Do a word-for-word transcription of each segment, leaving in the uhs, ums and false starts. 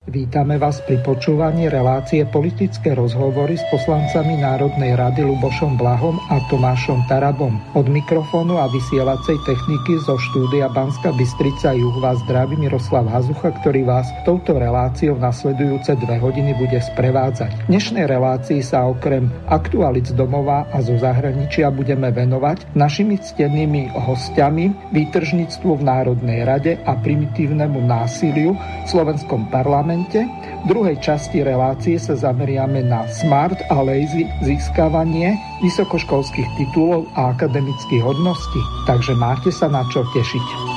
Vítame vás pri počúvaní relácie Politické rozhovory s poslancami Národnej rady Ľubošom Blahom a Tomášom Tarabom. Od mikrofónu a vysielacej techniky zo štúdia Banská Bystrica juh vás zdraví Miroslav Hazucha, ktorý vás touto reláciou nasledujúce dve hodiny bude sprevádzať. V dnešnej relácii sa okrem aktualít z domova a zo zahraničia budeme venovať našimi ctenými hostiami výtržníctvu v Národnej rade a primitívnemu násiliu v slovenskom parlamente. V druhej časti relácie sa zameriame na smart a lazy získavanie vysokoškolských titulov a akademických hodností. Takže máte sa na čo tešiť.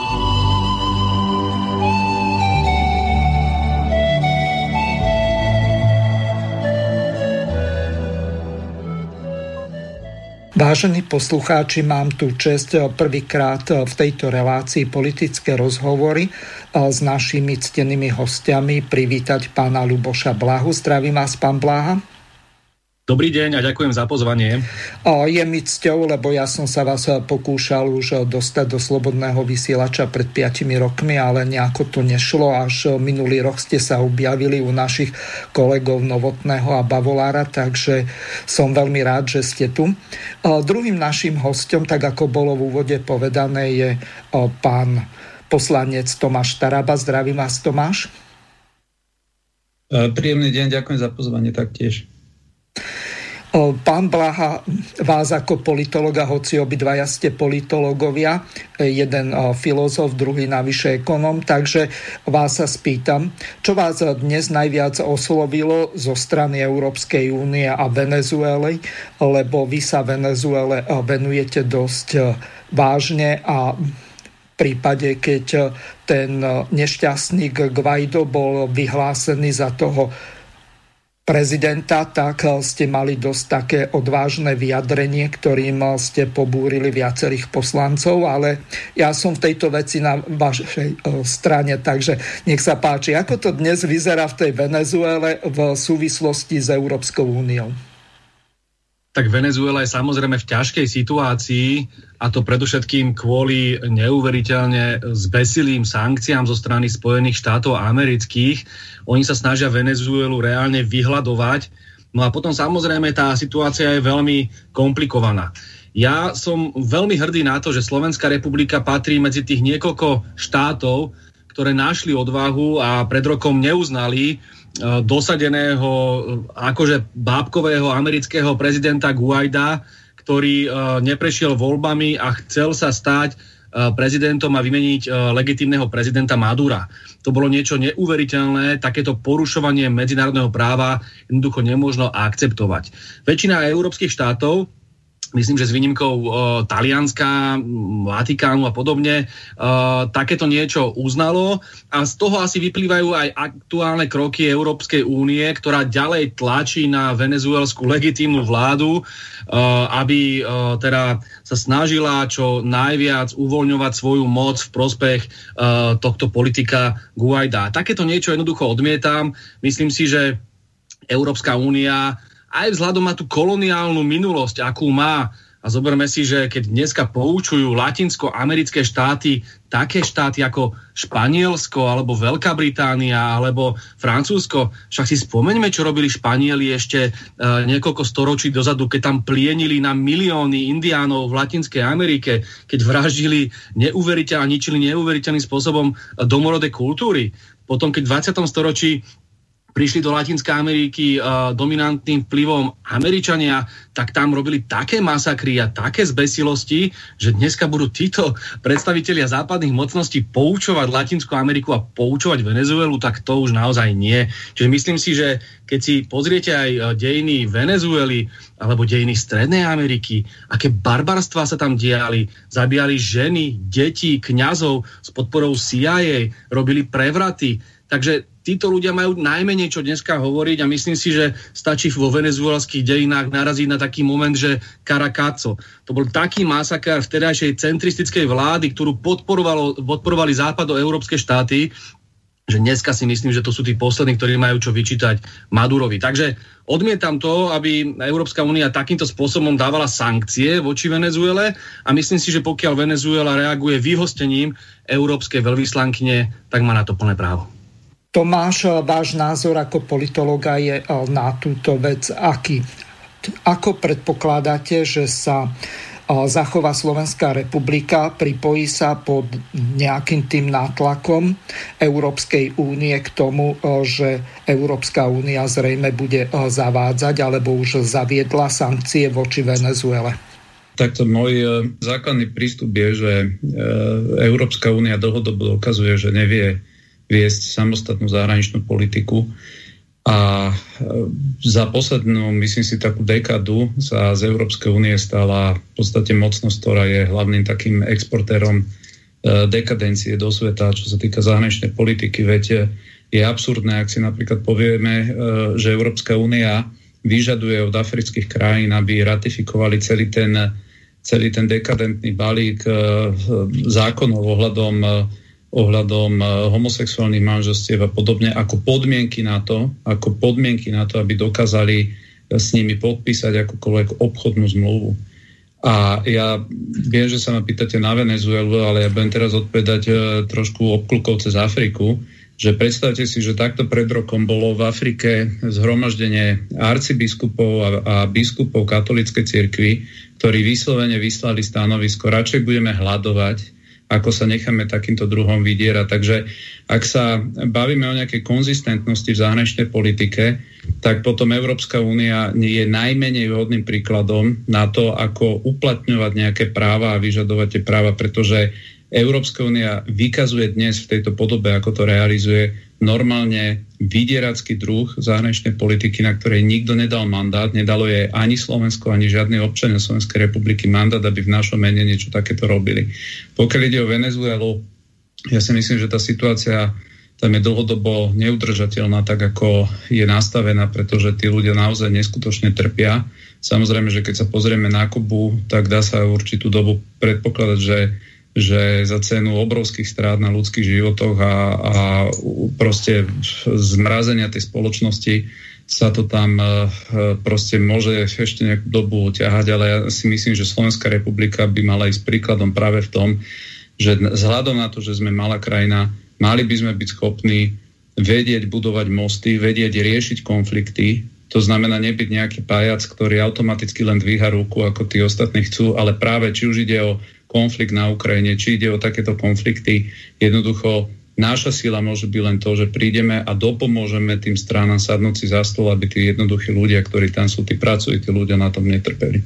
Vážení poslucháči, mám tu česť prvýkrát v tejto relácii Politické rozhovory s našimi ctenými hostiami privítať pána Ľuboša Blahu. Zdravím vás, pán Blaha. Dobrý deň a ďakujem za pozvanie. Je mi cťou, lebo ja som sa vás pokúšal už dostať do Slobodného vysielača pred piatimi rokmi, ale nejako to nešlo. Až minulý rok ste sa objavili u našich kolegov Novotného a Bavolára, takže som veľmi rád, že ste tu. Druhým našim hosťom, tak ako bolo v úvode povedané, je pán poslanec Tomáš Taraba. Zdravím vás, Tomáš. Príjemný deň, ďakujem za pozvanie taktiež. Pán Blaha, vás ako politologa, hoci obidvaja ste politológovia, jeden filozof, druhý navyše ekonóm, takže vás sa spýtam, čo vás dnes najviac oslovilo zo strany Európskej únie a Venezuely, lebo vy sa Venezuele venujete dosť vážne a v prípade, keď ten nešťastník Guaido bol vyhlásený za toho prezidenta, tak ste mali dosť také odvážne vyjadrenie, ktorým ste pobúrili viacerých poslancov, ale ja som v tejto veci na vašej strane, takže nech sa páči. Ako to dnes vyzerá v tej Venezuele v súvislosti s Európskou úniou? Tak Venezuela je samozrejme v ťažkej situácii, a to predovšetkým kvôli neuveriteľne zbesilým sankciám zo strany Spojených štátov amerických. Oni sa snažia Venezuelu reálne vyhľadovať. No a potom samozrejme tá situácia je veľmi komplikovaná. Ja som veľmi hrdý na to, že Slovenská republika patrí medzi tých niekoľko štátov, ktoré našli odvahu a pred rokom neuznali dosadeného akože bábkového amerického prezidenta Guaida, ktorý neprešiel voľbami a chcel sa stať prezidentom a vymeniť legitímneho prezidenta Madura. To bolo niečo neuveriteľné, takéto porušovanie medzinárodného práva jednoducho nemožno akceptovať. Väčšina európskych štátov, myslím, že s výnimkou e, Talianska, Vatikánu a podobne, e, takéto niečo uznalo a z toho asi vyplývajú aj aktuálne kroky Európskej únie, ktorá ďalej tlačí na venezuelskú legitímnu vládu, e, aby e, teda sa snažila čo najviac uvoľňovať svoju moc v prospech e, tohto politika Guaida. Takéto niečo jednoducho odmietam. Myslím si, že Európska únia aj vzhľadom na tú koloniálnu minulosť, akú má, a zoberme si, že keď dneska poučujú latinsko-americké štáty, také štáty ako Španielsko, alebo Veľká Británia, alebo Francúzsko, však si spomeňme, čo robili Španieli ešte e, niekoľko storočí dozadu, keď tam plienili na milióny indiánov v Latinskej Amerike, keď vraždili neuveriteľ a ničili neuveriteľným spôsobom domorodé kultúry. Potom, keď v dvadsiatom storočí prišli do Latinskej Ameriky uh, dominantným vplyvom Američania, tak tam robili také masakry a také zbesilosti, že dneska budú títo predstavitelia západných mocností poučovať Latinskú Ameriku a poučovať Venezuelu, tak to už naozaj nie. Čiže myslím si, že keď si pozriete aj dejiny Venezuely alebo dejiny Strednej Ameriky, aké barbarstvá sa tam diali, zabíjali ženy, deti, kňazov s podporou C I A, robili prevraty. Takže títo ľudia majú najmenej čo dneska hovoriť a myslím si, že stačí vo venezuelských dejinách naraziť na taký moment, že Caracazo. To bol taký masaker vtedajšej centristickej vlády, ktorú podporovali západoeurópske štáty, že dneska si myslím, že to sú tí poslední, ktorí majú čo vyčítať Madurovi. Takže odmietam to, aby Európska únia takýmto spôsobom dávala sankcie voči Venezuele a myslím si, že pokiaľ Venezuela reaguje vyhostením európskej veľvyslankyne, tak má na to plné právo. Tomáš, váš názor ako politologa je na túto vec aký? Ako predpokladáte, že sa zachová Slovenská republika, pripojí sa pod nejakým tým nátlakom Európskej únie k tomu, že Európska únia zrejme bude zavádzať alebo už zaviedla sankcie voči Venezuele? Takto môj základný prístup je, že Európska únia dlhodobo dokazuje, že nevie viesť samostatnú zahraničnú politiku. A za poslednú, myslím si, takú dekadu sa z Európskej únie stala v podstate mocnosť, ktorá je hlavným takým exportérom dekadencie do sveta, čo sa týka zahraničnej politiky. Veď je absurdné, ak si napríklad povieme, že Európska únia vyžaduje od afrických krajín, aby ratifikovali celý ten, celý ten dekadentný balík zákonov ohľadom ohľadom homosexuálnych manželstiev a podobne, ako podmienky na to, ako podmienky na to, aby dokázali s nimi podpísať akúkoľvek obchodnú zmluvu. A ja viem, že sa ma pýtate na Venezuelu, ale ja budem teraz odpovedať trošku obklukov cez Afriku, že predstavte si, že takto pred rokom bolo v Afrike zhromaždenie arcibiskupov a, a biskupov katolíckej cirkvi, ktorí vyslovene vyslali stanovisko, radšej budeme hladovať, ako sa necháme takýmto druhom vydierať. Takže ak sa bavíme o nejakej konzistentnosti v zahraničnej politike, tak potom Európska únia je najmenej vhodným príkladom na to, ako uplatňovať nejaké práva a vyžadovať tie práva, pretože Európska únia vykazuje dnes v tejto podobe, ako to realizuje, normálne vydieracký druh zahraničnej politiky, na ktorej nikto nedal mandát, nedalo jej ani Slovensko, ani žiadny občania Slovenskej republiky mandát, aby v našom mene niečo takéto robili. Pokiaľ ide o Venezuelu, ja si myslím, že tá situácia tam je dlhodobo neudržateľná, tak ako je nastavená, pretože tí ľudia naozaj neskutočne trpia. Samozrejme, že keď sa pozrieme na Kubu, tak dá sa určitú dobu predpokladať, že že za cenu obrovských strát na ľudských životoch a, a proste zmrazenia tej spoločnosti sa to tam proste môže ešte nejakú dobu ťahať, ale ja si myslím, že Slovenská republika by mala ísť príkladom práve v tom, že vzhľadom na to, že sme malá krajina, mali by sme byť schopní vedieť budovať mosty, vedieť riešiť konflikty. To znamená nebyť nejaký pajac, ktorý automaticky len dvíha ruku, ako tí ostatní chcú, ale práve či už ide o konflikt na Ukrajine, či ide o takéto konflikty, jednoducho naša sila môže byť len to, že prídeme a dopomôžeme tým stranám sadnúť si za stôl, aby tí jednoduchí ľudia, ktorí tam sú, tí pracujú, tí ľudia na tom netrpeli.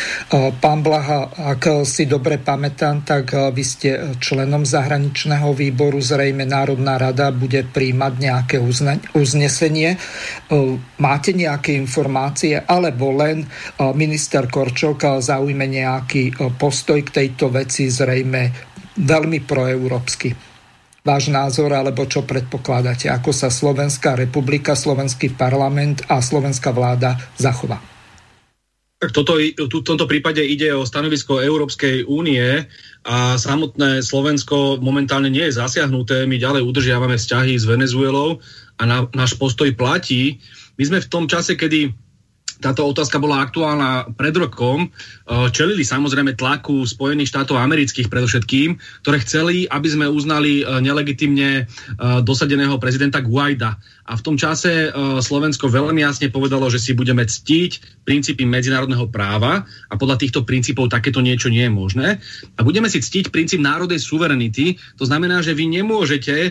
Pán Blaha, ak si dobre pamätám, tak vy ste členom zahraničného výboru, zrejme Národná rada bude prijímať nejaké uznesenie. Máte nejaké informácie, alebo len minister Korčok zaujme nejaký postoj k tejto veci, zrejme veľmi proeurópsky? Váš názor, alebo čo predpokladáte, ako sa Slovenská republika, Slovenský parlament a slovenská vláda zachová? Tak toto, v tomto prípade ide o stanovisko Európskej únie a samotné Slovensko momentálne nie je zasiahnuté. My ďalej udržiavame vzťahy s Venezuelou a na, náš postoj platí. My sme v tom čase, kedy táto otázka bola aktuálna pred rokom, čelili samozrejme tlaku Spojených štátov amerických predovšetkým, ktoré chceli, aby sme uznali nelegitímne dosadeného prezidenta Guaida. A v tom čase Slovensko veľmi jasne povedalo, že si budeme ctiť princípy medzinárodného práva a podľa týchto princípov takéto niečo nie je možné. A budeme si ctiť princíp národnej suverenity. To znamená, že vy nemôžete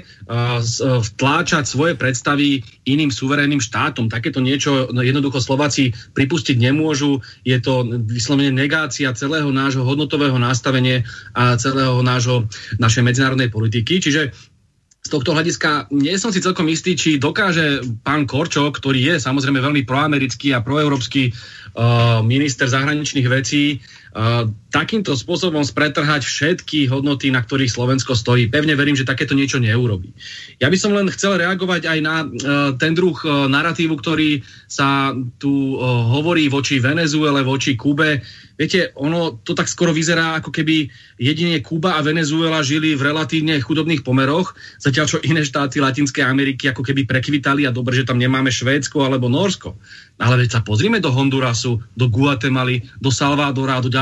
vtláčať svoje predstavy iným suverénnym štátom. Takéto niečo jednoducho Slováci pripustiť nemôžu. Je to vyslovene negácia celého nášho hodnotového nastavenia a celého nášho, našej medzinárodnej politiky. Čiže z tohto hľadiska nie som si celkom istý, či dokáže pán Korčok, ktorý je samozrejme veľmi proamerický a proeurópsky uh, minister zahraničných vecí, uh, takýmto spôsobom spretrhať všetky hodnoty, na ktorých Slovensko stojí. Pevne verím, že takéto niečo neurobí. Ja by som len chcel reagovať aj na uh, ten druh uh, naratívu, ktorý sa tu uh, hovorí voči Venezuele, voči Kube. Viete, ono to tak skoro vyzerá, ako keby jedine Kuba a Venezuela žili v relatívne chudobných pomeroch, zatiaľ čo iné štáty Latinskej Ameriky ako keby prekvitali a dobre, že tam nemáme Švédsko alebo Nórsko. Ale veď sa pozrime do Hondurasu, do Guatemaly, do Salvadora a do ďalších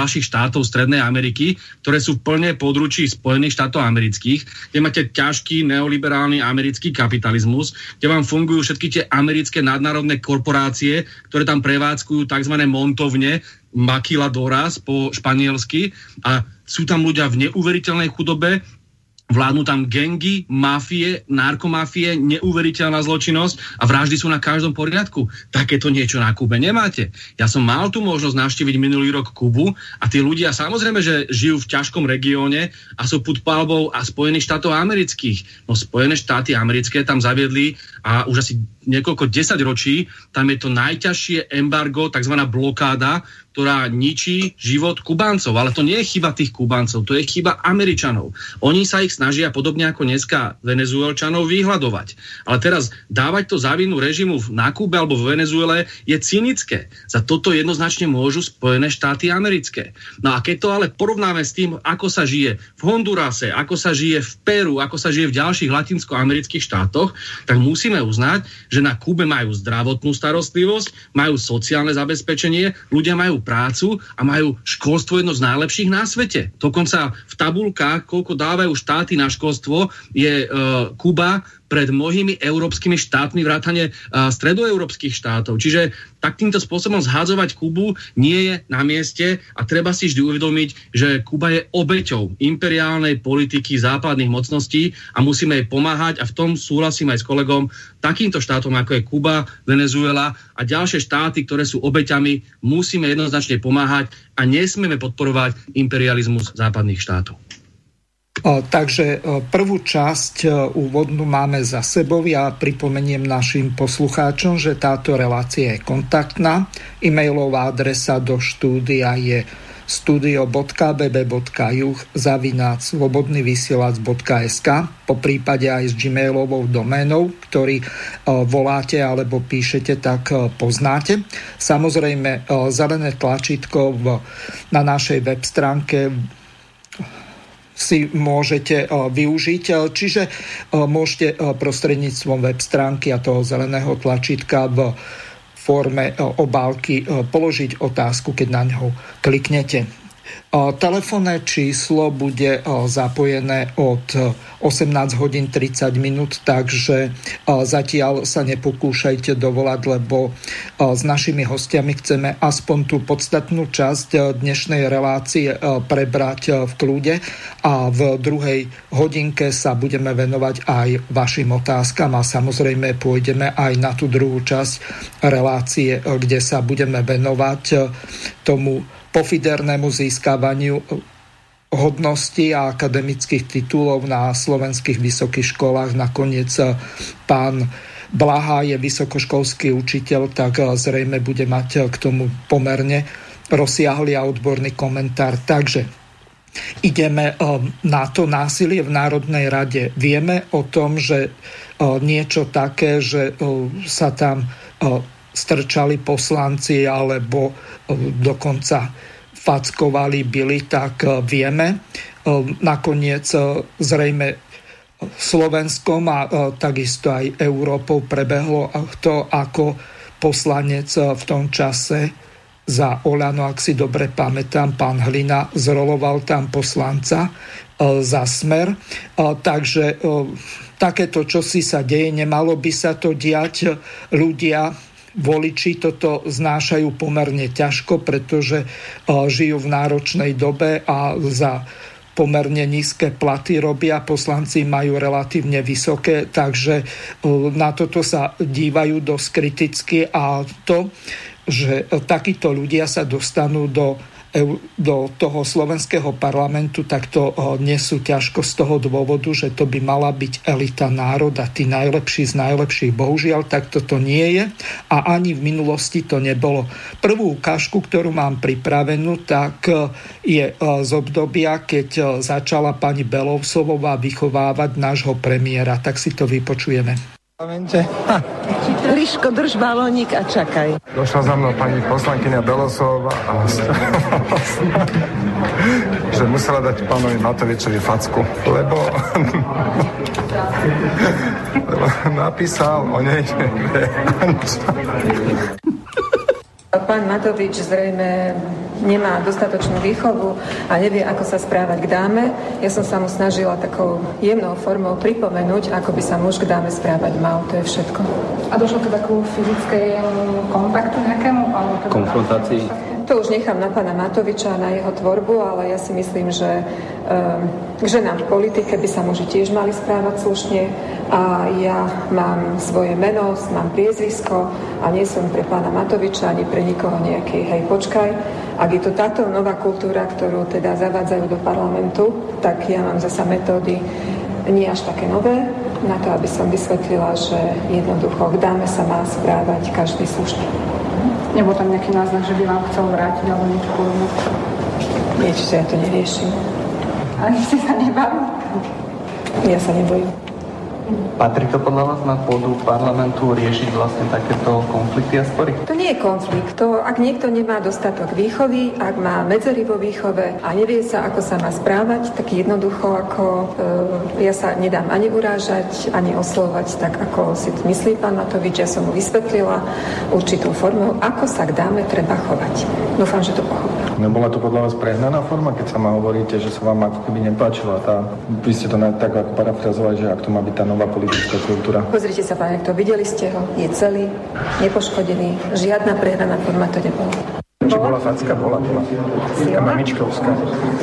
ďalších štátov Strednej Ameriky, ktoré sú plne područí Spojených štátov amerických, kde máte ťažký neoliberálny americký kapitalizmus, kde vám fungujú všetky tie americké nadnárodné korporácie, ktoré tam prevádzkujú tzv. Montovne, maquiladoras po španielsky, a sú tam ľudia v neuveriteľnej chudobe, vládnu tam gangy, mafie, narkomafie, neuveriteľná zločinnosť a vraždy sú na každom poriadku. Takéto niečo na Kube nemáte. Ja som mal tú možnosť navštíviť minulý rok Kubu a tí ľudia samozrejme, že žijú v ťažkom regióne a sú pod palbou a Spojených štátov amerických. No Spojené štáty americké tam zaviedli a už asi niekoľko desaťročí tam je to najťažšie embargo, takzvaná blokáda, ktorá ničí život Kubáncov. Ale to nie je chyba tých Kubáncov, to je chyba Američanov. Oni sa ich snažia podobne ako dneska Venezuelčanov vyhľadovať. Ale teraz dávať to za vinu režimu na Kube alebo v Venezuele je cynické. Za toto jednoznačne môžu Spojené štáty americké. No a keď to ale porovnáme s tým, ako sa žije v Hondurase, ako sa žije v Peru, ako sa žije v ďalších latinskoamerických štátoch, tak musíme uznať, že na Kube majú zdravotnú starostlivosť, majú sociálne zabezpečenie, ľudia majú prácu a majú školstvo jedno z najlepších na svete. Dokonca v tabulkách, koľko dávajú štáty na školstvo, je uh, Kuba pred mnohými európskymi štátmi vrátane uh, stredoeurópskych štátov. Čiže takýmto spôsobom zhadzovať Kubu nie je na mieste a treba si vždy uvedomiť, že Kuba je obeťou imperiálnej politiky západných mocností a musíme jej pomáhať a v tom súhlasím aj s kolegom, takýmto štátom ako je Kuba, Venezuela a ďalšie štáty, ktoré sú obeťami, musíme jednoznačne pomáhať a nesmieme podporovať imperializmus západných štátov. Takže prvú časť úvodnú máme za sebou. Ja pripomeniem našim poslucháčom, že táto relácia je kontaktná. E-mailová adresa do štúdia je studio bodka b b bodka juh zavináč slobodný vysielač bodka es ká, po prípade aj s gmailovou doménou, ktorý voláte alebo píšete, tak poznáte. Samozrejme, zelené tlačítko na našej web stránke si môžete využiť. Čiže môžete prostredníctvom web stránky a toho zeleného tlačítka v forme obálky položiť otázku, keď na ňo kliknete. Telefónne číslo bude zapojené od osemnásť hodín tridsať minút, takže zatiaľ sa nepokúšajte dovolať, lebo s našimi hostiami chceme aspoň tú podstatnú časť dnešnej relácie prebrať v kľude a v druhej hodinke sa budeme venovať aj vašim otázkam a samozrejme pôjdeme aj na tú druhú časť relácie, kde sa budeme venovať tomu pofidernému získavaniu hodností a akademických titulov na slovenských vysokých školách. Nakoniec pán Blaha je vysokoškolský učiteľ, tak zrejme bude mať k tomu pomerne rozsiahly a odborný komentár. Takže ideme na to násilie v Národnej rade. Vieme o tom, že niečo také, že sa tam strčali poslanci alebo dokonca fackovali, byli, tak vieme. Nakoniec zrejme Slovenskom a takisto aj Európou prebehlo to, ako poslanec v tom čase za Oľano, ak si dobre pamätám, pán Hlina zroloval tam poslanca za Smer. Takže takéto čosi sa deje, nemalo by sa to diať. Ľudia, voliči toto znášajú pomerne ťažko, pretože žijú v náročnej dobe a za pomerne nízke platy robia. Poslanci majú relatívne vysoké, takže na toto sa dívajú dosť kriticky a to, že takíto ľudia sa dostanú do do toho slovenského parlamentu, tak to nesú ťažko z toho dôvodu, že to by mala byť elita národa, tí najlepší z najlepších. Bohužiaľ, tak toto nie je a ani v minulosti to nebolo. Prvú ukážku, ktorú mám pripravenú, tak je z obdobia, keď začala pani Belousová vychovávať nášho premiéra. Tak si to vypočujeme. Liško, drž balónik a čakaj. Došla za mnou pani poslankyňa Belousová a že musela dať pánovi Matovičovi facku, lebo, lebo napísal o nej. Pán Matovič zrejme nemá dostatočnú výchovu a nevie, ako sa správať k dáme. Ja som sa mu snažila takou jemnou formou pripomenúť, ako by sa muž k dáme správať mal. To je všetko. A došlo to takú fyzickému kontaktu nejakému? Konfrontácii? To už nechám na pána Matoviča, na jeho tvorbu, ale ja si myslím, že um, k ženám v politike by sa muži tiež mali správať slušne a ja mám svoje meno, mám priezvisko a nie som pre pána Matoviča ani pre nikoho nejaký hej, počkaj. Ak je to táto nová kultúra, ktorú teda zavádzajú do parlamentu, tak ja mám zasa metódy nie až také nové, na to, aby som vysvetlila, že jednoducho k dáme sa má správať každý slušne. Nebol tam nejaký náznak, že by vám chcel vrátiť alebo niečo podobné? Niečo, ja to neriešim. Ani ste sa nebali? Ja sa nebojím. Patrí to podľa vás na pôdu parlamentu riešiť vlastne takéto konflikty a spory? To nie je konflikt. To, ak niekto nemá dostatok výchovy, ak má medzery vo výchove a nevie sa, ako sa má správať, tak jednoducho ako e, ja sa nedám ani urážať, ani oslovať tak, ako si to myslí pán Matovič. Ja som mu vysvetlila určitou formou, ako sa k dáme treba chovať. Dúfam, že to pochopil. Nebola to podľa vás prehnaná forma, keď sa ma hovoríte, že sa vám ako keby nepáčila tá, vy ste to tak ako parafrazovali, že ak to má byť tá nová politická kultúra. Pozrite sa, pán rektor, videli ste ho, je celý, nepoškodený, žiadna prehnaná forma to nebola. Či bola facka? Bola, bola. Taká mamičkovská.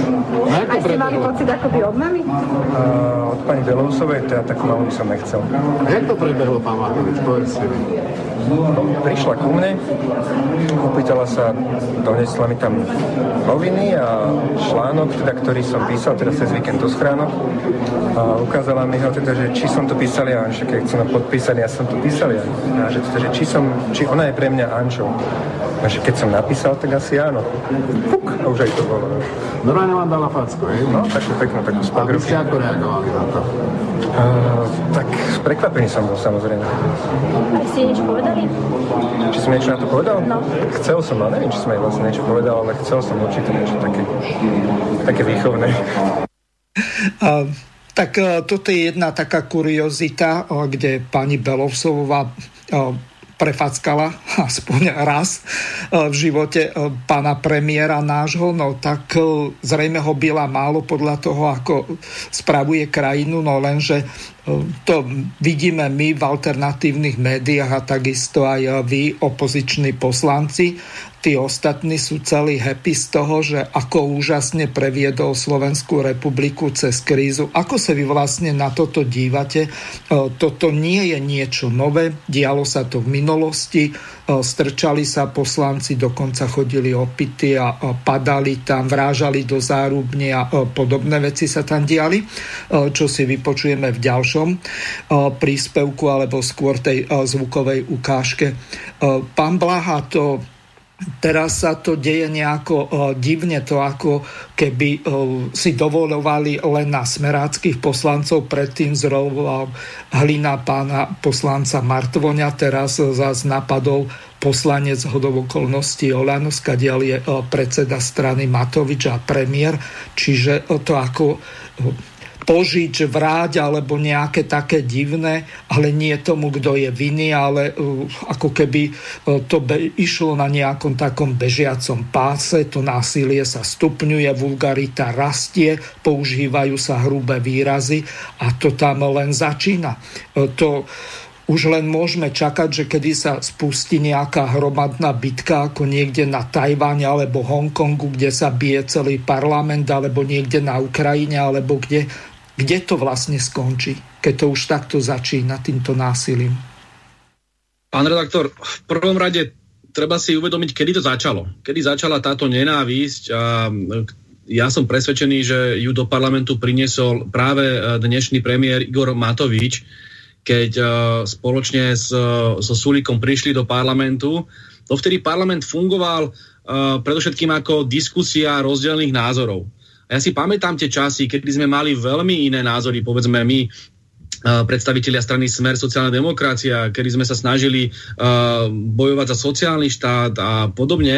A ste mali pocit akoby od mami? Uh, od pani Belousovej, teda takú malú by som nechcel. A jak to prebehlo, pán Matovič? Povedzte mi. Prišla ku mne, opýtala sa, donesla mi tam noviny a článok, teda, ktorý som písal teda cez víkend do schránok a ukázala mi ho teda, že či som to písal ja, že keď som podpísal, ja som to písal ja. A že, teda, že či, som, či ona je pre mňa Ančou. A že keď som napísal, tak asi áno. Fuk, a už aj to bolo. Normálne vám dala facku, hej? No, takú peknú, takú spagru. A vy ste ako reagovali na to? Uh, tak prekvapený som bol, samozrejme. A ste niečo povedali? Či som niečo na to povedal? No. Chcel som, ale neviem, či som aj vlastne niečo povedal, ale chcel som určite niečo také, také výchovné. Uh, tak uh, toto je jedna taká kuriozita, uh, kde pani Belousová uh, prefackala aspoň raz v živote pána premiéra nášho, no tak zrejme ho byla málo podľa toho, ako spravuje krajinu, no lenže to vidíme my v alternatívnych médiách a takisto aj vy, opoziční poslanci. Tí ostatní sú celí happy z toho, že ako úžasne previedol Slovenskú republiku cez krízu. Ako sa vy vlastne na toto dívate? Toto nie je niečo nové, dialo sa to v minulosti, strčali sa poslanci, dokonca chodili opity a padali tam, vrážali do zárubne a podobné veci sa tam diali, čo si vypočujeme v ďalšom príspevku alebo skôr tej zvukovej ukážke. Pán Blaha, to teraz sa to deje nejako uh, divne, to ako keby uh, si dovoľovali len na smeráckých poslancov, predtým zroloval hlina pána poslanca Martvoňa, teraz uh, zás napadol poslanec hodou okolností Oľano, skadiaľ je uh, predseda strany Matovič a premiér, čiže uh, to ako uh, požič, vráť alebo nejaké také divné, ale nie tomu, kto je vinný, ale uh, ako keby uh, to be- išlo na nejakom takom bežiacom páse, to násilie sa stupňuje, vulgarita rastie, používajú sa hrubé výrazy a to tam len začína. Uh, to už len môžeme čakať, že kedy sa spustí nejaká hromadná bitka ako niekde na Tajvane alebo Hongkongu, kde sa bije celý parlament, alebo niekde na Ukrajine, alebo kde Kde to vlastne skončí, keď to už takto začína týmto násilím? Pán redaktor, v prvom rade treba si uvedomiť, kedy to začalo. Kedy začala táto nenávisť a ja som presvedčený, že ju do parlamentu priniesol práve dnešný premiér Igor Matovič, keď spoločne so Sulíkom prišli do parlamentu. To vtedy parlament fungoval predovšetkým ako diskusia rozdielnych názorov. A ja si pamätám tie časy, kedy sme mali veľmi iné názory, povedzme my, predstavitelia strany Smer sociálna demokracia, kedy sme sa snažili bojovať za sociálny štát a podobne.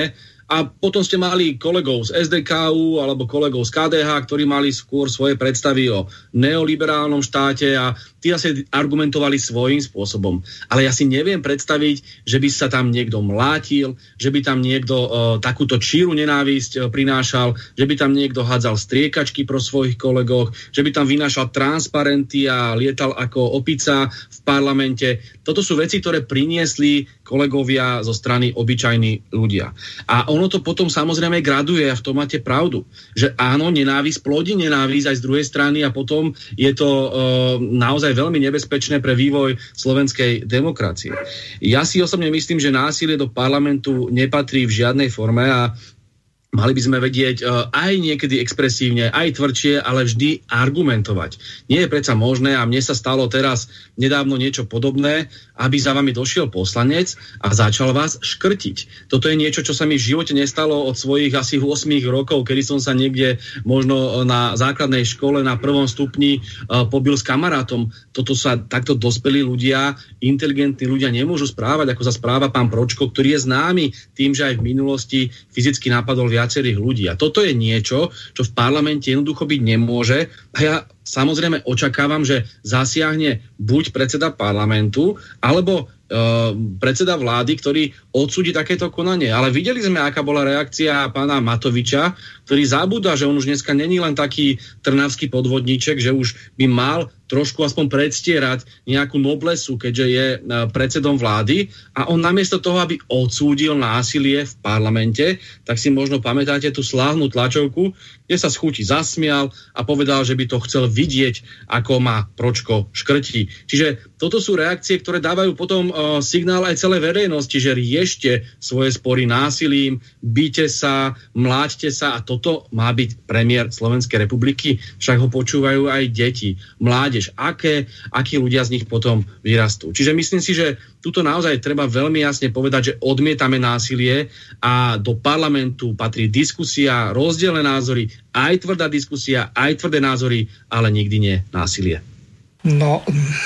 A potom ste mali kolegov z es dé ká ú alebo kolegov z ká dé há, ktorí mali skôr svoje predstavy o neoliberálnom štáte a tí asi argumentovali svojím spôsobom. Ale ja si neviem predstaviť, že by sa tam niekto mlátil, že by tam niekto uh, takúto číru nenávisť uh, prinášal, že by tam niekto hádzal striekačky pro svojich kolegoch, že by tam vynášal transparenty a lietal ako opica v parlamente. Toto sú veci, ktoré priniesli kolegovia zo strany obyčajní ľudia. A ono to potom samozrejme graduje a v tom máte pravdu, že áno, nenávisť plodí nenávisť aj z druhej strany a potom je to uh, naozaj veľmi nebezpečné pre vývoj slovenskej demokracie. Ja si osobne myslím, že násilie do parlamentu nepatrí v žiadnej forme a mali by sme vedieť uh, aj niekedy expresívne, aj tvrdšie, ale vždy argumentovať. Nie je predsa možné, a mne sa stalo teraz nedávno niečo podobné, aby za vami došiel poslanec a začal vás škrtiť. Toto je niečo, čo sa mi v živote nestalo od svojich asi ôsmich rokov, kedy som sa niekde možno na základnej škole na prvom stupni uh, pobil s kamarátom. Toto sa takto dospelí ľudia, inteligentní ľudia nemôžu správať, ako sa správa pán Pročko, ktorý je známy tým, že aj v minulosti fyzicky napadol viacerých ľudí. A toto je niečo, čo v parlamente jednoducho byť nemôže. A ja samozrejme očakávam, že zasiahne buď predseda parlamentu, alebo uh, predseda vlády, ktorý odsúdi takéto konanie. Ale videli sme, aká bola reakcia pána Matoviča, ktorý zabúda, že on už dneska není len taký trnavský podvodníček, že už by mal trošku aspoň predstierať nejakú noblesu, keďže je predsedom vlády, a on namiesto toho, aby odsúdil násilie v parlamente, tak si možno pamätáte tú slávnu tlačovku, kde sa z chuti zasmial a povedal, že by to chcel vidieť, ako ma Pročko škrtí. Čiže toto sú reakcie, ktoré dávajú potom uh, signál aj celej verejnosti, že riešte svoje spory násilím, bíte sa, mláďte sa, a toto má byť premiér Slovenskej republiky, však ho počúvajú aj deti, mládež. Aké, akí ľudia z nich potom vyrastú. Čiže myslím si, že tuto naozaj treba veľmi jasne povedať, že odmietame násilie a do parlamentu patrí diskusia, rozdielne názory, aj tvrdá diskusia, aj tvrdé názory, ale nikdy nie násilie. No,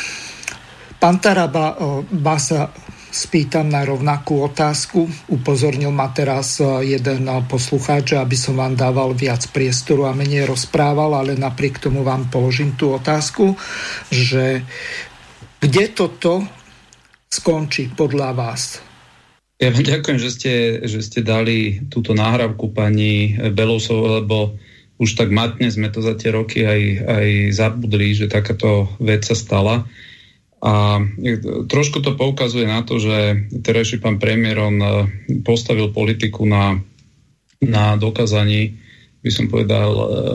pán Taraba, vás sa spýtam na rovnakú otázku. Upozornil ma teraz jeden poslucháč, aby som vám dával viac priestoru a menej rozprával, ale napriek tomu vám položím tú otázku, že kde toto skončí podľa vás? Ja vám ďakujem, že ste, že ste dali túto náhrávku pani Belousovej, lebo už tak matne sme to za tie roky aj, aj zabudli, že takáto vec sa stala. A trošku to poukazuje na to, že terajší pán premiér, on postavil politiku na, na dokázaní, by som povedal,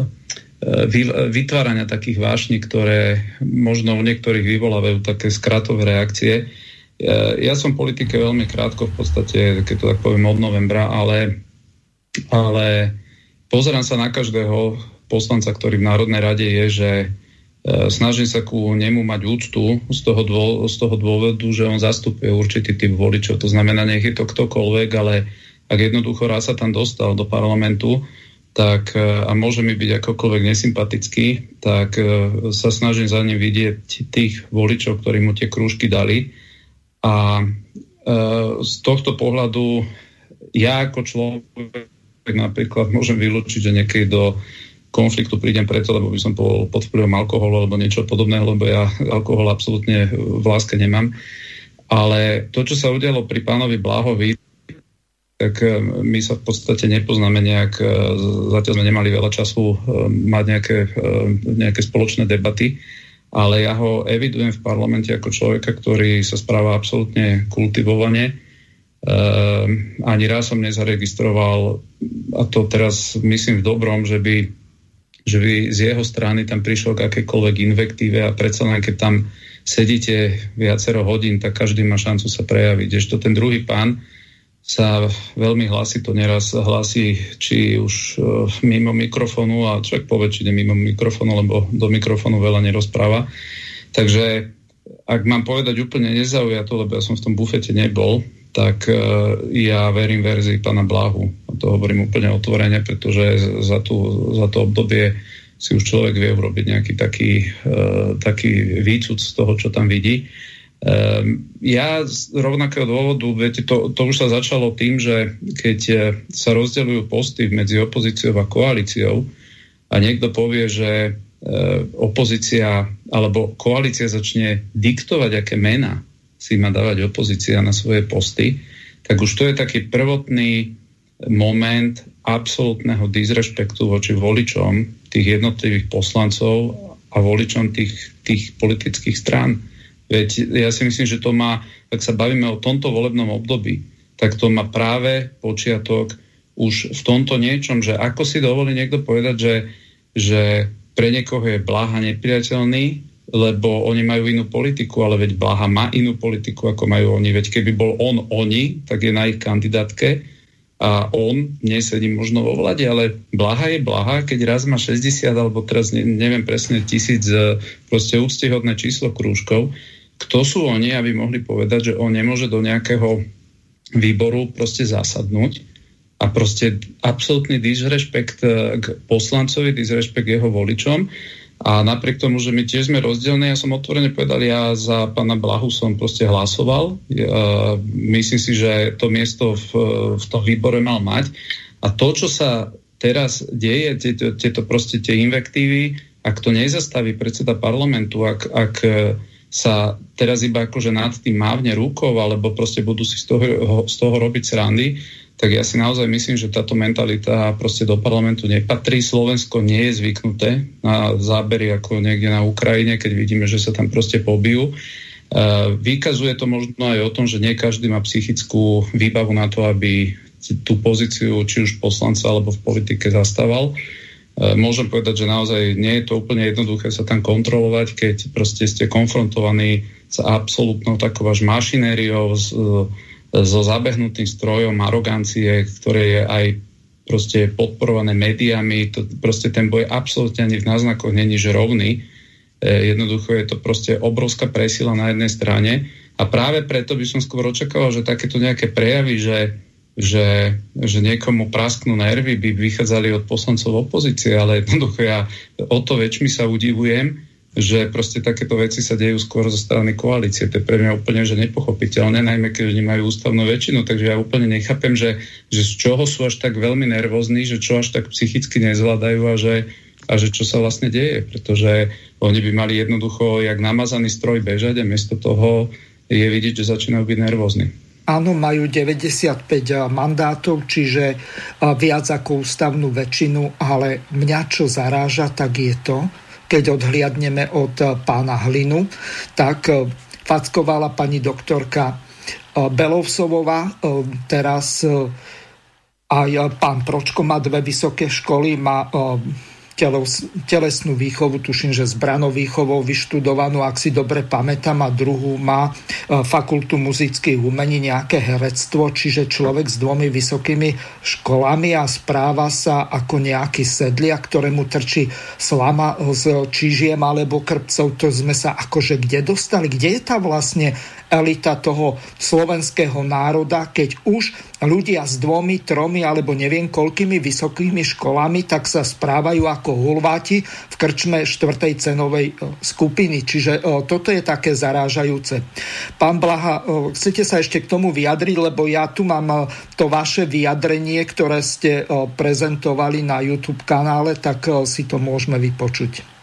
vytvárania takých vášní, ktoré možno u niektorých vyvolávajú také skratové reakcie. Ja som v politike veľmi krátko, v podstate, keď to tak poviem, od novembra, ale, ale pozerám sa na každého poslanca, ktorý v Národnej rade je, že snažím sa ku nemu mať úctu z toho, dô, z toho dôvodu, že on zastupuje určitý typ voličov. To znamená, nech je to ktokoľvek, ale ak jednoducho raz sa tam dostal do parlamentu, tak, a môže mi byť akokoľvek nesympatický, tak sa snažím za ním vidieť tých voličov, ktorí mu tie krúžky dali. A z tohto pohľadu ja ako človek napríklad môžem vylúčiť, že niekedy do konfliktu prídem preto, lebo by som bol pod vplyvom alkoholu alebo niečo podobného, lebo ja alkohol absolútne v láske nemám. Ale to, čo sa udialo pri pánovi Bláhovi, tak my sa v podstate nepoznáme nejak, zatiaľ sme nemali veľa času mať nejaké, nejaké spoločné debaty, ale ja ho evidujem v parlamente ako človeka, ktorý sa správa absolútne kultivovane. Ani raz som nezaregistroval, a to teraz myslím v dobrom, že by že by z jeho strany tam prišlo k akékoľvek invektíve, a predsa len keď tam sedíte viacero hodín, tak každý má šancu sa prejaviť. Ešte ten druhý pán sa veľmi hlasito neraz hlasí, či už uh, mimo mikrofónu, a človek povie, či nie mimo mikrofónu, lebo do mikrofónu veľa nerozpráva. Takže ak mám povedať úplne nezaujato, lebo ja som v tom bufete nebol, tak uh, ja verím verzii pána Blahu. A to hovorím úplne otvorene, pretože za, tú, za to obdobie si už človek vie urobiť nejaký taký, uh, taký výcud z toho, čo tam vidí. Ja z rovnakého dôvodu, viete, to, to už sa začalo tým, že keď sa rozdeľujú posty medzi opozíciou a koalíciou a niekto povie, že opozícia alebo koalícia začne diktovať, aké mená si má dávať opozícia na svoje posty, tak už to je taký prvotný moment absolútneho disrešpektu voči voličom tých jednotlivých poslancov a voličom tých, tých politických strán. Veď ja si myslím, že to má, ak sa bavíme o tomto volebnom období, tak to má práve počiatok už v tomto niečom, že ako si dovolí niekto povedať, že, že pre niekoho je Bláha nepriateľný, lebo oni majú inú politiku, ale veď Bláha má inú politiku, ako majú oni. Veď keby bol on oni, tak je na ich kandidátke a on nesedí možno vo vlade, ale Bláha je Bláha, keď raz má šesťdesiat alebo teraz neviem presne tisíc proste úctyhodné číslo krúžkov. Kto sú oni, aby mohli povedať, že on nemôže do nejakého výboru proste zasadnúť a proste absolútny disrešpekt k poslancovi, disrešpekt jeho voličom. A napriek tomu, že my tiež sme rozdielne, ja som otvorene povedal, ja za pána Blahu som proste hlasoval. Ja, myslím si, že to miesto v, v tom výbore mal mať. A to, čo sa teraz deje, tieto, tieto proste tie invektívy, ak to nezastaví predseda parlamentu, ak, ak sa teraz iba akože nad tým mávne rukou, alebo proste budú si z toho, z toho robiť srandy, tak ja si naozaj myslím, že táto mentalita proste do parlamentu nepatrí. Slovensko nie je zvyknuté na zábery ako niekde na Ukrajine, keď vidíme, že sa tam proste pobijú. Vykazuje to možno aj o tom, že nie každý má psychickú výbavu na to, aby tú pozíciu či už poslanca alebo v politike zastával. Môžem povedať, že naozaj nie je to úplne jednoduché sa tam kontrolovať, keď proste ste konfrontovaní s absolútnou takou až mašinériou, s, so zabehnutým strojom arogancie, ktoré je aj proste podporované médiami. To, proste ten boj absolútne ani v náznakoch není, že rovný. Jednoducho je to proste obrovská presila na jednej strane a práve preto by som skôr očakával, že takéto nejaké prejavy, že Že, že niekomu prasknú nervy, by vychádzali od poslancov opozície, ale jednoducho ja o to väčšmi sa udivujem, že proste takéto veci sa dejú skôr zo strany koalície. To je pre mňa úplne že nepochopiteľné, najmä keď oni majú ústavnú väčšinu, takže ja úplne nechápem, že, že z čoho sú až tak veľmi nervózni, že čo až tak psychicky nezvládajú a že, a že čo sa vlastne deje, pretože oni by mali jednoducho jak namazaný stroj bežať a miesto toho je vidieť, že začínajú byť nervózni. Áno, majú deväťdesiatpäť mandátov, čiže viac ako ústavnú väčšinu, ale mňa čo zaráža, tak je to, keď odhliadneme od pána Hlinu, tak fackovala pani doktorka Belousovová, teraz aj pán Pročko má dve vysoké školy, má telesnú výchovu, tuším, že zbranou výchovou vyštudovanú, ak si dobre pamätám, a druhú má fakultu muzických umení, nejaké herectvo, čiže človek s dvomi vysokými školami a správa sa ako nejaký sedliak, ktorému trčí slama z čižiem alebo krpcov. To sme sa akože kde dostali? Kde je tá vlastne elita toho slovenského národa, keď už ľudia s dvomi, tromi alebo neviem koľkými vysokými školami tak sa správajú ako hulváti v krčme štvrtej cenovej skupiny. Čiže o, toto je také zarážajúce. Pán Blaha, o, chcete sa ešte k tomu vyjadriť, lebo ja tu mám o, to vaše vyjadrenie, ktoré ste o, prezentovali na YouTube kanále, tak o, si to môžeme vypočuť.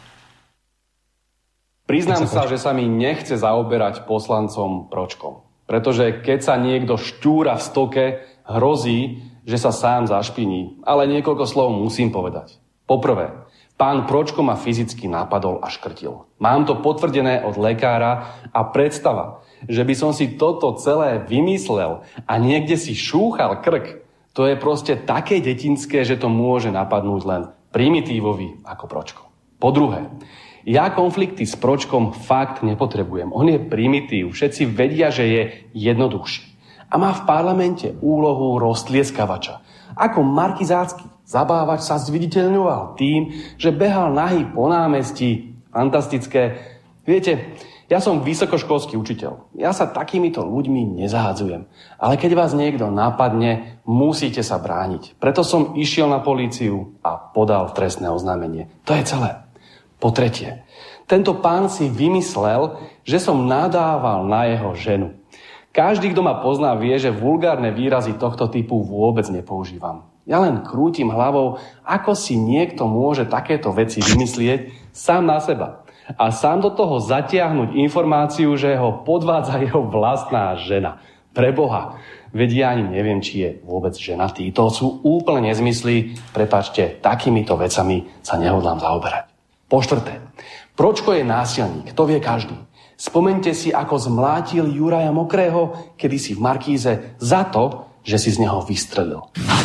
Priznám sa, že sa mi nechce zaoberať poslancom Pročkom. Pretože keď sa niekto šťúra v stoke, hrozí, že sa sám zašpiní. Ale niekoľko slov musím povedať. Poprvé, pán Pročko ma fyzicky napadol a škrtil. Mám to potvrdené od lekára a predstava, že by som si toto celé vymyslel a niekde si šúchal krk, to je proste také detinské, že to môže napadnúť len primitívovi ako Pročko. Po druhé, ja konflikty s Pročkom fakt nepotrebujem. On je primitív, všetci vedia, že je jednoduchší. A má v parlamente úlohu roztlieskavača. Ako markizácky zabávač sa zviditeľňoval tým, že behal nahý po námestí. Fantastické. Viete, ja som vysokoškolský učiteľ. Ja sa takýmito ľuďmi nezahádzujem. Ale keď vás niekto napadne, musíte sa brániť. Preto som išiel na políciu a podal trestné oznámenie. To je celé. Po tretie, Tento pán si vymyslel, že som nadával na jeho ženu. Každý, kto ma pozná, vie, že vulgárne výrazy tohto typu vôbec nepoužívam. Ja len krútim hlavou, ako si niekto môže takéto veci vymyslieť sám na seba. A sám do toho zatiahnuť informáciu, že ho podvádza jeho vlastná žena. Preboha, veď ja ani neviem, či je vôbec ženatý. To sú úplne nezmysly. Prepáčte, takýmito vecami sa nehodlám zaoberať. Po štvrté, Pročko je násilník, to vie každý. Spomeňte si, ako zmlátil Juraja Mokrého kedysi v Markíze za to, že si z neho vystrelil.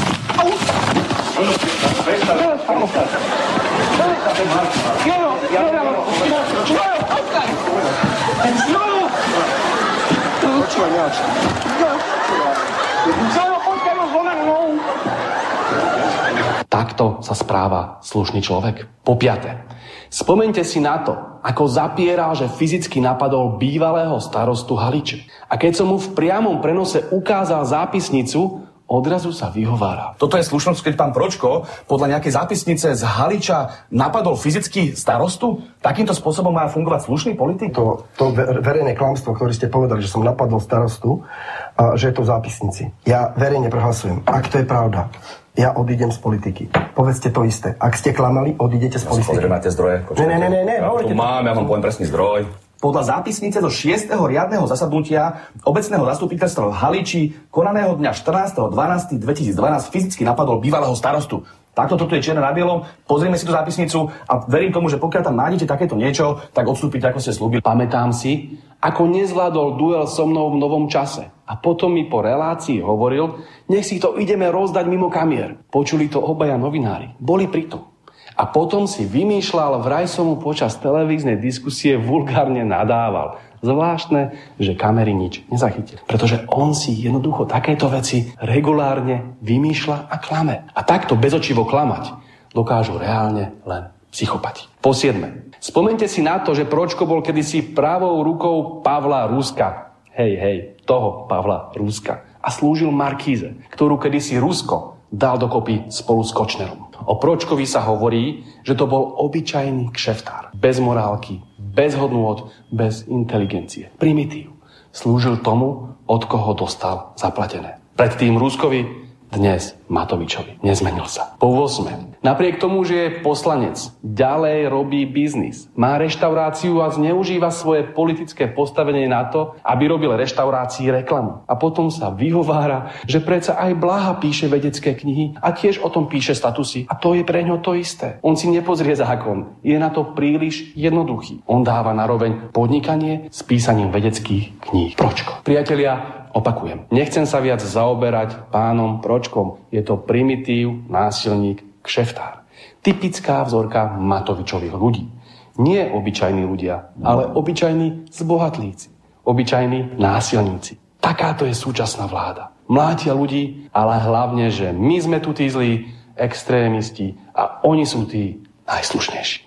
Takto sa správa slušný človek. Po piate, spomeňte si na to, ako zapieral, že fyzicky napadol bývalého starostu Haliče. A keď som mu v priamom prenose ukázal zápisnicu, odrazu sa vyhováral. Toto je slušnosť, keď pán Pročko podľa nejakej zápisnice z Haliča napadol fyzicky starostu? Takýmto spôsobom má fungovať slušný politik? To, to verejné klamstvo, ktoré ste povedali, že som napadol starostu, a že je to v zápisnici. Ja verejne prehlasujem, ak to je pravda, ja odídem z politiky. Povedzte to isté. Ak ste klamali, odídete z politiky. Ja máte zdroje? Ne, ne, ne, ne. Ja tu mám, ja vám poviem presný zdroj. Podľa zápisnice zo šiesteho riadneho zasadnutia obecného zastupiteľstva v Haliči konaného dňa štrnásteho decembra dvetisícdvanásť fyzicky napadol bývalého starostu. Takto toto je čierne na bielom, pozrieme si tú zápisnicu a verím tomu, že pokiaľ tam nájdete takéto niečo, tak odstúpite, ako ste slúbili. Pamätám si, ako nezvládol duel so mnou v Novom čase. A potom mi po relácii hovoril, nech si to ideme rozdať mimo kamier. Počuli to obaja novinári, boli pritom. A potom si vymýšľal, vraj som mu počas televíznej diskusie vulgárne nadával. Zvláštne, že kamery nič nezachytili. Pretože on si jednoducho takéto veci regulárne vymýšľa a klame. A takto bezočivo klamať dokážu reálne len psychopati. Po siedme. Spomeňte si na to, že Pročko bol kedysi pravou rukou Pavla Ruska. Hej, hej, toho Pavla Ruska. A slúžil Markíze, ktorú kedysi Rusko dal dokopy spolu s Kočnerom. O Pročkovi sa hovorí, že to bol obyčajný kšeftár. Bez morálky, bez hodnôt, bez inteligencie. Primitív. Slúžil tomu, od koho dostal zaplatené. Predtým Ruskovi, dnes Matovičovi. Nezmenil sa. Po ôsme. Napriek tomu, že je poslanec, ďalej robí biznis. Má reštauráciu a zneužíva svoje politické postavenie na to, aby robil reštaurácii reklamu. A potom sa vyhovára, že predsa aj Blaha píše vedecké knihy a tiež o tom píše statusy. A to je pre ňo to isté. On si nepozrie zákon. Je na to príliš jednoduchý. On dáva naroveň podnikanie s písaním vedeckých kníh. Pročko. Priatelia, opakujem, nechcem sa viac zaoberať pánom Pročkom. Je to primitív, násilník, kšeftár. Typická vzorka Matovičových ľudí. Nie obyčajní ľudia, ale obyčajní zbohatlíci. Obyčajní násilníci. Takáto je súčasná vláda. Mlátia ľudí, ale hlavne, že my sme tu tí zlí, extrémisti a oni sú tí najslušnejší.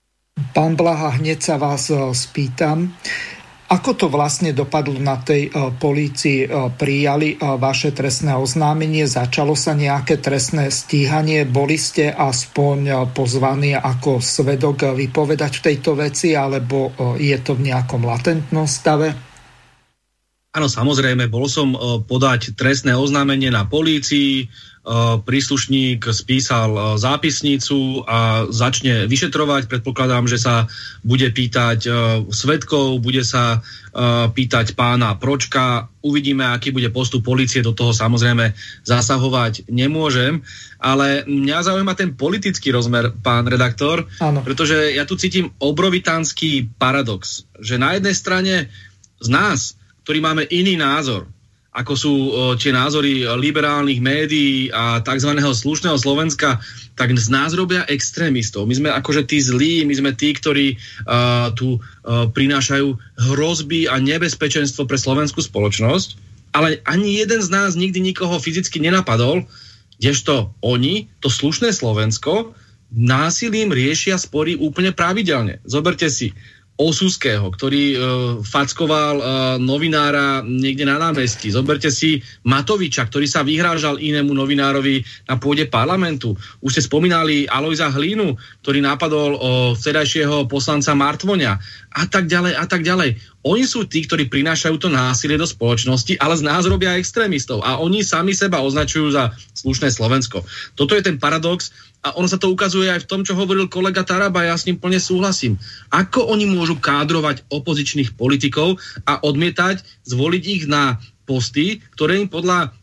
Pán Blaha, hneď sa vás spýtam, ako to vlastne dopadlo na tej uh, polícii? Uh, prijali uh, vaše trestné oznámenie? Začalo sa nejaké trestné stíhanie? Boli ste aspoň uh, pozvaní ako svedok uh, vypovedať v tejto veci? Alebo uh, je to v nejakom latentnom stave? Áno, samozrejme. Bol som uh, podať trestné oznámenie na polícii. Príslušník spísal zápisnicu a začne vyšetrovať. Predpokladám, že sa bude pýtať svedkov, bude sa pýtať pána Pročka. Uvidíme, aký bude postup polície. Do toho samozrejme zasahovať nemôžem. Ale mňa zaujíma ten politický rozmer, pán redaktor, Áno. Pretože ja tu cítim obrovitánsky paradox, že na jednej strane z nás, ktorí máme iný názor, ako sú tie názory liberálnych médií a tzv. Slušného Slovenska, tak z nás robia extrémistov. My sme akože tí zlí, my sme tí, ktorí uh, tu uh, prinášajú hrozby a nebezpečenstvo pre slovenskú spoločnosť, ale ani jeden z nás nikdy nikoho fyzicky nenapadol, kdežto oni, to slušné Slovensko, násilím riešia spory úplne pravidelne. Zoberte si Osuského, ktorý e, fackoval e, novinára niekde na námestí. Zoberte si Matoviča, ktorý sa vyhrážal inému novinárovi na pôde parlamentu. Už ste spomínali Alojza Hlínu, ktorý napadol o vtedajšieho poslanca Martvoňa a tak ďalej a tak ďalej. Oni sú tí, ktorí prinášajú to násilie do spoločnosti, ale z nás robia extrémistov a oni sami seba označujú za slušné Slovensko. Toto je ten paradox a ono sa to ukazuje aj v tom, čo hovoril kolega Taraba, ja s ním plne súhlasím. Ako oni môžu kádrovať opozičných politikov a odmietať zvoliť ich na posty, ktoré im podľa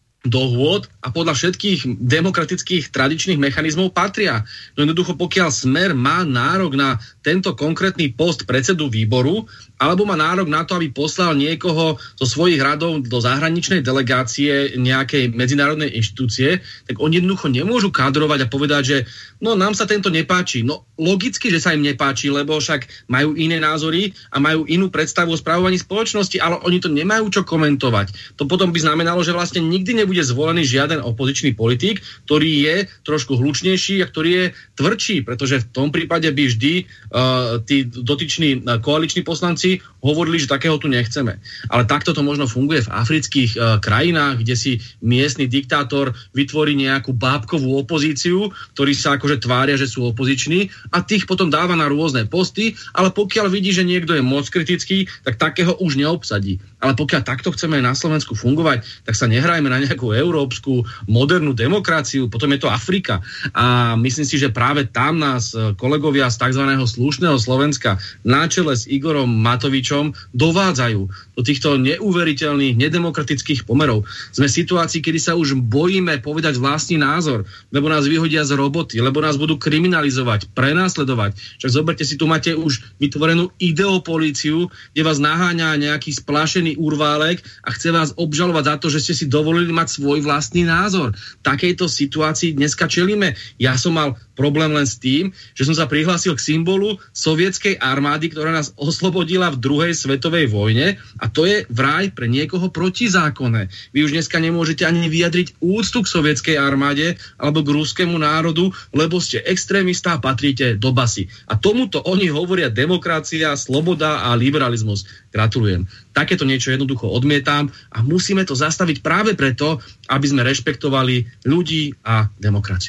dohôd a podľa všetkých demokratických tradičných mechanizmov patria. No jednoducho, pokiaľ Smer má nárok na tento konkrétny post predsedu výboru, alebo má nárok na to, aby poslal niekoho zo svojich radov do zahraničnej delegácie nejakej medzinárodnej inštitúcie, tak oni jednoducho nemôžu kádrovať a povedať, že no nám sa tento nepáči. No logicky, že sa im nepáči, lebo však majú iné názory a majú inú predstavu o správovaní spoločnosti, ale oni to nemajú čo komentovať. To potom by znamenalo, že vlastne nikdy nebude zvolený žiaden opozičný politik, ktorý je trošku hlučnejší a ktorý je tvrdší, pretože v tom prípade by vždy uh, tí dotyční uh, koaliční poslanci hovorili, že takého tu nechceme. Ale takto to možno funguje v afrických uh, krajinách, kde si miestny diktátor vytvorí nejakú bábkovú opozíciu, ktorí sa akože tvária, že sú opoziční a tých potom dáva na rôzne posty, ale pokiaľ vidí, že niekto je moc kritický, tak takého už neobsadí. Ale pokiaľ takto chceme na Slovensku fungovať, tak sa nehrajme na nejakú európsku modernú demokraciu, potom je to Afrika. A myslím si, že práve tam nás kolegovia z tzv. Slušného Slovenska na čele s Igorom Matovičom dovádzajú do týchto neuveriteľných, nedemokratických pomerov. Sme v situácii, kedy sa už bojíme povedať vlastný názor, lebo nás vyhodia z roboty, lebo nás budú kriminalizovať, prenasledovať. Však zoberte si, tu máte už vytvorenú ideopolíciu, kde vás naháňa nejaký splášený urválek a chce vás obžalovať za to, že ste si dovolili mať svoj vlastný názor. Takejto situácii dneska čelíme. Ja som mal problém len s tým, že som sa prihlásil k symbolu sovietskej armády, ktorá nás oslobodila v druhej svetovej vojne a to je vraj pre niekoho protizákonné. Vy už dneska nemôžete ani vyjadriť úctu k sovietskej armáde alebo k ruskému národu, lebo ste extrémista a patríte do basy. A tomuto oni hovoria demokracia, sloboda a liberalizmus. Gratulujem. Takéto niečo jednoducho odmietam a musíme to zastaviť práve preto, aby sme rešpektovali ľudí a demokraciu.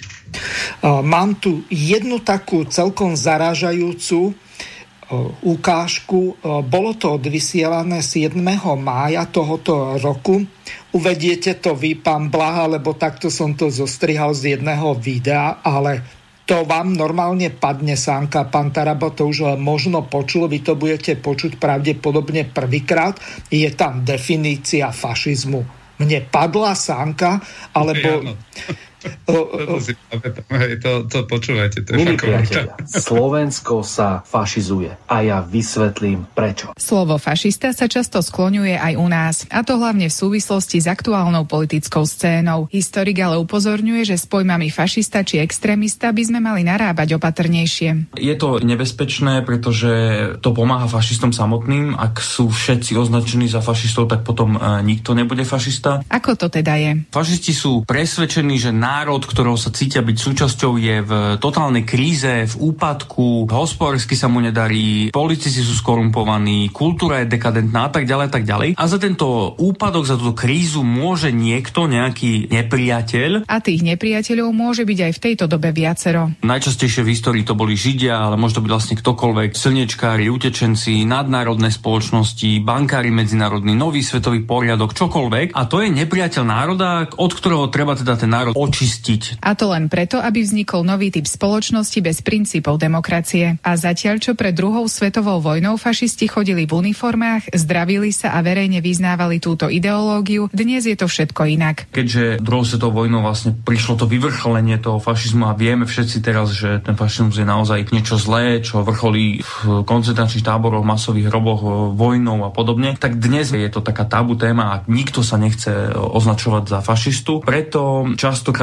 Mám tu jednu takú celkom zarážajúcu ukážku. Bolo to odvysielané siedmeho mája tohoto roku. Uvediete to vy, pán Blaha, lebo takto som to zostrihal z jedného videa, ale to vám normálne padne sánka. Pán Tarabo to už možno počul, vy to budete počuť pravdepodobne prvýkrát. Je tam definícia fašizmu. Mne padla sánka, alebo... To, si to, to počúvajte. To Milí priatelia, Slovensko sa fašizuje a ja vysvetlím prečo. Slovo fašista sa často skloňuje aj u nás, a to hlavne v súvislosti s aktuálnou politickou scénou. Historik ale upozorňuje, že s pojmami fašista či extrémista by sme mali narábať opatrnejšie. Je to nebezpečné, pretože to pomáha fašistom samotným. Ak sú všetci označení za fašistov, tak potom nikto nebude fašista. Ako to teda je? Fašisti sú presvedčení, že národ, ktorého sa cítia byť súčasťou, je v totálnej kríze, v úpadku, hospodársky sa mu nedarí, politici sú skorumpovaní, kultúra je dekadentná a tak ďalej, tak ďalej. A za tento úpadok, za túto krízu môže niekto, nejaký nepriateľ. A tých nepriateľov môže byť aj v tejto dobe viacero. Najčastejšie v histórii to boli Židia, ale môže to byť vlastne ktokoľvek, slniečkári, utečenci, nadnárodné spoločnosti, bankári medzinárodní, nový svetový poriadok, čokoľvek. A to je nepriateľ národa, od ktorého treba teda ten národ očistiť. A to len preto, aby vznikol nový typ spoločnosti bez princípov demokracie. A zatiaľ, čo pred druhou svetovou vojnou fašisti chodili v uniformách, zdravili sa a verejne vyznávali túto ideológiu, dnes je to všetko inak. Keďže druhou svetovou vojnou vlastne prišlo to vyvrcholenie toho fašizmu a vieme všetci teraz, že ten fašizmus je naozaj niečo zlé, čo vrcholí v koncentračných táboroch, masových hroboch, vojnou a podobne, tak dnes je to taká tabu téma a nikto sa nechce označovať za fašistu. Preto častokrát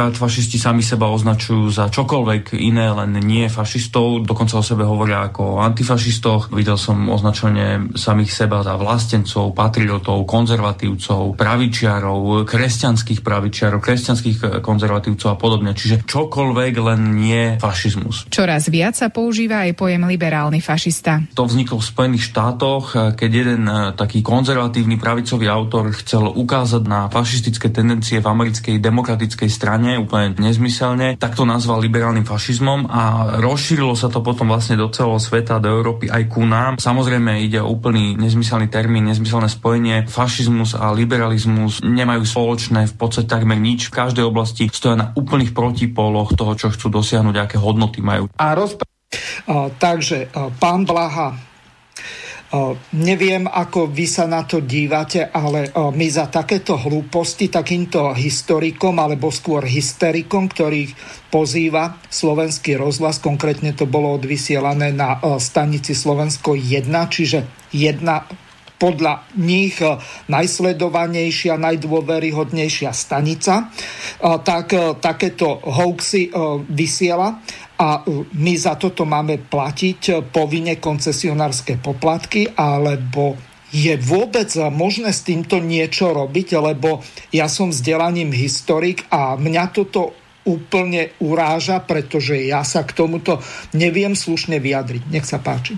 Častokrát fašisti sami seba označujú za čokoľvek iné, len nie fašistov. Dokonca o sebe hovoria ako o antifašistoch. Videl som označenie samých seba za vlastencov, patriotov, konzervatívcov, pravičiarov, kresťanských pravičiarov, kresťanských konzervatívcov a podobne. Čiže čokoľvek, len nie fašizmus. Čoraz viac sa používa aj pojem liberálny fašista. To vzniklo v Spojených štátoch, keď jeden taký konzervatívny pravicový autor chcel ukázať na fašistické tendencie v americkej demokratickej strane úplne nezmyselne, tak to nazval liberálnym fašizmom a rozšírilo sa to potom vlastne do celého sveta, do Európy aj ku nám. Samozrejme ide o úplný nezmyselný termín, nezmyselné spojenie. Fašizmus a liberalizmus nemajú spoločné v podstate takmer nič. V každej oblasti stoja na úplných protipóloch toho, čo chcú dosiahnuť, aké hodnoty majú. A rozpr- uh, takže, uh, pán Blaha, uh, neviem, ako vy sa na to dívate, ale uh, my za takéto hlúposti takýmto historikom, alebo skôr hysterikom, ktorých pozýva Slovenský rozhlas, konkrétne to bolo odvysielané na uh, stanici Slovensko jeden, čiže jedna podľa nich najsledovanejšia, najdôveryhodnejšia stanica, tak takéto hoaxy vysiela a my za toto máme platiť povinne koncesionárske poplatky, alebo je vôbec možné s týmto niečo robiť, lebo ja som vzdelaním historik a mňa toto úplne uráža, pretože ja sa k tomuto neviem slušne vyjadriť. Nech sa páči.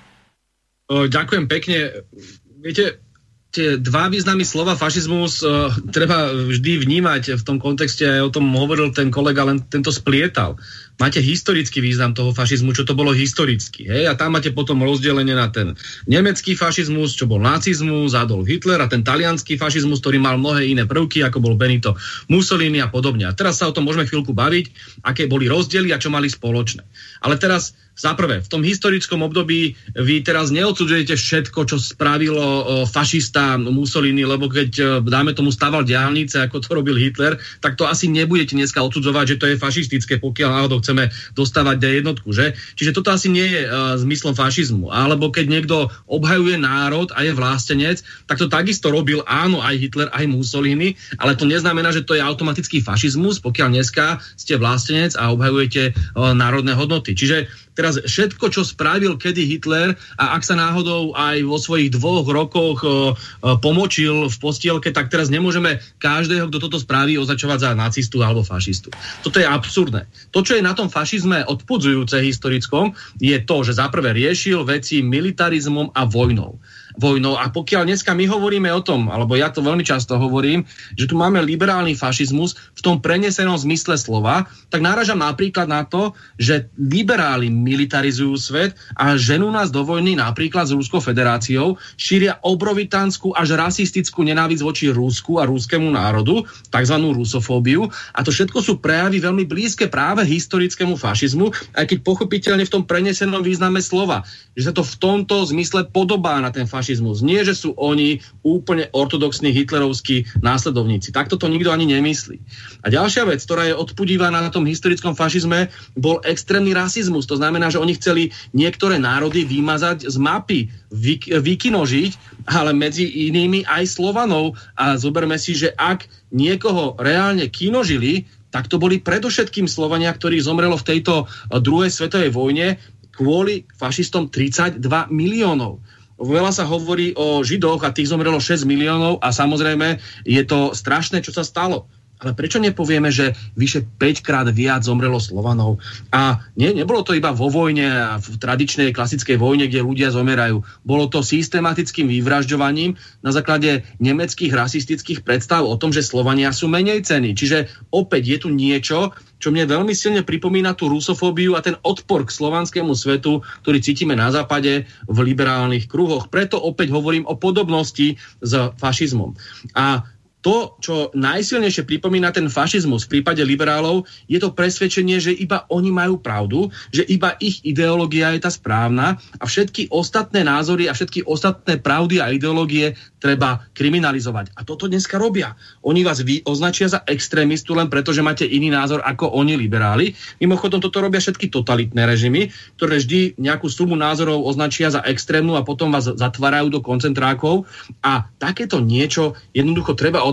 O, ďakujem pekne. Viete, tie dva významy slova fašizmus uh, treba vždy vnímať v tom kontexte, aj o tom hovoril ten kolega, len tento splietal. Máte historický význam toho fašizmu, čo to bolo historicky. Hej? A tam máte potom rozdelenie na ten nemecký fašizmus, čo bol nacizmus, Adolf Hitler, a ten taliansky fašizmus, ktorý mal mnohé iné prvky, ako bol Benito Mussolini a podobne. A teraz sa o tom môžeme chvíľku baviť, aké boli rozdiely a čo mali spoločné. Ale teraz za prvé, v tom historickom období vy teraz neodsudzujete všetko, čo spravilo fašista Mussolini, lebo keď, dáme tomu, staval diaľnice, ako to robil Hitler, tak to asi nebudete dneska odsudzovať, že to je fašistické, pokiaľ náhodou chceme dostávať D jednotku, že? Čiže toto asi nie je uh, zmyslom fašizmu. Alebo keď niekto obhajuje národ a je vlastenec, tak to takisto robil, áno, aj Hitler, aj Mussolini, ale to neznamená, že to je automatický fašizmus, pokiaľ dneska ste vlastenec a obhajujete uh, národné hodnoty. Čiže teraz všetko, čo spravil kedy Hitler, a ak sa náhodou aj vo svojich dvoch rokoch e, e, pomočil v postielke, tak teraz nemôžeme každého, kto toto spraví, označovať za nacistu alebo fašistu. Toto je absurdné. To, čo je na tom fašizme odpudzujúce historickom, je to, že zaprvé riešil veci militarizmom a vojnou. vojnou. A pokiaľ dneska my hovoríme o tom, alebo ja to veľmi často hovorím, že tu máme liberálny fašizmus v tom prenesenom zmysle slova, tak náražam napríklad na to, že liberáli militarizujú svet a ženú nás do vojny napríklad s Ruskou federáciou, šíria obrovitánsku až rasistickú nenávisť voči Rusku a ruskému národu, takzvanú rusofóbiu. A to všetko sú prejavy veľmi blízke práve historickému fašizmu, aj keď pochopiteľne v tom prenesenom význame slova, že sa to v tomto zmysle podobá na ten fašizmus. Nie, že sú oni úplne ortodoxní hitlerovskí následovníci. Takto to nikto ani nemyslí. A ďalšia vec, ktorá je odpudívaná na tom historickom fašizme, bol extrémny rasizmus. To znamená, že oni chceli niektoré národy vymazať z mapy, vyk- vykinožiť, ale medzi inými aj Slovanov. A zoberme si, že ak niekoho reálne kinožili, tak to boli predovšetkým Slovania, ktorých zomrelo v tejto druhej svetovej vojne kvôli fašistom tridsaťdva miliónov. Veľa sa hovorí o Židoch a tých zomrelo šesť miliónov a samozrejme je to strašné, čo sa stalo. Ale prečo nepovieme, že vyše päťkrát viac zomrelo Slovanov? A nie, nebolo to iba vo vojne, v tradičnej klasickej vojne, kde ľudia zomerajú. Bolo to systematickým vyvražďovaním na základe nemeckých rasistických predstav o tom, že Slovania sú menej cenní. Čiže opäť je tu niečo, čo mne veľmi silne pripomína tú rusofóbiu a ten odpor k slovanskému svetu, ktorý cítime na západe v liberálnych kruhoch. Preto opäť hovorím o podobnosti s fašizmom. A to, čo najsilnejšie pripomína ten fašizmus v prípade liberálov, je to presvedčenie, že iba oni majú pravdu, že iba ich ideológia je tá správna a všetky ostatné názory a všetky ostatné pravdy a ideológie treba kriminalizovať. A toto dneska robia. Oni vás vy označia za extrémistu len preto, že máte iný názor ako oni liberáli. Mimochodom, toto robia všetky totalitné režimy, ktoré vždy nejakú sumu názorov označia za extrémnu a potom vás zatvárajú do koncentrákov. A takéto niečo jednoducho treba od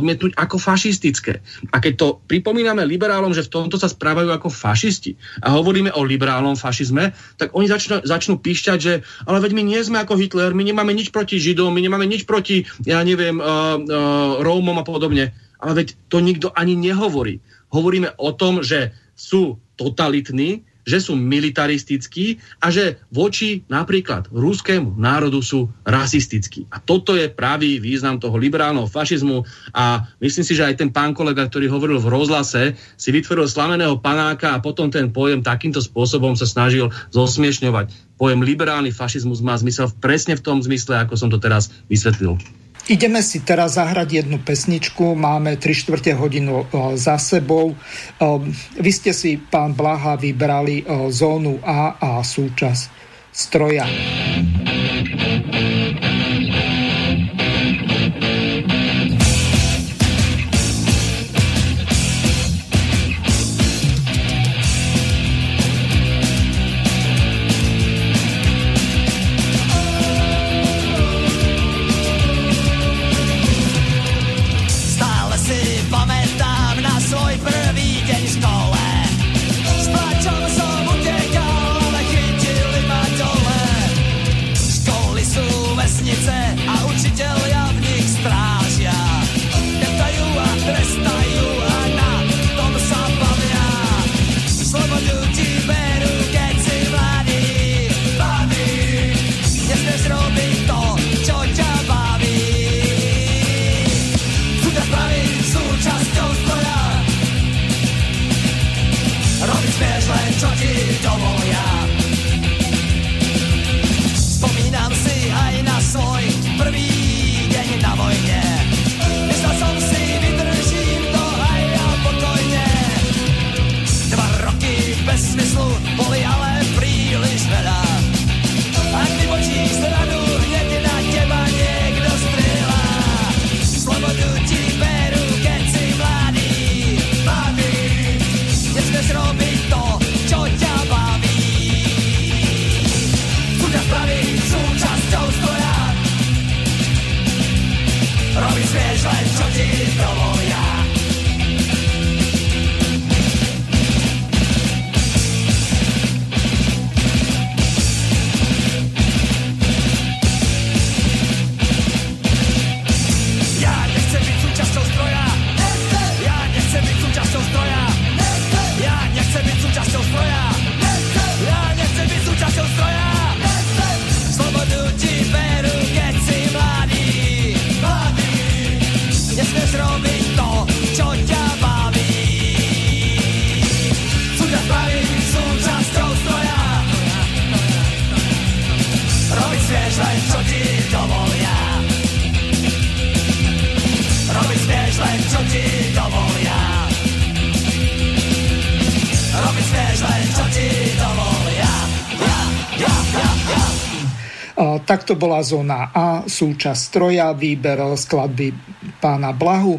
odmietnúť ako fašistické. A keď to pripomíname liberálom, že v tomto sa správajú ako fašisti a hovoríme o liberálnom fašizme, tak oni začnú, začnú píšťať, že ale veď my nie sme ako Hitler, my nemáme nič proti Židom, my nemáme nič proti, ja neviem, uh, uh, Rómom a podobne. Ale veď to nikto ani nehovorí. Hovoríme o tom, že sú totalitní, že sú militaristickí a že voči napríklad ruskému národu sú rasistickí. A toto je pravý význam toho liberálneho fašizmu a myslím si, že aj ten pán kolega, ktorý hovoril v rozhlase, si vytvoril slameného panáka a potom ten pojem takýmto spôsobom sa snažil zosmiešňovať. Pojem liberálny fašizmus má zmysel presne v tom zmysle, ako som to teraz vysvetlil. Ideme si teraz zahrať jednu pesničku, máme tri štvrte hodinu za sebou. Vy ste si, pán Blaha, vybrali zónu A a súčasť stroja. Takto bola zóna A, súčasť stroja, výber skladby pána Blahu.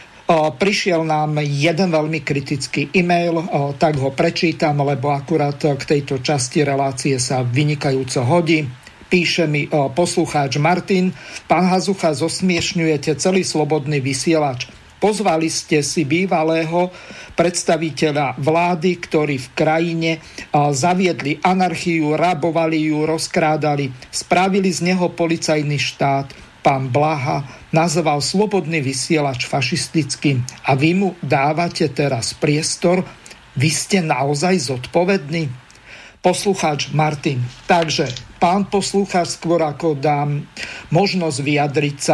Prišiel nám jeden veľmi kritický e-mail, tak ho prečítam, lebo akurát k tejto časti relácie sa vynikajúco hodí. Píše mi poslucháč Martin: pán Hazucha, zosmiešňujete celý slobodný vysielač. Pozvali ste si bývalého predstaviteľa vlády, ktorí v krajine zaviedli anarchiu, rabovali ju, rozkrádali, spravili z neho policajný štát. Pán Blaha nazval slobodný vysielač fašistickým a vy mu dávate teraz priestor. Vy ste naozaj zodpovední? Poslucháč Martin. Takže, pán poslucháč, skôr ako dám možnosť vyjadriť sa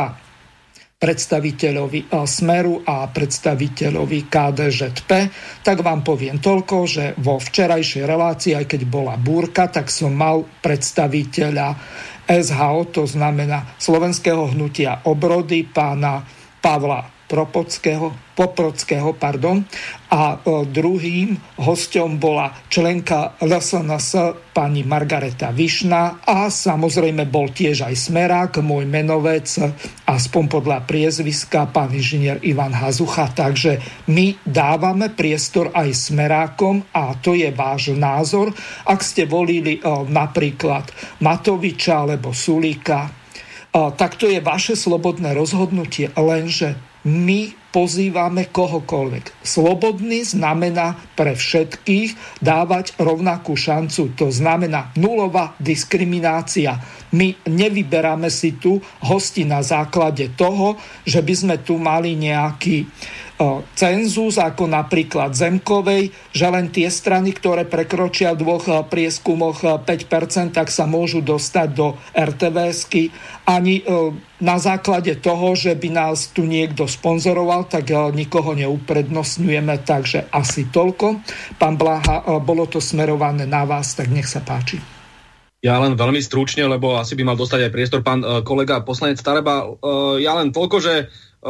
predstaviteľovi Smeru a predstaviteľovi ká dé žé pé, tak vám poviem toľko, že vo včerajšej relácii, aj keď bola búrka, tak som mal predstaviteľa es há ó, to znamená Slovenského hnutia Obrody, pána Pavla Propockého, Poprockého, pardon, a druhým hosťom bola členka el es en es pani Margareta Višná a samozrejme bol tiež aj Smerák, môj menovec, aspoň podľa priezviska, pán inžinier Ivan Hazucha. Takže my dávame priestor aj Smerákom a to je váš názor. Ak ste volili napríklad Matoviča alebo Sulíka, tak to je vaše slobodné rozhodnutie, lenže my pozývame kohokoľvek. Slobodný znamená pre všetkých dávať rovnakú šancu. To znamená nulová diskriminácia. My nevyberáme si tu hosti na základe toho, že by sme tu mali nejaký cenzus, ako napríklad Zemkovej, že len tie strany, ktoré prekročia v dvoch prieskumoch päť percent, tak sa môžu dostať do er té vé esky. Ani na základe toho, že by nás tu niekto sponzoroval, tak nikoho neuprednostňujeme, takže asi toľko. Pán Bláha, bolo to smerované na vás, tak nech sa páči. Ja len veľmi stručne, lebo asi by mal dostať aj priestor pán kolega poslanec Taraba. Ja len toľko, že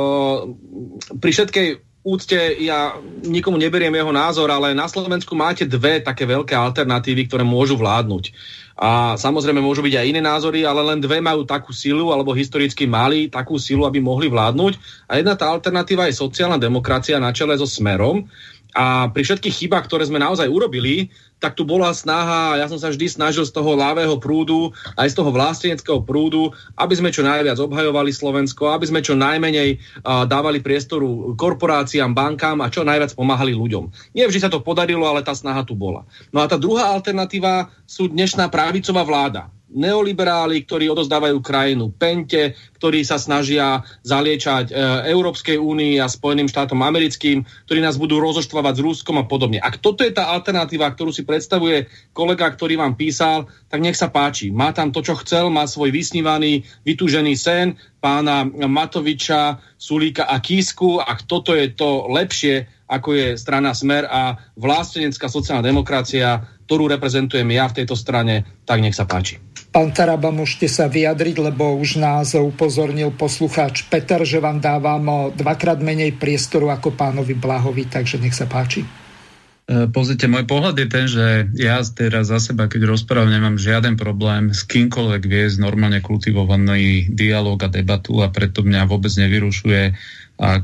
pri všetkej úcte ja nikomu neberiem jeho názor, ale na Slovensku máte dve také veľké alternatívy, ktoré môžu vládnuť. A samozrejme môžu byť aj iné názory, ale len dve majú takú silu, alebo historicky mali takú silu, aby mohli vládnuť. A jedna tá alternatíva je sociálna demokracia na čele so Smerom. A pri všetkých chybách, ktoré sme naozaj urobili, tak tu bola snaha, ja som sa vždy snažil z toho ľavého prúdu, aj z toho vlasteneckého prúdu, aby sme čo najviac obhajovali Slovensko, aby sme čo najmenej uh, dávali priestoru korporáciám, bankám a čo najviac pomáhali ľuďom. Nie vždy sa to podarilo, ale tá snaha tu bola. No a tá druhá alternatíva sú dnešná pravicová vláda. Neoliberáli, ktorí odozdávajú krajinu pente, ktorí sa snažia zaliečať e, Európskej únii a Spojeným štátom americkým, ktorí nás budú rozoštvávať s Ruskom a podobne. Ak toto je tá alternatíva, ktorú si predstavuje kolega, ktorý vám písal, tak nech sa páči. Má tam to, čo chcel, má svoj vysnívaný, vytúžený sen pána Matoviča, Sulíka a Kísku. Ak toto je to lepšie, ako je strana Smer a vlastenecká sociálna demokracia, ktorú reprezentujem ja v tejto strane, tak nech sa páči. Pán Taraba, môžete sa vyjadriť, lebo už nás upozornil poslucháč Peter, že vám dávam dvakrát menej priestoru ako pánovi Blahovi, takže nech sa páči. Pozrite, môj pohľad je ten, že ja teraz za seba, keď rozprávam, nemám žiaden problém s kýmkoľvek viesť normálne kultivovaný dialóg a debatu a preto mňa vôbec nevyrušuje, ak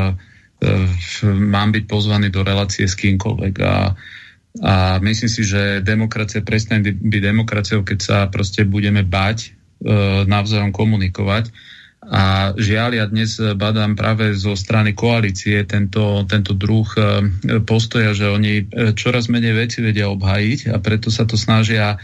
mám byť pozvaný do relácie s kýmkoľvek. A A myslím si, že demokracia prestane byť demokraciou, keď sa proste budeme bať e, navzájom komunikovať. A žiaľ, ja dnes badám práve zo strany koalície tento, tento druh e, postoja, že oni čoraz menej veci vedia obhájiť a preto sa to snažia e,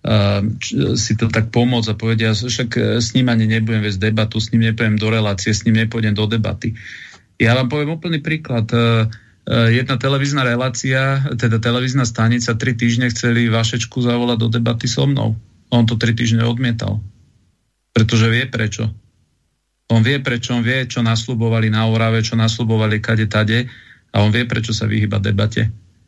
č, si to tak pomôcť a povedia, však s ním ani nebudem viesť debatu, s ním nepôjdem do relácie, s ním nepôjdem do debaty. Ja vám poviem úplný príklad. E, Jedna televízna relácia, teda televízna stanica, tri týždne chceli Vašečku zavolať do debaty so mnou. On to tri týždne odmietal. Pretože vie prečo. On vie prečo, on vie, čo nasľubovali na Orave, čo nasľubovali kade tade a on vie, prečo sa vyhýba debate.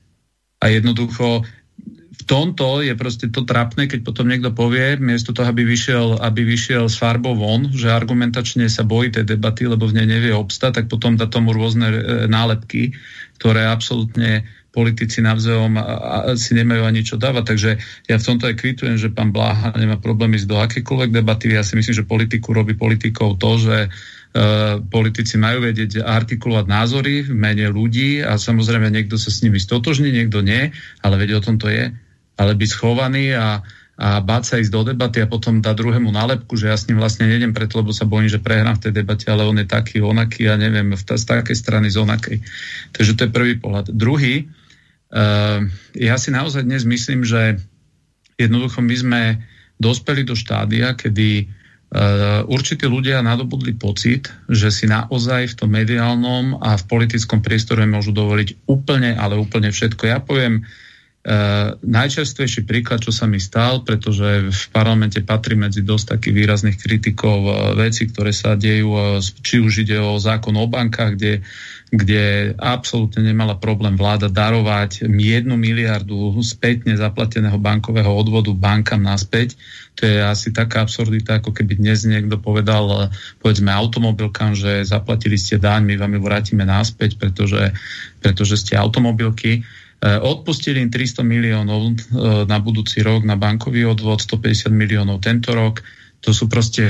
A jednoducho v tomto je proste to trápne, keď potom niekto povie, miesto toho, aby vyšiel, aby vyšiel s farbou von, že argumentačne sa bojí tej debaty, lebo v nej nevie obstať, tak potom dá tomu rôzne nálepky, ktoré absolútne politici navzájom si nemajú ani čo dávať. Takže ja v tomto aj kvitujem, že pán Bláha nemá problémy ísť do akékoľvek debaty. Ja si myslím, že politiku robí politikou to, že Uh, politici majú vedieť artikulovať názory v mene ľudí a samozrejme niekto sa s nimi stotožní, niekto nie, ale veď o tom to je. Ale byť schovaný a, a báť sa ísť do debaty a potom dať druhému nálepku, že ja s ním vlastne nejdem preto, lebo sa bojím, že prehrám v tej debate, ale on je taký, onaký, ja neviem, v ta, z takej strany, z onakej. Takže to je prvý pohľad. Druhý, uh, ja si naozaj dnes myslím, že jednoducho my sme dospeli do štádia, kedy Uh, určití ľudia nadobudli pocit, že si naozaj v tom mediálnom a v politickom priestore môžu dovoliť úplne, ale úplne všetko. Ja poviem uh, najčastejší príklad, čo sa mi stal, pretože v parlamente patrí medzi dosť takých výrazných kritikov uh, veci, ktoré sa dejú, uh, či už ide o zákon o bankách, kde kde absolútne nemala problém vláda darovať jednu miliardu spätne zaplateného bankového odvodu bankám naspäť. To je asi taká absurdita, ako keby dnes niekto povedal, povedzme, automobilkám, že zaplatili ste daň, my vám ju vrátime naspäť, pretože, pretože ste automobilky. Odpustili im tristo miliónov na budúci rok na bankový odvod, stopäťdesiat miliónov tento rok. To sú proste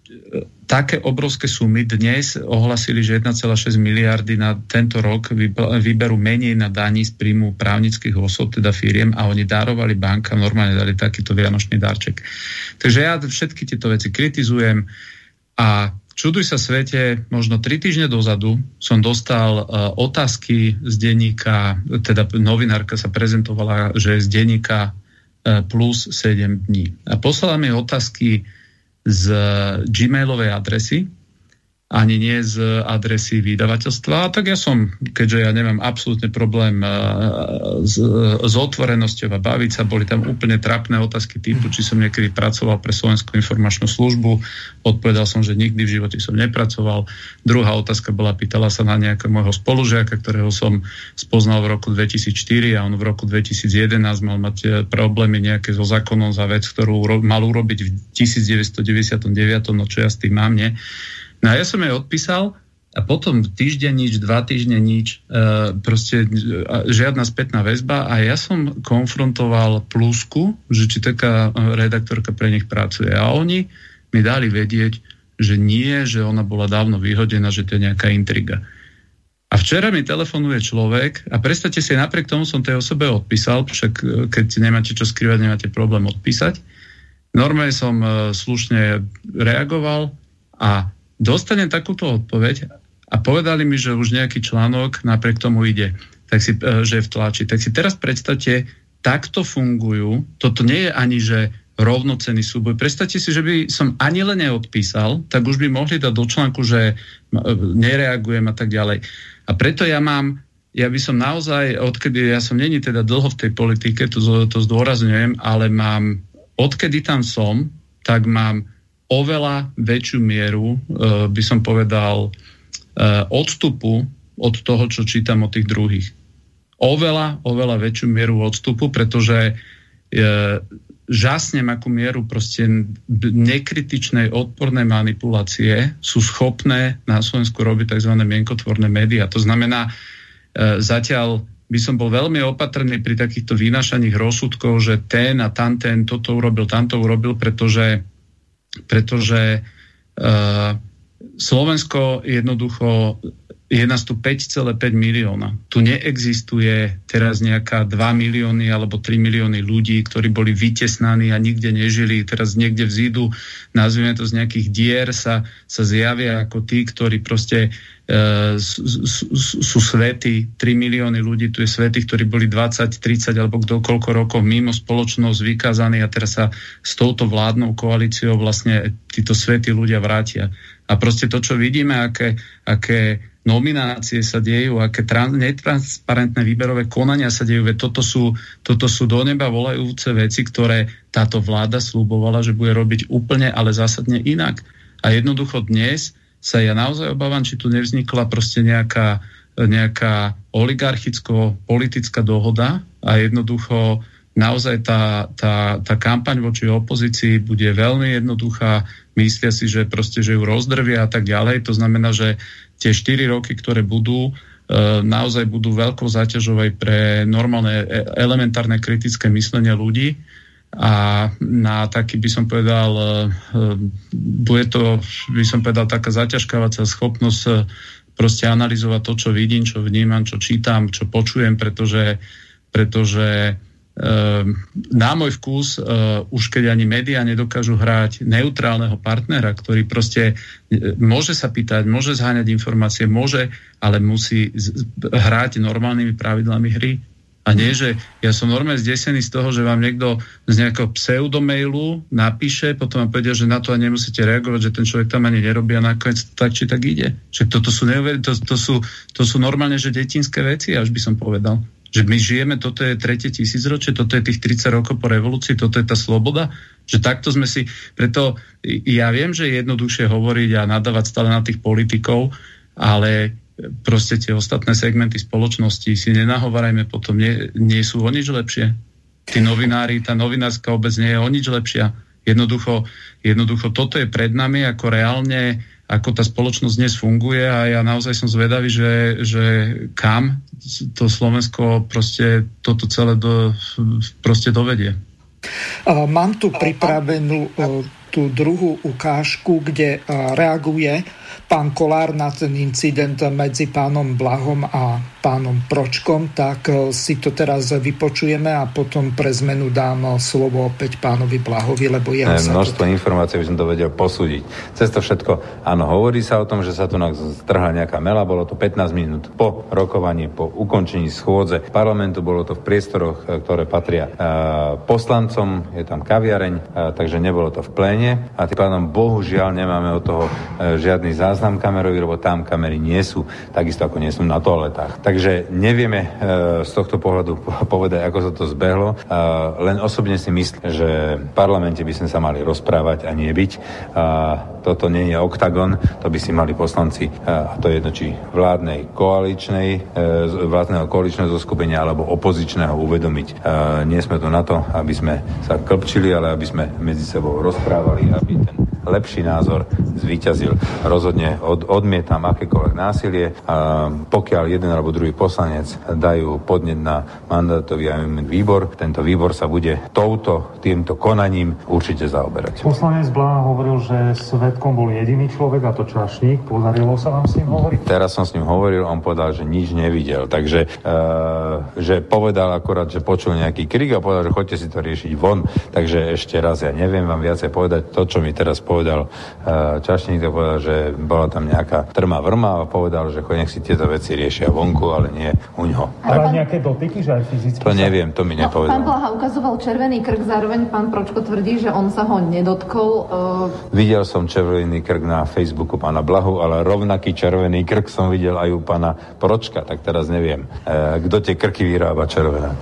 také obrovské sumy. Dnes ohlasili, že jeden celá šesť miliardy na tento rok vyberú menej na daní z príjmu právnických osôb, teda firiem, a oni darovali bankám, normálne dali takýto vianočný darček. Takže ja všetky tieto veci kritizujem a čuduj sa svete, možno tri týždne dozadu som dostal uh, otázky z denníka, teda novinárka sa prezentovala, že z denníka uh, plus sedem dní. A poslala mi otázky z gmailovej adresy, ani nie z adresy vydavateľstva. A tak ja som, keďže ja nemám absolútne problém s, s otvorenosťou a baviť sa, boli tam úplne trapné otázky typu, či som niekedy pracoval pre Slovenskú informačnú službu. Odpovedal som, že nikdy v živote som nepracoval. Druhá otázka bola, pýtala sa na nejakého môjho spolužiaka, ktorého som spoznal v roku dvetisícštyri a on v roku dvetisícjedenásť mal mať problémy nejaké so zákonom za vec, ktorú mal urobiť v devätnásťstodeväťdesiatdeväť, no čo ja s tým mám, nie? No a ja som jej odpísal a potom týždeň nič, dva týždne nič, e, proste žiadna spätná väzba a ja som konfrontoval Plusku, že či taká redaktorka pre nich pracuje a oni mi dali vedieť, že nie, že ona bola dávno vyhodená, že to je nejaká intriga. A včera mi telefonuje človek a predstavte si, napriek tomu som tej osobe odpísal, však keď nemáte čo skrývať, nemáte problém odpísať. Normálne som e, slušne reagoval a dostanem takúto odpoveď a povedali mi, že už nejaký článok napriek tomu ide, tak si, že je v tlači. Tak si teraz predstavte, takto fungujú, toto nie je ani, že rovnocenný súboj. Predstavte si, že by som ani len neodpísal, tak už by mohli dať do článku, že nereagujem a tak ďalej. A preto ja mám, ja by som naozaj, odkedy, ja som není teda dlho v tej politike, to, to zdôrazňujem, ale mám, odkedy tam som, tak mám oveľa väčšiu mieru, uh, by som povedal, uh, odstupu od toho, čo čítam od tých druhých. Oveľa, oveľa väčšiu mieru odstupu, pretože uh, žasnem, akú mieru proste nekritičnej, odpornej manipulácie sú schopné na Slovensku robiť tzv. Mienkotvorné médiá. To znamená, uh, zatiaľ by som bol veľmi opatrný pri takýchto vynášaných rozsudkov, že ten a tamten toto urobil, tamto urobil, pretože pretože uh, Slovensko jednoducho je nás tu päť celá päť milióna. Tu neexistuje teraz nejaká dva milióny alebo tri milióny ľudí, ktorí boli vytesnaní a nikde nežili. Teraz niekde vzídu, nazvime to z nejakých dier, sa, sa zjavia ako tí, ktorí proste uh, sú, sú, sú svätí. tri milióny ľudí, tu je svätí, ktorí boli dvadsať, tridsať alebo kdokoľko rokov mimo spoločnosť vykázaní a teraz sa s touto vládnou koalíciou vlastne títo svätí ľudia vrátia. A proste to, čo vidíme, aké, aké nominácie sa dejú, aké trans- netransparentné výberové konania sa dejú, veď toto sú, toto sú do neba volajúce veci, ktoré táto vláda sľubovala, že bude robiť úplne, ale zásadne inak. A jednoducho dnes sa ja naozaj obávam, či tu nevznikla proste nejaká, nejaká oligarchicko-politická dohoda a jednoducho naozaj tá, tá, tá kampaň voči opozícii bude veľmi jednoduchá, myslia si, že proste, že ju rozdrvia a tak ďalej. To znamená, že tie štyri roky, ktoré budú, naozaj budú veľkou záťažou aj pre normálne elementárne kritické myslenie ľudí a na taký, by som povedal, bude to, by som povedal, taká zaťažkávacia schopnosť proste analyzovať to, čo vidím, čo vnímam, čo čítam, čo počujem, pretože, pretože na môj vkus uh, už keď ani médiá nedokážu hrať neutrálneho partnera, ktorý proste môže sa pýtať, môže zháňať informácie, môže, ale musí z- hrať normálnymi pravidlami hry. A nie, že ja som normálne zdesený z toho, že vám niekto z nejakého pseudomailu napíše, potom vám povedia, že na to ani nemusíte reagovať, že ten človek tam ani nerobí a nakoniec to tak či tak ide. Že toto sú, neuver- to, to sú, to sú normálne, že detinské veci, až by som povedal. Že my žijeme, toto je tretie tisícročie, toto je tých tridsať rokov po revolúcii, toto je tá sloboda, že takto sme si, preto ja viem, že je jednoduchšie hovoriť a nadávať stále na tých politikov, ale proste tie ostatné segmenty spoločnosti si nenahovárajme potom, nie, nie sú o nič lepšie. Tí novinári, tá novinárska obec nie je o nič lepšia. Jednoducho, jednoducho toto je pred nami ako reálne, ako tá spoločnosť dnes funguje a ja naozaj som zvedavý, že, že kam to Slovensko proste toto celé do, proste dovedie. Mám tu pripravenú tú druhú ukážku, kde reaguje pán Kollár na ten incident medzi pánom Blahom a pánom Pročkom, tak si to teraz vypočujeme a potom pre zmenu dám slovo opäť pánovi Blahovi, lebo jeho ne, sa množstvo to... informácií by som to vedel posúdiť. Cez to všetko, áno, hovorí sa o tom, že sa tu strhla nejaká mela, bolo to pätnásť minút po rokovaní, po ukončení schôdze parlamentu, bolo to v priestoroch, ktoré patria poslancom, je tam kaviareň, takže nebolo to v pléne a tým pádom bohužiaľ nemáme od toho žiadny záznam kamerový, lebo tam kamery nie sú, takisto ako nie sú na toaletách. Takže nevieme e, z tohto pohľadu povedať, ako sa to zbehlo. E, len osobne si myslím, že v parlamente by sme sa mali rozprávať a nie byť. E, toto nie je oktagon, to by si mali poslanci, e, a to je jedno, či vládnej koaličnej, e, vládneho koaličného zoskupenia alebo opozičného uvedomiť. E, nie sme tu na to, aby sme sa klpčili, ale aby sme medzi sebou rozprávali, aby ten lepší názor zvíťazil. Rozhodne od, odmietam akékoľvek násilie. A pokiaľ jeden alebo druhý poslanec dajú podnet na mandátový a imunitný výbor, tento výbor sa bude touto, týmto konaním určite zaoberať. Poslanec Bláha hovoril, že svedkom bol jediný človek, a to Čašník. Podarilo sa vám s ním hovoriť? Teraz som s ním hovoril, on povedal, že nič nevidel. Takže, uh, že povedal akorát, že počul nejaký krik a povedal, že choďte si to riešiť von. Takže ešte raz, ja neviem vám viacej povedať to, čo mi teraz povedal uh, Čašník, to povedal, že bola tam nejaká trma vrma a povedal, že nech si tieto veci riešia vonku, ale nie u ňoho. Ale tak, nejaké dotyky, že aj fyzicky? To neviem, to mi nepovedal. No, pán Blaha ukazoval červený krk, zároveň pán Pročko tvrdí, že on sa ho nedotkol. Uh... Videl som červený krk na Facebooku pána Blahu, ale rovnaký červený krk som videl aj u pána Pročka, tak teraz neviem, uh, kto tie krky vyrába červené.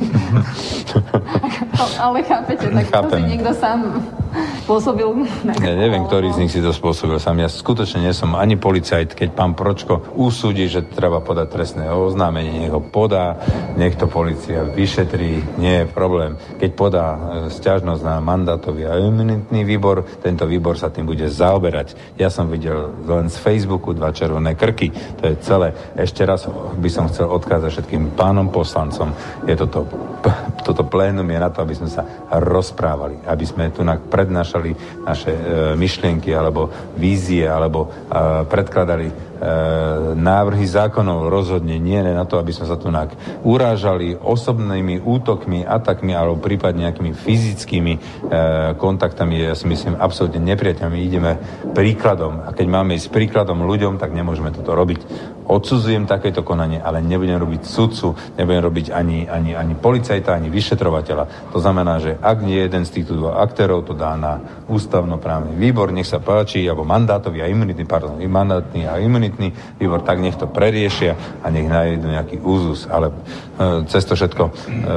Ale chápete, tak Chápem. To si niekto sám spôsobil. Ja neviem, ktorý z nich si to spôsobil sám. Ja skutočne nie som ani policajt, keď pán Pročko usúdi, že treba podať trestné oznámenie, nech ho podá, nech to polícia vyšetrí, nie je problém. Keď podá sťažnosť na mandátový a imunitný výbor, tento výbor sa tým bude zaoberať. Ja som videl len z Facebooku dva červené krky, to je celé. Ešte raz by som chcel odkázať všetkým pánom poslancom. Je toto, toto plénum je na to, aby sme sa rozprávali, aby sme tu prednášali naše e, myšlienky alebo vízie, alebo e, predkladali e, návrhy zákonov, rozhodne nie na to, aby sme sa tu urážali osobnými útokmi, atakmi alebo prípadne nejakými fyzickými e, kontaktami. Ja si myslím absolútne nepriateľmi. Ideme príkladom a keď máme ísť príkladom ľuďom, tak nemôžeme toto robiť. Odsudzujem takéto konanie, ale nebudem robiť sudcu, nebudem robiť ani, ani, ani policajta, ani vyšetrovateľa. To znamená, že ak nie jeden z týchto dvoch aktérov to dá na ústavnoprávny výbor, nech sa páči, alebo mandátový a imunitný, pardon, mandátny a imunitný výbor, tak nech to preriešia a nech nájdu nejaký úzus. Ale e, cez to všetko e,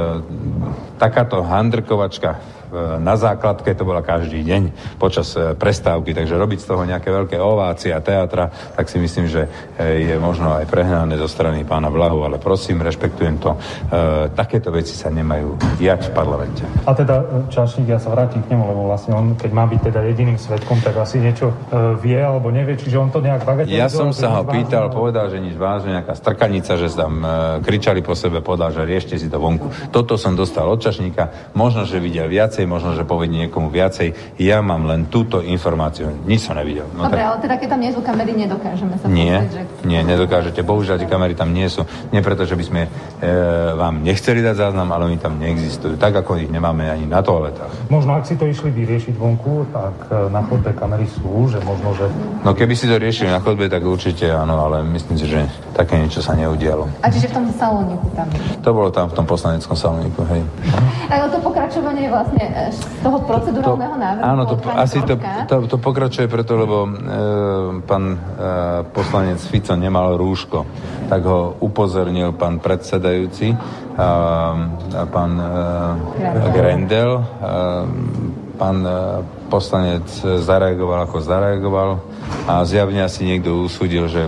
takáto handrkovačka na základke to bola každý deň počas prestávky, takže robiť z toho nejaké veľké ovácie a teatra, tak si myslím, že je možno aj prehnané zo strany pána Blahu, ale prosím, rešpektujem to. E, takéto veci sa nemajú diať v parlamente. A teda Čašník, ja sa vrátim k nemu, lebo vlastne on, keď má byť teda jediným svedkom, tak asi niečo e, vie alebo nevie, čiže on to nejak bagatelizoval. Ja som sa ho pýtal, vážne, povedal, že nič vážne, nejaká strkanica, že tam e, kričali po sebe, povedal, že riešte si to vonku. Toto som dostal od Čašníka, možno, že videl viac, možno, že povedie niekomu viacej. Ja mám len túto informáciu. Nič som nevidel. No, Dobre, tak... ale teda keď tam nie sú kamery, nedokážeme sa nie, pozrieť, že... Nie, nedokážete. Bohužiaľ, tie kamery tam nie sú. Nie preto, že by sme e, vám nechceli dať záznam, ale oni tam neexistujú. Tak, ako ich nemáme ani na toaletách. Možno, ak si to išli vyriešiť vonku, tak na chodbe kamery sú, že možno, že... No, keby si to riešili na chodbe, tak určite áno, ale myslím si, že také niečo sa neudialo. A čiže v tom salóniku tam? To bolo tam v tom poslaneckom salóniku, hej. Ale to pokračovanie vlastne z toho procedurálneho to, návrhu. Áno, to, asi to, to, to pokračuje preto, lebo e, pán e, poslanec Fico nemal rúško. Tak ho upozornil pán predsedajúci, a, a pán e, Grendel. A, pán e, poslanec zareagoval, ako zareagoval a zjavne asi niekto usúdil, že bol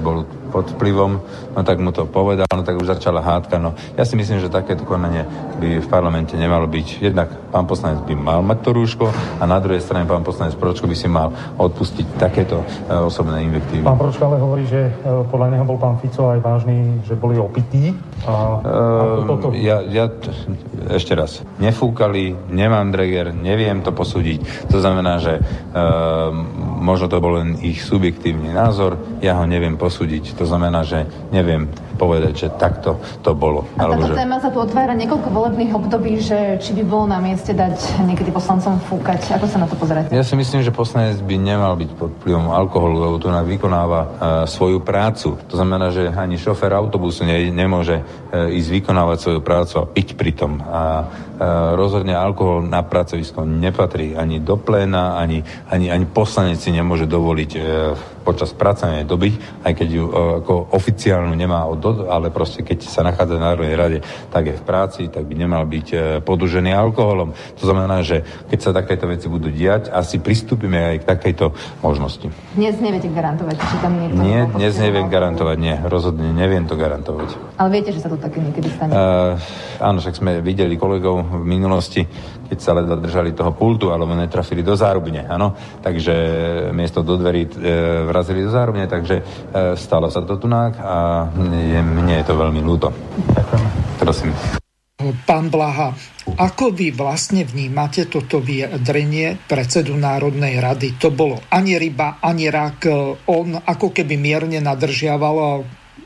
pod vplyvom, no tak mu to povedal, no tak už začala hádka. No ja si myslím, že takéto konanie by v parlamente nemalo byť. Jednak pán poslanec by mal mať to rúško a na druhej strane pán poslanec Pročko by si mal odpustiť takéto uh, osobné invektívy. Pán Pročko ale hovorí, že uh, podľa neho bol pán Fico aj vážny, že boli opití. A uh, toto... ja, ja t- ešte raz, nefúkali, nemám dreger, neviem to posúdiť. To znamená, že uh, možno to bol len ich subjektívny názor, ja ho neviem posúdiť. To znamená, že neviem povedať, že takto to bolo. A alebo táto že... téma sa tu otvára niekoľko volebných období, že či by bolo na mieste dať niekedy poslancom fúkať. Ako sa na to pozeráte? Ja si myslím, že poslanec by nemal byť pod vplyvom alkoholu, lebo tu vykonáva uh, svoju prácu. To znamená, že ani šofér autobusu ne, nemôže uh, ísť vykonávať svoju prácu a piť pritom. A uh, rozhodne alkohol na pracovisko nepatrí ani do pléna, ani, ani, ani poslanec si nemôže dovoliť uh, počas pracovnej doby, aj keď ju uh, ako oficiálnu nemá od ale proste keď sa nachádza v Národnej rade, tak je v práci, tak by nemal byť e, podúžený alkoholom. To znamená, že keď sa takéto veci budú diať, asi pristúpime aj k takejto možnosti. Dnes neviete garantovať, či tam niekto... Nie, dnes neviem garantovať, nie. Rozhodne neviem to garantovať. Ale viete, že sa to také niekedy stane? Uh, áno, však sme videli kolegov v minulosti, keď sa ledva držali toho pultu, alebo netrafili do zárubne, áno. Takže miesto do dverí e, vrazili do zárubne, takže e, stalo sa to tunák a je, mne je to veľmi ľúto. Ďakujem. Prosím. Pán Blaha, ako vy vlastne vnímate toto vyjadrenie predsedu Národnej rady? To bolo ani ryba, ani rak. On ako keby mierne nadržiaval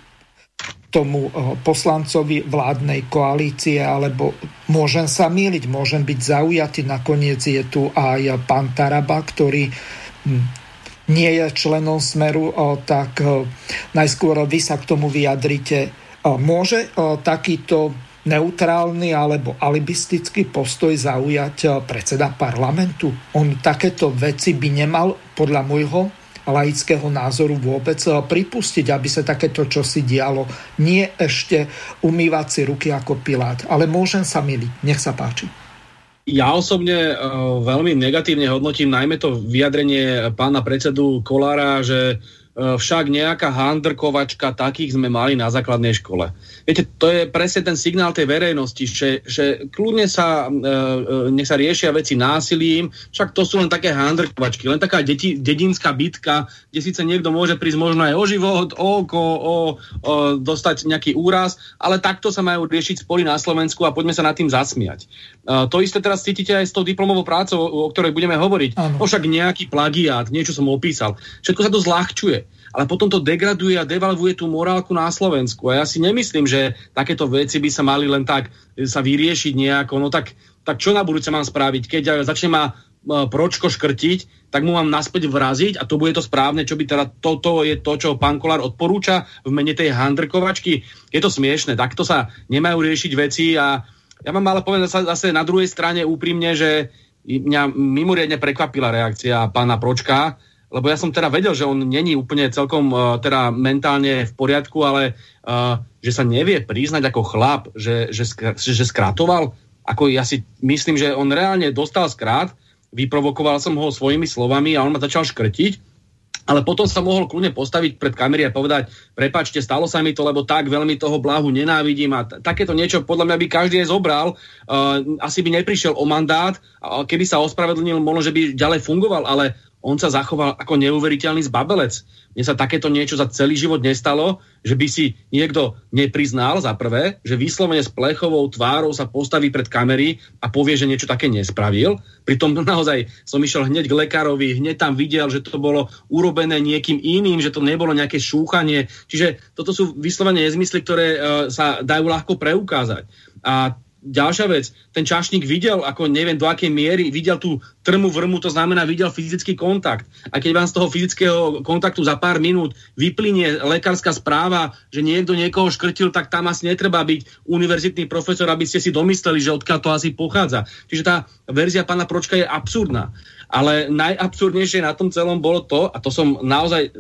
tomu poslancovi vládnej koalície, alebo môžem sa mýliť, môžem byť zaujatý. Nakoniec je tu aj pán Taraba, ktorý nie je členom Smeru, tak najskôr vy sa k tomu vyjadrite. Môže takýto neutrálny alebo alibistický postoj zaujať predseda parlamentu? On takéto veci by nemal podľa môjho laického názoru vôbec pripustiť, aby sa takéto čosi dialo. Nie ešte umývať si ruky ako Pilát. Ale môžem sa myliť. Nech sa páči. Ja osobne uh, veľmi negatívne hodnotím najmä to vyjadrenie pána predsedu Kollára, že však nejaká handrkovačka, takých sme mali na základnej škole. Viete, to je presne ten signál tej verejnosti, že, že kľudne sa, e, nech sa riešia veci násilím, však to sú len také handrkovačky, len taká deti, dedinská bitka, kde síce niekto môže prísť možno aj o život, o oko, o, o dostať nejaký úraz, ale takto sa majú riešiť spory na Slovensku a poďme sa nad tým zasmiať. E, to isté teraz cítite aj s tou diplomovou prácou, o ktorej budeme hovoriť. O však nejaký plagiát, niečo som opísal. Všetko sa to zľahčuje. Ale potom to degraduje a devalvuje tú morálku na Slovensku. A ja si nemyslím, že takéto veci by sa mali len tak sa vyriešiť nejako. No tak, tak čo na budúce mám spraviť? Keď začne ma Pročko škrtiť, tak mu mám naspäť vraziť a to bude to správne, čo by teda toto je to, čo pán Kollár odporúča v mene tej handrkovačky. Je to smiešne, takto sa nemajú riešiť veci a ja mám ale povedať zase na druhej strane úprimne, že mňa mimoriadne prekvapila reakcia pána Pročka, lebo ja som teda vedel, že on není úplne celkom uh, teda mentálne v poriadku, ale uh, že sa nevie priznať ako chlap, že, že, skr- že skratoval. Ako ja si myslím, že on reálne dostal skrát, vyprovokoval som ho svojimi slovami a on ma začal škrtiť, ale potom sa mohol kľudne postaviť pred kamery a povedať, prepáčte, stalo sa mi to, lebo tak veľmi toho Blahu nenávidím a t- takéto niečo podľa mňa by každý aj zobral. Uh, asi by neprišiel o mandát, uh, keby sa ospravedlnil, možno, že by ďalej fungoval, ale on sa zachoval ako neuveriteľný zbabelec. Mne sa takéto niečo za celý život nestalo, že by si niekto nepriznal za prvé, že vyslovene s plechovou tvárou sa postaví pred kamery a povie, že niečo také nespravil. Pritom naozaj som išiel hneď k lekárovi, hneď tam videl, že to bolo urobené niekým iným, že to nebolo nejaké šúchanie. Čiže toto sú vyslovene nezmysly, ktoré uh, sa dajú ľahko preukázať. A ďalšia vec, ten čašník videl, ako neviem do akej miery, videl tú trmu vrmu, to znamená videl fyzický kontakt. A keď vám z toho fyzického kontaktu za pár minút vyplynie lekárska správa, že niekto niekoho škrtil, tak tam asi netreba byť univerzitný profesor, aby ste si domysleli, že odkiaľ to asi pochádza. Čiže tá verzia pána Pročka je absurdná. Ale najabsurdnejšie na tom celom bolo to, a to som naozaj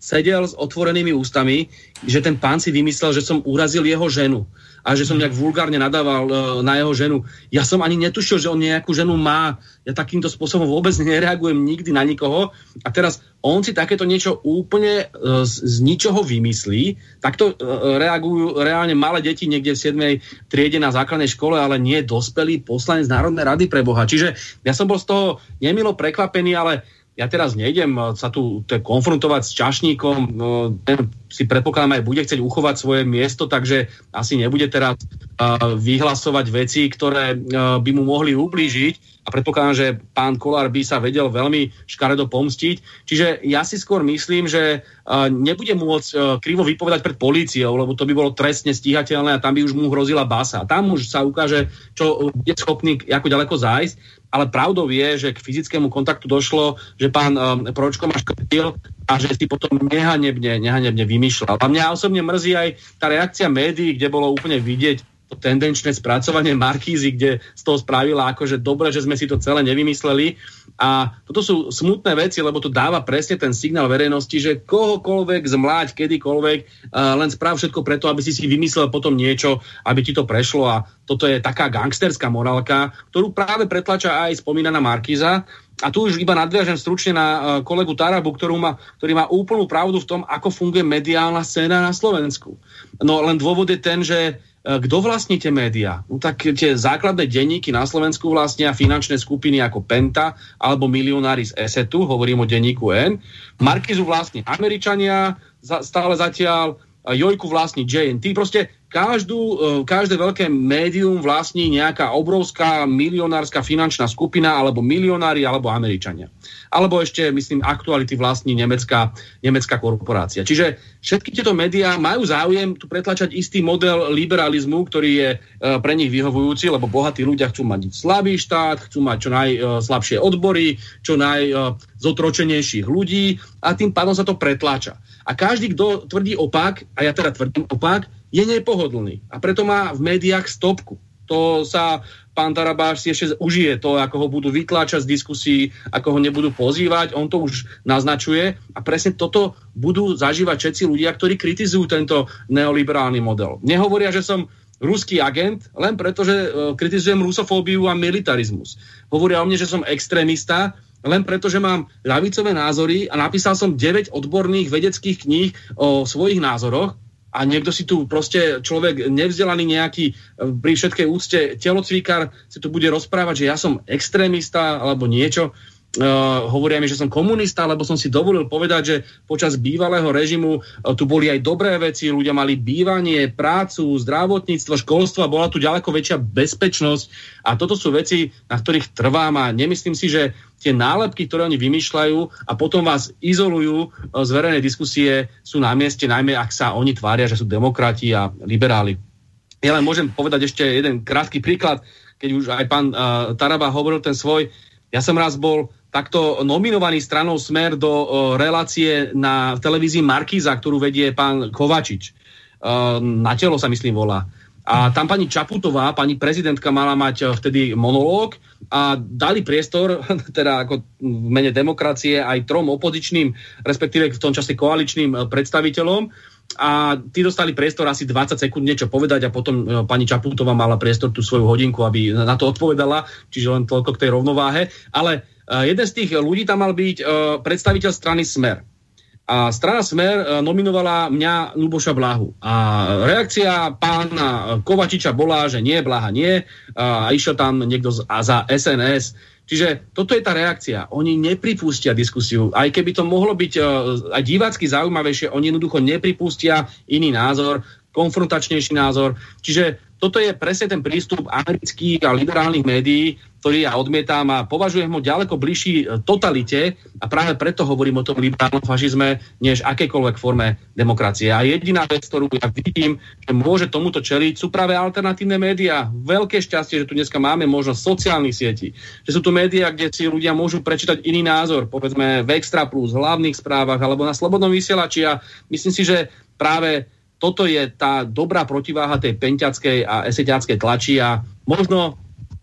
sedel s otvorenými ústami, že ten pán si vymyslel, že som urazil jeho ženu a že som nejak vulgárne nadával na jeho ženu. Ja som ani netušil, že on nejakú ženu má. Ja takýmto spôsobom vôbec nereagujem nikdy na nikoho. A teraz on si takéto niečo úplne z, z ničoho vymyslí. Takto reagujú reálne malé deti niekde v siedmej triede na základnej škole, ale nie dospelý poslanec Národnej rady pre Boha. Čiže ja som bol z toho nemilo prekvapený, ale ja teraz nejdem sa tu konfrontovať s čašníkom, ten si predpokladám aj bude chcieť uchovať svoje miesto, takže asi nebude teraz vyhlasovať veci, ktoré by mu mohli ublížiť a predpokladám, že pán Kollár by sa vedel veľmi škaredo pomstiť. Čiže ja si skôr myslím, že nebude môcť krivo vypovedať pred políciou, lebo to by bolo trestne stíhateľné a tam by už mu hrozila basa. A tam už sa ukáže, čo je schopný ako ďaleko zájsť. Ale pravdou je, že k fyzickému kontaktu došlo, že pán um, Pročko ma škrtil a že si potom nehanebne, nehanebne vymýšľal. A mňa osobne mrzí aj tá reakcia médií, kde bolo úplne vidieť to tendenčné spracovanie Markízy, kde z toho spravila akože dobre, že sme si to celé nevymysleli. A toto sú smutné veci, lebo to dáva presne ten signál verejnosti, že kohokoľvek zmláť, kedykoľvek, uh, len správ všetko preto, aby si si vymyslel potom niečo, aby ti to prešlo. A toto je taká gangsterská morálka, ktorú práve pretlača aj spomínaná Markíza. A tu už iba nadviažem stručne na uh, kolegu Tarabu, ktorú má, ktorý má úplnú pravdu v tom, ako funguje mediálna scéna na Slovensku. No len dôvod je ten, že kto vlastní tie médiá? No tak tie základné denníky na Slovensku vlastnia finančné skupiny ako Penta alebo milionári z Esetu, hovorím o denníku N. Markízu vlastní Američania, stále zatiaľ Jojku vlastní J N T. Proste každú, každé veľké médium vlastní nejaká obrovská milionárska finančná skupina alebo milionári alebo Američania. Alebo ešte, myslím, Aktuality vlastní nemecká, nemecká korporácia. Čiže všetky tieto médiá majú záujem tu pretlačať istý model liberalizmu, ktorý je pre nich vyhovujúci, lebo bohatí ľudia chcú mať slabý štát, chcú mať čo najslabšie odbory, čo najzotročenejších ľudí a tým pádom sa to pretláča. A každý, kto tvrdí opak, a ja teda tvrdím opak, je nepohodlný. A preto má v médiách stopku. To sa pán Tarabáš si ešte užije, to, ako ho budú vytláčať z diskusí, ako ho nebudú pozývať, on to už naznačuje a presne toto budú zažívať všetci ľudia, ktorí kritizujú tento neoliberálny model. Nehovoria, že som ruský agent, len preto, že kritizujem rusofóbiu a militarizmus. Hovoria o mne, že som extrémista, len preto, že mám ľavicové názory a napísal som deväť odborných vedeckých kníh o svojich názoroch a niekto si tu proste človek nevzdelaný nejaký pri všetkej úcte telocvíkar si tu bude rozprávať, že ja som extrémista alebo niečo. Uh, hovoria mi, že som komunista, lebo som si dovolil povedať, že počas bývalého režimu uh, tu boli aj dobré veci, ľudia mali bývanie, prácu, zdravotníctvo, školstvo a bola tu ďaleko väčšia bezpečnosť a toto sú veci, na ktorých trvám a nemyslím si, že tie nálepky, ktoré oni vymýšľajú a potom vás izolujú uh, z verejnej diskusie sú na mieste, najmä ak sa oni tvária, že sú demokrati a liberáli. Ja len môžem povedať ešte jeden krátky príklad, keď už aj pán uh, Taraba hovoril ten svoj. Ja som raz bol takto nominovaný stranou Smer do uh, relácie na televízii Markíza, ktorú vedie pán Kovačič. Uh, na telo sa myslím volá. A tam pani Čaputová, pani prezidentka mala mať uh, vtedy monológ a dali priestor, teda ako v mene demokracie, aj trom opozičným, respektíve v tom čase koaličným uh, predstaviteľom. A tí dostali priestor asi dvadsať sekúnd niečo povedať a potom uh, pani Čaputová mala priestor tú svoju hodinku, aby na to odpovedala, čiže len toľko k tej rovnováhe. Ale uh, jeden z tých ľudí tam mal byť uh, predstaviteľ strany Smer. A strana Smer uh, nominovala mňa Ľuboša Blahu. A reakcia pána Kovačiča bola, že nie, Blaha nie. Uh, a išiel tam niekto z, a za es en es. Čiže toto je tá reakcia. Oni nepripustia diskusiu. Aj keby to mohlo byť uh, aj divácky zaujímavejšie, oni jednoducho nepripustia iný názor, konfrontačnejší názor. Čiže toto je presne ten prístup amerických a liberálnych médií, ktorý ja odmietam a považujem ho ďaleko bližší totalite a práve preto hovorím o tom liberálnom fašizme, než akejkoľvek forme demokracie. A jediná vec, ktorú ja vidím, že môže tomuto čeliť, sú práve alternatívne médiá. Veľké šťastie, že tu dneska máme možnosť sociálnych sietí. Že sú tu médiá, kde si ľudia môžu prečítať iný názor, povedzme v Extra Plus, v hlavných správach alebo na Slobodnom vysielači a myslím si, že práve toto je tá dobrá protiváha tej penťackej a eseťackej tlači a možno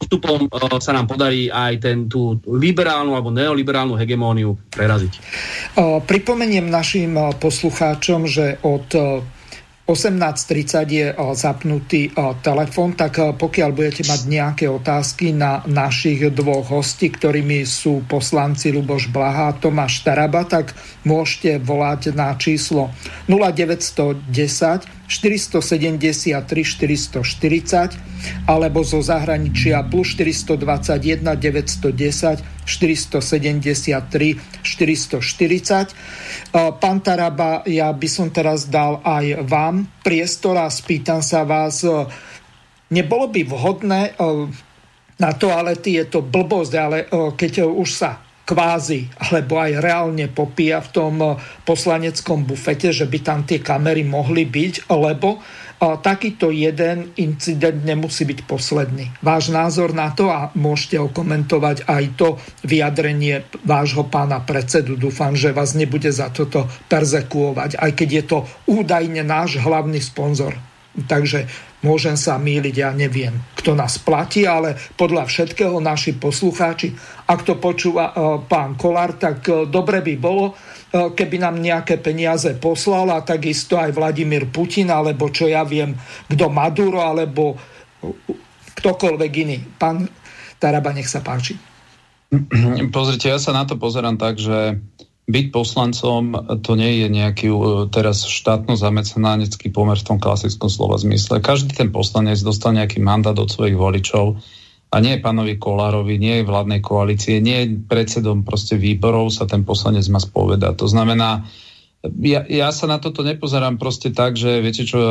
postupom sa nám podarí aj ten, tú liberálnu alebo neoliberálnu hegemóniu preraziť. Pripomeniem našim poslucháčom, že od osemnásť tridsať je zapnutý telefon, tak pokiaľ budete mať nejaké otázky na našich dvoch hostí, ktorými sú poslanci Ľuboš Blaha a Tomáš Taraba, tak môžete volať na číslo nula deväť jedna nula štyri sedem tri štyri štyri nula alebo zo zahraničia plus štyri dva jeden deväť jedna nula štyri sedem tri štyri štyri nula. Pán Taraba, ja by som teraz dal aj vám priestor a spýtam sa vás, nebolo by vhodné, na toalety je to blbosť, ale keď už sa kvázi, alebo aj reálne popíja v tom poslaneckom bufete, že by tam tie kamery mohli byť, lebo takýto jeden incident nemusí byť posledný. Váš názor na to a môžete okomentovať aj to vyjadrenie vášho pána predsedu. Dúfam, že vás nebude za toto perzekuovať, aj keď je to údajne náš hlavný sponzor. Takže môžem sa mýliť, ja neviem, kto nás platí, ale podľa všetkého naši poslucháči, ak to počúva pán Kollár, tak dobre by bolo, keby nám nejaké peniaze poslal, a takisto aj Vladimír Putin, alebo čo ja viem, kto Maduro, alebo ktokoľvek iný. Pán Taraba, nech sa páči. Pozrite, ja sa na to pozerám tak, že byť poslancom to nie je nejaký teraz štátno-zamestnanecký pomer v tom klasickom slova zmysle. Každý ten poslanec dostal nejaký mandát od svojich voličov a nie je pánovi Kollárovi, nie je vládnej koalície, nie je predsedom proste výborov sa ten poslanec má spovedať. To znamená, ja, ja sa na toto nepozerám proste tak, že viete čo,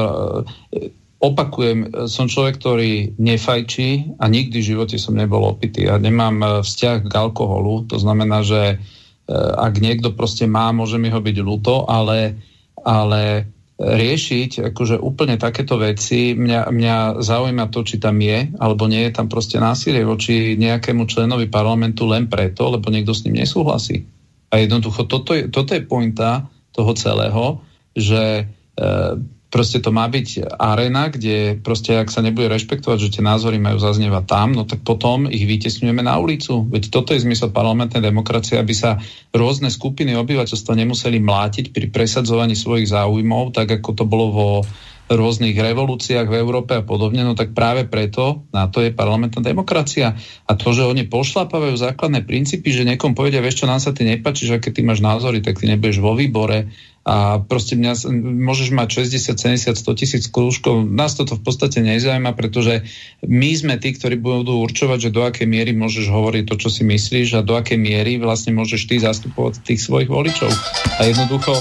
opakujem, som človek, ktorý nefajčí a nikdy v živote som nebol opitý a nemám vzťah k alkoholu. To znamená, že ak niekto proste má, môže mi ho byť ľúto, ale, ale riešiť akože úplne takéto veci, mňa, mňa zaujíma to, či tam je, alebo nie je tam proste násilie voči nejakému členovi parlamentu len preto, lebo niekto s ním nesúhlasí. A jednoducho, toto je, toto je pointa toho celého, že e, proste to má byť arena, kde proste, ak sa nebude rešpektovať, že tie názory majú zaznievať tam, no tak potom ich vytesňujeme na ulicu. Veď toto je zmysel parlamentnej demokracie, aby sa rôzne skupiny obyvateľstva nemuseli mlátiť pri presadzovaní svojich záujmov, tak ako to bolo vo rôznych revolúciách v Európe a podobne, no tak práve preto na to je parlamentná demokracia. A to, že oni pošlápavajú základné princípy, že niekom povedia, vieš čo, nám sa ty nepáči, že keď ty máš názory, tak ty nebudeš vo výbore a proste mňa, môžeš mať šesťdesiat, sedemdesiat, sto tisíc krúžkov. Nás toto v podstate nezaujíma, pretože my sme tí, ktorí budú určovať, že do akej miery môžeš hovoriť to, čo si myslíš a do akej miery vlastne môžeš ty zastupovať tých svojich voličov. A jednoducho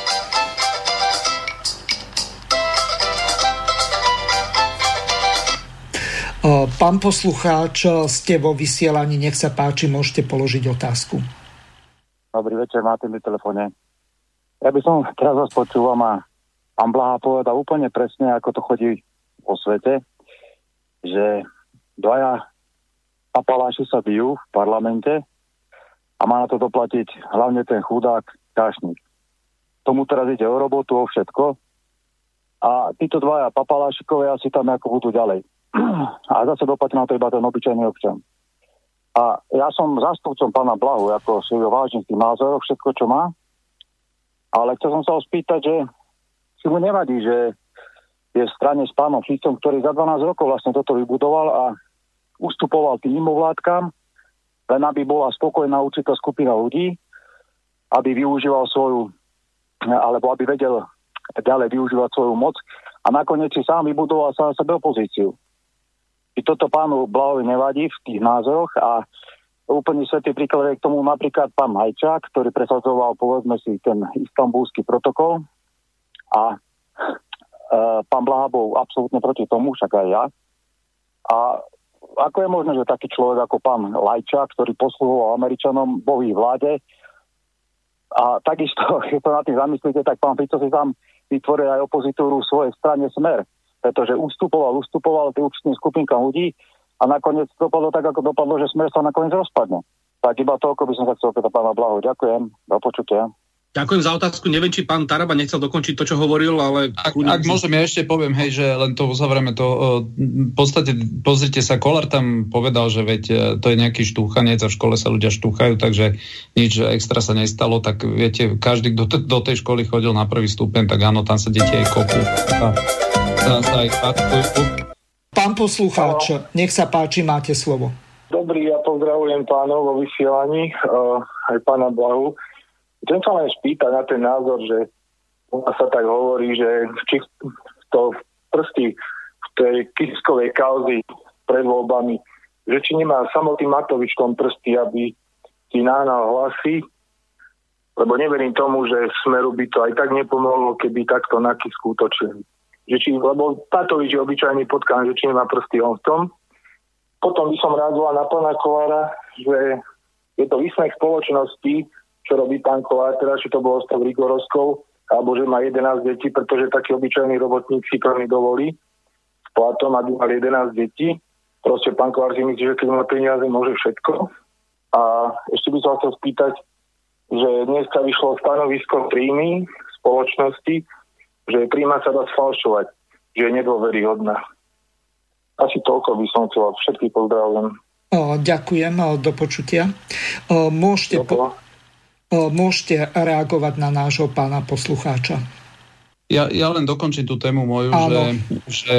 pán poslucháč, ste vo vysielaní, nech sa páči, môžete položiť otázku. Dobrý večer, máte mi v telefóne. Ja by som teraz vás počúval a pán Blaha povedal úplne presne, ako to chodí vo svete, že dvaja papaláši sa bijú v parlamente a má na to doplatiť hlavne ten chudák Kášnik. Tomu teraz ide o robotu, o všetko a títo dvaja papalášikovia si tam ako budú ďalej. A zase doplatí na to iba ten obyčajný občan. A ja som zástupcom pána Blahu, ako si ho vážim v tých názoroch, všetko, čo má. Ale chcel som sa ho spýtať, že si mu nevadí, že je v strane s pánom Ficom, ktorý za dvanásť rokov vlastne toto vybudoval a ustupoval tým mimovládkam, len aby bola spokojná určitá skupina ľudí, aby využíval svoju, alebo aby vedel ďalej využívať svoju moc a nakoniec si sám vybudoval sa na sebe opozíciu. I toto pánu Blahovi nevadí v tých názoroch a úplne svätý príklad je k tomu napríklad pán Majčák, ktorý presadzoval, povedzme si, ten istanbulský protokol a e, pán Blaha bol absolútne proti tomu, však aj ja. A ako je možné, že taký človek ako pán Lajčák, ktorý posluhoval Američanom, vo ich vláde a takisto, keď to na tým zamyslíte, tak pán Fico si tam vytvoril aj opozitúru v svojej strane Smer, pretože ustupoval, ustupoval tým určitým skupinkám ľudí a nakoniec dopadlo tak, ako dopadlo, že Smer sa nakoniec rozpadne. Tak iba toľko by som sa chcel opýtať pána Blahu. Ďakujem, do počutia. Ďakujem za otázku. Neviem, či pán Taraba nechcel dokončiť to, čo hovoril, ale... Ak, ak môžem, ja ešte poviem, hej, že len to uzavrieme to. V podstate, pozrite sa, Kollár tam povedal, že veď to je nejaký štúchanec a v škole sa ľudia štúchajú, takže nič extra sa nestalo, tak viete, každý, kto do tej školy chodil na prvý stupeň, tak áno, tam sa deti aj kopú. Pán poslucháč, nech sa páči, máte slovo. Dobrý, ja pozdravujem pánov vo vysielaní, uh, aj pána Blahu. Chcem sa len spýtať na ten názor, že u nás sa tak hovorí, že či to prsty v tej Kiskovej kauzy pred voľbami, že či nemá samotný Matovič tom prsty, aby si nahnal hlasy, lebo neverím tomu, že Smeru by to aj tak nepomohlo, keby takto na Kisku útočili. Že či, lebo Matovič je obyčajný potkán, že či nemá prsty on v tom. Potom by som reagoval na pána Kollára, že je to výsmech spoločnosti, čo robí pán Kollár, teda či to bolo s tou Rigorovskou, alebo že má jedenásť detí, pretože taký obyčajný robotník si to nedovolí s platom, aby mal jedenásť detí. Proste pán Kollár si myslí, že keď má peniaze, môže všetko. A ešte by som chcel spýtať, že dneska vyšlo stanovisko príjmy spoločnosti, že príjma sa dá sfalšovať, že je nedôveryhodná. Asi toľko by som chcel. Všetkých pozdravujem. O, ďakujem, do počutia. O, môžete... Po... Môžete reagovať na nášho pána poslucháča. Ja, ja len dokončím tú tému moju, že, že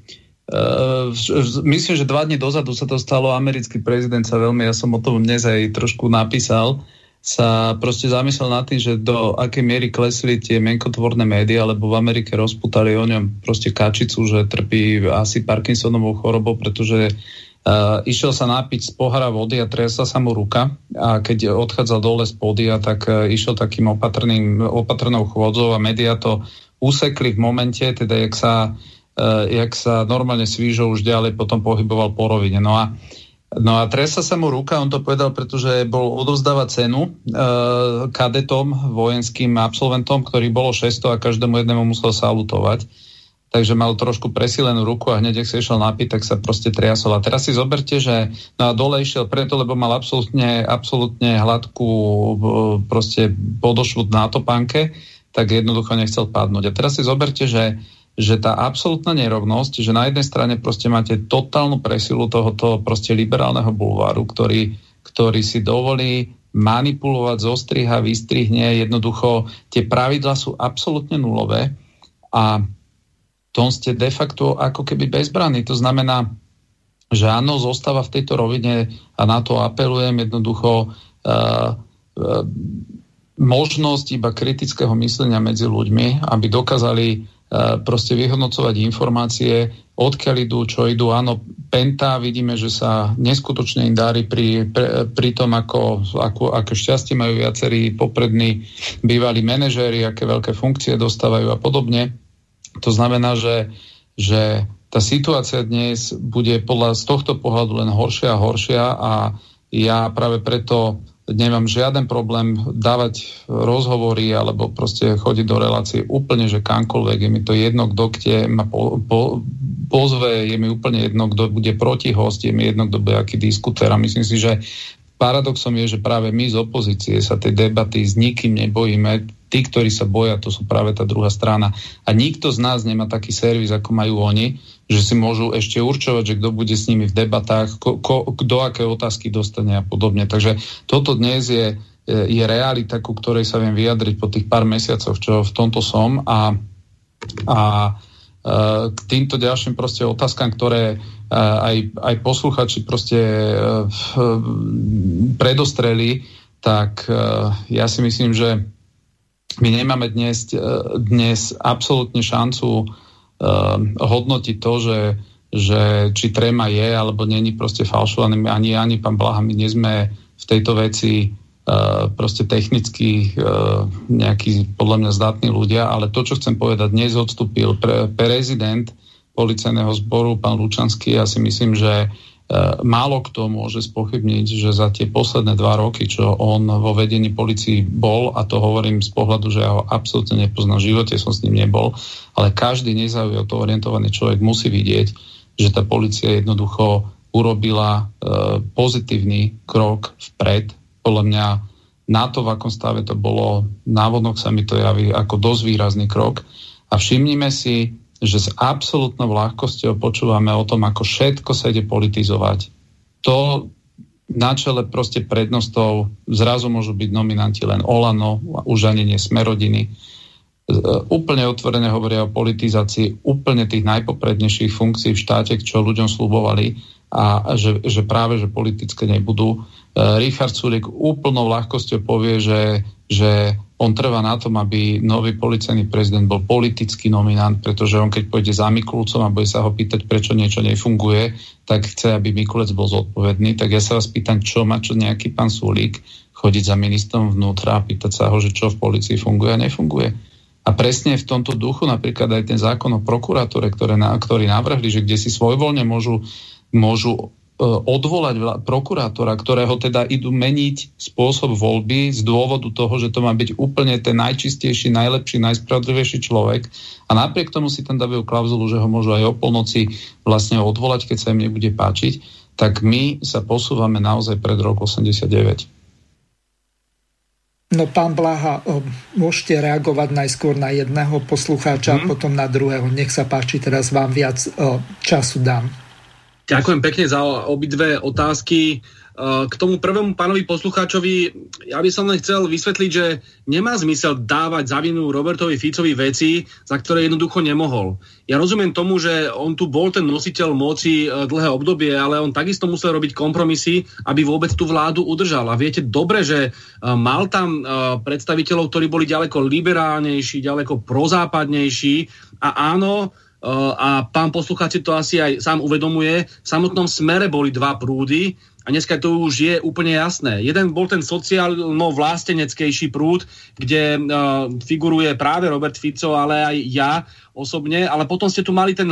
uh, myslím, že dva dni dozadu sa to stalo, americký prezident sa veľmi, ja som o tom dnes aj trošku napísal, sa proste zamyslel nad tým, že do akej miery klesli tie mienkotvorné médiá, lebo v Amerike rozputali o ňom proste kačicu, že trpí asi Parkinsonovou chorobou, pretože Uh, išiel sa napiť z pohára vody a triasla sa mu ruka a keď odchádzal dole z pódia, tak uh, išiel takým opatrným, opatrnou chôdzou a médiá to usekli v momente, teda jak sa, uh, jak sa normálne svížou už ďalej potom pohyboval po rovine. No a, no a triasla sa mu ruka, on to povedal, pretože bol odovzdávať cenu uh, kadetom, vojenským absolventom, ktorý bolo šesťsto a každému jednému musel salutovať. Takže mal trošku presílenú ruku a hneď, ak sa išiel napiť, tak sa proste triasol. A teraz si zoberte, že no a dole išiel preto, lebo mal absolútne, absolútne hladkú proste podošvu na topánke, tak jednoducho nechcel padnúť. A teraz si zoberte, že, že tá absolútna nerovnosť, že na jednej strane proste máte totálnu presilu tohoto proste liberálneho bulváru, ktorý, ktorý si dovolí manipulovať, zostriha, vystrihne, jednoducho tie pravidlá sú absolútne nulové a tom ste de facto ako keby bezbranní. To znamená, že áno, zostáva v tejto rovine a na to apelujem jednoducho uh, uh, možnosť iba kritického myslenia medzi ľuďmi, aby dokázali uh, proste vyhodnocovať informácie, odkiaľ idú, čo idú. Áno, Penta, vidíme, že sa neskutočne im dári pri, pri, pri tom, ako, ako, ako šťastie majú viacerí poprední bývalí manažéri, aké veľké funkcie dostávajú a podobne. To znamená, že, že tá situácia dnes bude podľa z tohto pohľadu len horšia a horšia a ja práve preto nemám žiaden problém dávať rozhovory alebo proste chodiť do relácie úplne, že kamkoľvek. Je mi to jedno, kto kde ma po, po, pozve, je mi úplne jedno, kto bude protihost, je mi jedno, kto bude aký diskutér a myslím si, že paradoxom je, že práve my z opozície sa tej debaty s nikým nebojíme. Tí, ktorí sa boja, to sú práve tá druhá strana. A nikto z nás nemá taký servis, ako majú oni, že si môžu ešte určovať, že kto bude s nimi v debatách, ko, ko, kto aké otázky dostane a podobne. Takže toto dnes je, je realita, ku ktorej sa viem vyjadriť po tých pár mesiacoch, čo v tomto som. A, a k týmto ďalším proste otázkam, ktoré aj, aj posluchači proste predostreli, tak ja si myslím, že my nemáme dnes, dnes absolútne šancu uh, hodnotiť to, že, že či tréma je alebo není proste falšovaný. Ani ani pán Blaha, my nie sme v tejto veci uh, proste technicky uh, nejakí podľa mňa zdatní ľudia, ale to, čo chcem povedať, dnes odstúpil pre, prezident policajného zboru, pán Lučanský. Ja si myslím, že málo kto môže spochybniť, že za tie posledné dva roky, čo on vo vedení polícii bol, a to hovorím z pohľadu, že ja ho absolútne nepoznám, v živote som s ním nebol, ale každý nezaujal to orientovaný človek musí vidieť, že tá polícia jednoducho urobila e, pozitívny krok vpred. Podľa mňa na to, v akom stave to bolo, návodnok sa mi to javí ako dosť výrazný krok. A všimnime si, že s absolútnou ľahkosťou počúvame o tom, ako všetko sa ide politizovať. To na čele proste prednostov zrazu môžu byť nominanti len Olano, už ani nie Smerodiny. Úplne otvorene hovoria o politizácii úplne tých najpoprednejších funkcií v štáte, čo ľuďom sľubovali, a že, že práve, že politické nebudú. Richard Sulík úplnou ľahkosťou povie, že, že on trvá na tom, aby nový policajný prezident bol politický nominant, pretože on keď pôjde za Mikulcom a bude sa ho pýtať, prečo niečo nefunguje, tak chce, aby Mikulec bol zodpovedný. Tak ja sa vás pýtam, čo má čo nejaký pán Sulík chodiť za ministrom vnútra a pýtať sa ho, že čo v polícii funguje a nefunguje. A presne v tomto duchu napríklad aj ten zákon o prokuratúre, ktoré, ktorý navrhli, že kde si svojvoľne môžu, môžu e, odvolať vla, prokurátora, ktorého teda idú meniť spôsob voľby z dôvodu toho, že to má byť úplne ten najčistejší, najlepší, najspravodlivejší človek. A napriek tomu si tam dávajú klauzulu, že ho môžu aj o polnoci vlastne odvolať, keď sa im nebude páčiť. Tak my sa posúvame naozaj pred rok osemdesiatdeväť. No pán Blaha, môžete reagovať najskôr na jedného poslucháča, mm. a potom na druhého. Nech sa páči, teraz vám viac času dám. Ďakujem pekne za obidve otázky. K tomu prvému pánovi poslucháčovi, ja by som len chcel vysvetliť, že nemá zmysel dávať za vinu Robertovi Ficovi veci, za ktoré jednoducho nemohol. Ja rozumiem tomu, že on tu bol ten nositeľ moci dlhé obdobie, ale on takisto musel robiť kompromisy, aby vôbec tú vládu udržal. A viete dobre, že mal tam predstaviteľov, ktorí boli ďaleko liberálnejší, ďaleko prozápadnejší, a áno, a pán poslucháč to asi aj sám uvedomuje, v samotnom Smere boli dva prúdy a dneska to už je úplne jasné. Jeden bol ten sociálno-vlasteneckejší prúd, kde uh, figuruje práve Robert Fico, ale aj ja osobne, ale potom ste tu mali ten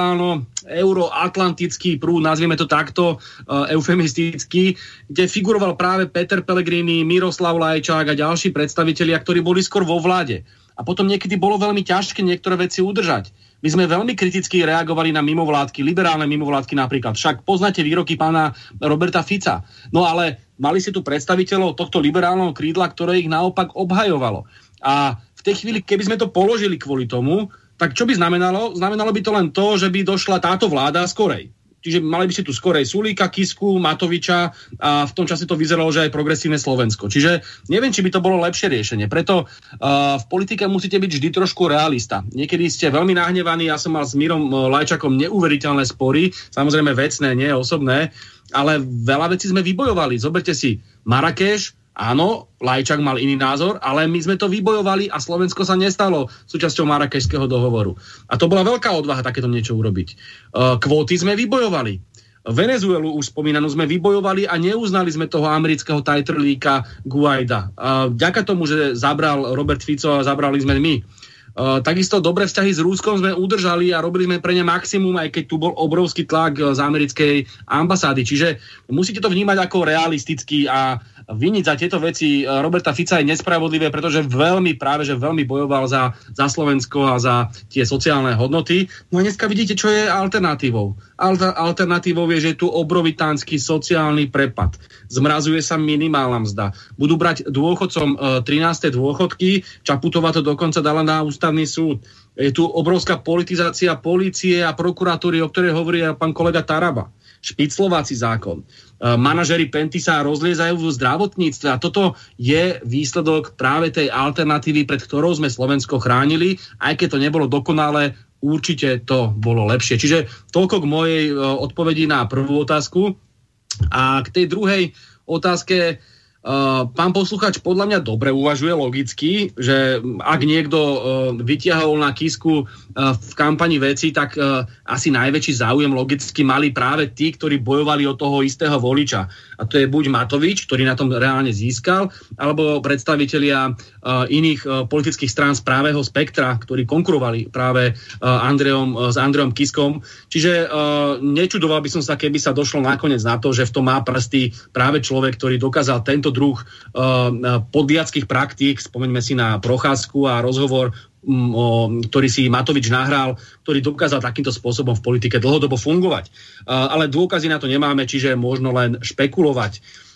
liberálno-euroatlantický prúd, nazvieme to takto uh, eufemistický, kde figuroval práve Peter Pellegrini, Miroslav Lajčák a ďalší predstavitelia, ktorí boli skôr vo vláde. A potom niekedy bolo veľmi ťažké niektoré veci udržať. My sme veľmi kriticky reagovali na mimovládky, liberálne mimovládky napríklad. Však poznáte výroky pána Roberta Fica. No ale mali ste tu predstaviteľov tohto liberálneho krídla, ktoré ich naopak obhajovalo. A v tej chvíli, keby sme to položili kvôli tomu, tak čo by znamenalo? Znamenalo by to len to, že by došla táto vláda skorej. Čiže mali by ste tu skorej Sulíka, Kisku, Matoviča a v tom čase to vyzeralo, že aj progresívne Slovensko. Čiže neviem, či by to bolo lepšie riešenie. Preto uh, v politike musíte byť vždy trošku realista. Niekedy ste veľmi nahnevaní, ja som mal s Mírom Lajčakom neuveriteľné spory, samozrejme vecné, nie osobné, ale veľa vecí sme vybojovali. Zoberte si Marrakeš. Áno, Lajčák mal iný názor, ale my sme to vybojovali a Slovensko sa nestalo súčasťou Marrakešského dohovoru. A to bola veľká odvaha takéto niečo urobiť. Kvóty sme vybojovali. Venezuelu už spomínanú sme vybojovali a neuznali sme toho amerického tajtrlíka Guaida. Vďaka tomu, že zabral Robert Fico a zabrali sme my. Uh, takisto dobré vzťahy s Ruskom sme udržali a robili sme pre ne maximum, aj keď tu bol obrovský tlak z americkej ambasády. Čiže musíte to vnímať ako realisticky a viniť za tieto veci Roberta Fica je nespravodlivé, pretože veľmi, práve že veľmi bojoval za, za Slovensko a za tie sociálne hodnoty. No a dneska vidíte, čo je alternatívou. Alter, alternatívou je, že je tu obrovitánsky sociálny prepad. Zmrazuje sa minimálna mzda. Budú brať dôchodcom trináste dôchodky, Čaputová to dokonca dala na ústavný súd. Je tu obrovská politizácia polície a prokuratúry, o ktorej hovorí aj pán kolega Taraba. Špiclovací zákon. Manažeri Penty sa rozliezajú v zdravotníctve a toto je výsledok práve tej alternatívy, pred ktorou sme Slovensko chránili. Aj keď to nebolo dokonalé, určite to bolo lepšie. Čiže toľko k mojej odpovedi na prvú otázku. A k tej druhej otázke, Uh, pán posluchač podľa mňa dobre uvažuje logicky, že ak niekto uh, vytiahol na Kisku uh, v kampani veci, tak uh, asi najväčší záujem logicky mali práve tí, ktorí bojovali o toho istého voliča. A to je buď Matovič, ktorý na tom reálne získal, alebo predstavitelia uh, iných uh, politických strán z pravého spektra, ktorí konkurovali práve uh, Andrejom, uh, s Andrejom Kiskom. Čiže uh, nečudoval by som sa, keby sa došlo nakoniec na to, že v tom má prsty práve človek, ktorý dokázal tento druh uh, podliackých praktík, spomeňme si na Procházku a rozhovor, um, o, ktorý si Matovič nahral, ktorý dokázal takýmto spôsobom v politike dlhodobo fungovať. Uh, ale dôkazy na to nemáme, čiže možno len špekulovať.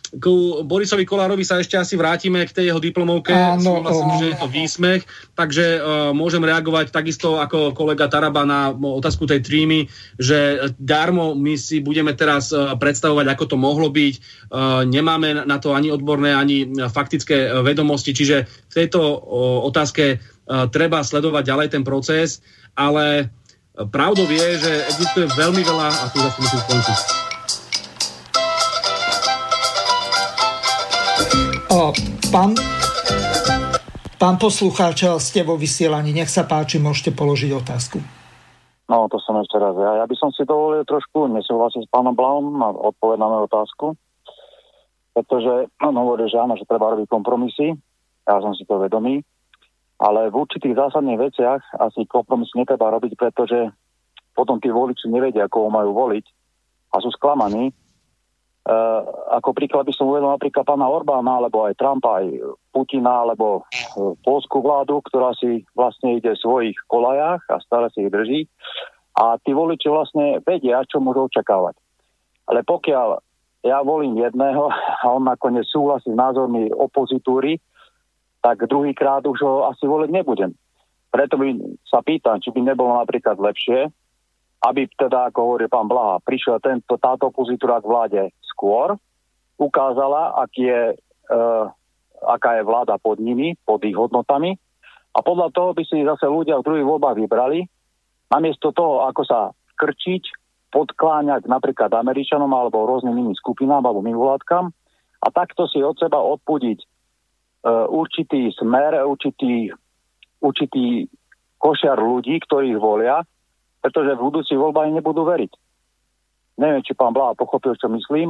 ku Borisovi Kollárovi sa ešte asi vrátime k tej jeho diplomovke. Áno, Súhlasím, áno. že je to výsmech, takže uh, môžem reagovať takisto ako kolega Taraba na otázku tej trímy, že darmo my si budeme teraz uh, predstavovať, ako to mohlo byť. Uh, nemáme na to ani odborné, ani faktické uh, vedomosti, čiže v tejto uh, otázke uh, treba sledovať ďalej ten proces, ale uh, pravdou je, že existuje veľmi veľa, a tu zase musím skončiť. O, pán, pán poslucháč, ste vo vysielaní, nech sa páči, môžete položiť otázku. No, to som ešte raz. Ja, ja by som si dovolil trošku nesúhlasiť s pánom Blahom na odpoveď na moju otázku, pretože on hovorí, že áno, že treba robiť kompromisy, ja som si to vedomý, ale v určitých zásadných veciach asi kompromisy netreba robiť, pretože potom tí voliči nevedia, koho majú voliť a sú sklamaní. Uh, ako príklad by som uvedol napríklad pána Orbána, alebo aj Trumpa, aj Putina, alebo uh, poľskú vládu, ktorá si vlastne ide v svojich kolajách a stále si ich drží. A tí voliči vlastne vedia, čo môžu očakávať. Ale pokiaľ ja volím jedného a on nakoniec súhlasí s názormi opozitúry, tak druhýkrát už ho asi voliť nebudem. Preto by sa pýtam, či by nebolo napríklad lepšie, aby teda, ako hovorí pán Blaha, prišiel tento, táto opozitúra k vláde skôr, ukázala, aký je, e, aká je vláda pod nimi, pod ich hodnotami a podľa toho by si zase ľudia v druhých voľbách vybrali, namiesto toho, ako sa krčiť, podkláňať napríklad Američanom alebo rôznym iným skupinám alebo mimovládkam a takto si od seba odpudiť e, určitý smer, určitý, určitý košiar ľudí, ktorých volia, pretože v budúcich voľbách nebudú veriť. Neviem, či pán Blaha pochopil, čo myslím,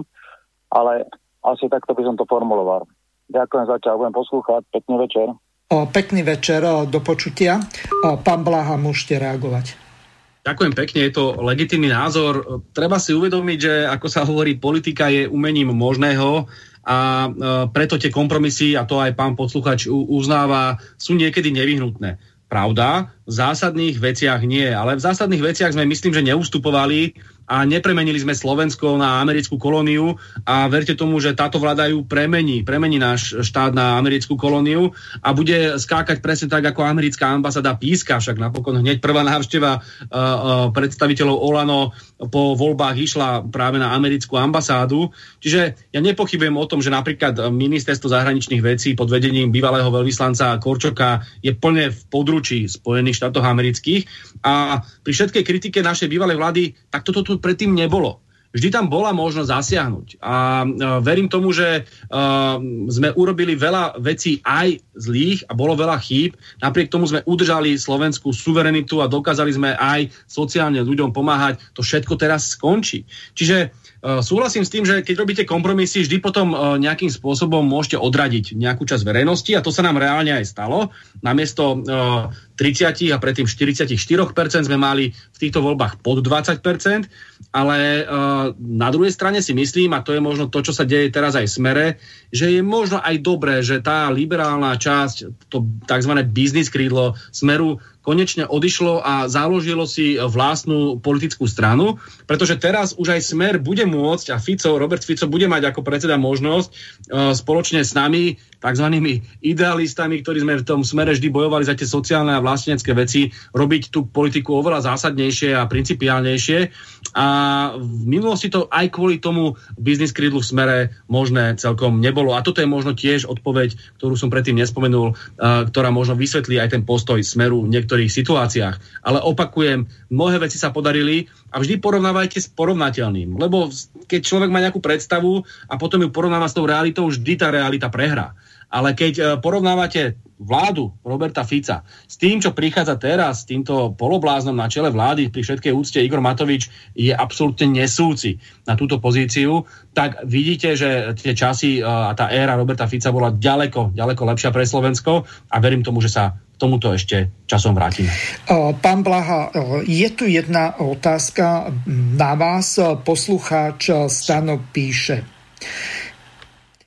ale asi takto by som to formuloval. Ďakujem zatiaľ, budem poslúchať. Pekný večer. O, pekný večer, o, do počutia. O, pán Blaha, môžete reagovať. Ďakujem pekne, je to legitímny názor. Treba si uvedomiť, že ako sa hovorí, politika je umením možného a e, preto tie kompromisy, a to aj pán posluchač uznáva, sú niekedy nevyhnutné. Pravda, v zásadných veciach nie, ale v zásadných veciach sme, myslím, že neustupovali a nepremenili sme Slovensko na americkú kolóniu a verte tomu, že táto vláda ju premení, premení náš štát na americkú kolóniu a bude skákať presne tak, ako americká ambasáda píska, však napokon hneď prvá návšteva uh, uh, predstaviteľov Olano po voľbách išla práve na americkú ambasádu. Čiže ja nepochybujem o tom, že napríklad ministerstvo zahraničných vecí pod vedením bývalého veľvyslanca Korčoka je plne v područí Spojených štátov amerických a pri všetkej kritike našej bývalej vlády, tak toto tu predtým nebolo. Vždy tam bola možnosť zasiahnuť. A uh, verím tomu, že uh, sme urobili veľa vecí aj zlých a bolo veľa chýb. Napriek tomu sme udržali slovenskú suverenitu a dokázali sme aj sociálne ľuďom pomáhať. To všetko teraz skončí. Čiže uh, súhlasím s tým, že keď robíte kompromisy, vždy potom uh, nejakým spôsobom môžete odradiť nejakú časť verejnosti a to sa nám reálne aj stalo. Namiesto uh, tridsať a predtým štyridsaťštyri percent sme mali v týchto voľbách pod dvadsať percent, ale uh, na druhej strane si myslím, a to je možno to, čo sa deje teraz aj v Smere, že je možno aj dobré, že tá liberálna časť, to tzv. Biznis krídlo Smeru konečne odišlo a založilo si vlastnú politickú stranu, pretože teraz už aj Smer bude môcť a Fico, Robert Fico bude mať ako predseda možnosť uh, spoločne s nami, takzvanými idealistami, ktorí sme v tom Smere vždy bojovali za tie sociálne a vlastenecké veci, robiť tú politiku oveľa zásadnejšie a principiálnejšie. A v minulosti to aj kvôli tomu biznis krídlu v Smere možné celkom nebolo. A toto je možno tiež odpoveď, ktorú som predtým nespomenul, uh, ktorá možno vysvetlí aj ten postoj Smeru v niektorých situáciách. Ale opakujem, mnohé veci sa podarili a vždy porovnávajte s porovnateľným. Lebo keď človek má nejakú predstavu a potom ju porovnáva s tou realitou, vždy tá realita prehrá. Ale keď porovnávate vládu Roberta Fica s tým, čo prichádza teraz, s týmto polobláznom na čele vlády, pri všetkej úcte Igor Matovič je absolútne nesúci na túto pozíciu, tak vidíte, že tie časy a tá éra Roberta Fica bola ďaleko, ďaleko lepšia pre Slovensko a verím tomu, že sa tomuto ešte časom vrátime. Pán Blaha, je tu jedna otázka na vás. Poslucháč Stano píše: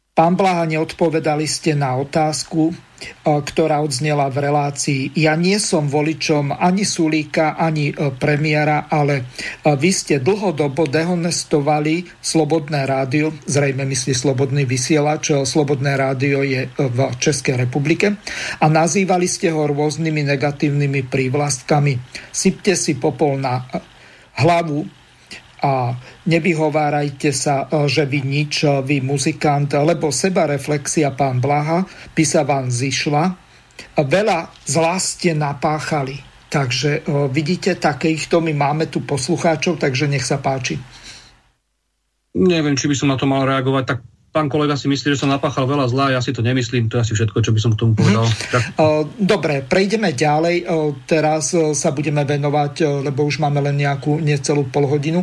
Pán Blaha, neodpovedali ste na otázku, ktorá odznela v relácii. Ja nie som voličom ani Sulíka, ani premiéra, ale vy ste dlhodobo dehonestovali Slobodné rádio, zrejme myslí Slobodný vysielač, Slobodné rádio je v Českej republike, a nazývali ste ho rôznymi negatívnymi prívlastkami. Sypte si popol na hlavu a nevyhovárajte sa, že vy nič, vy muzikant, lebo sebareflexia, pán Blaha, by sa vám zišla. Veľa zlá ste napáchali. Takže vidíte, takýchto my máme tu poslucháčov, takže nech sa páči. Neviem, či by som na to mal reagovať, tak pán kolega si myslí, že som napáchal veľa zla, ja si to nemyslím, to je asi všetko, čo by som k tomu povedal. Hmm. Dobre, prejdeme ďalej. Teraz sa budeme venovať, lebo už máme len nejakú necelú polhodinu,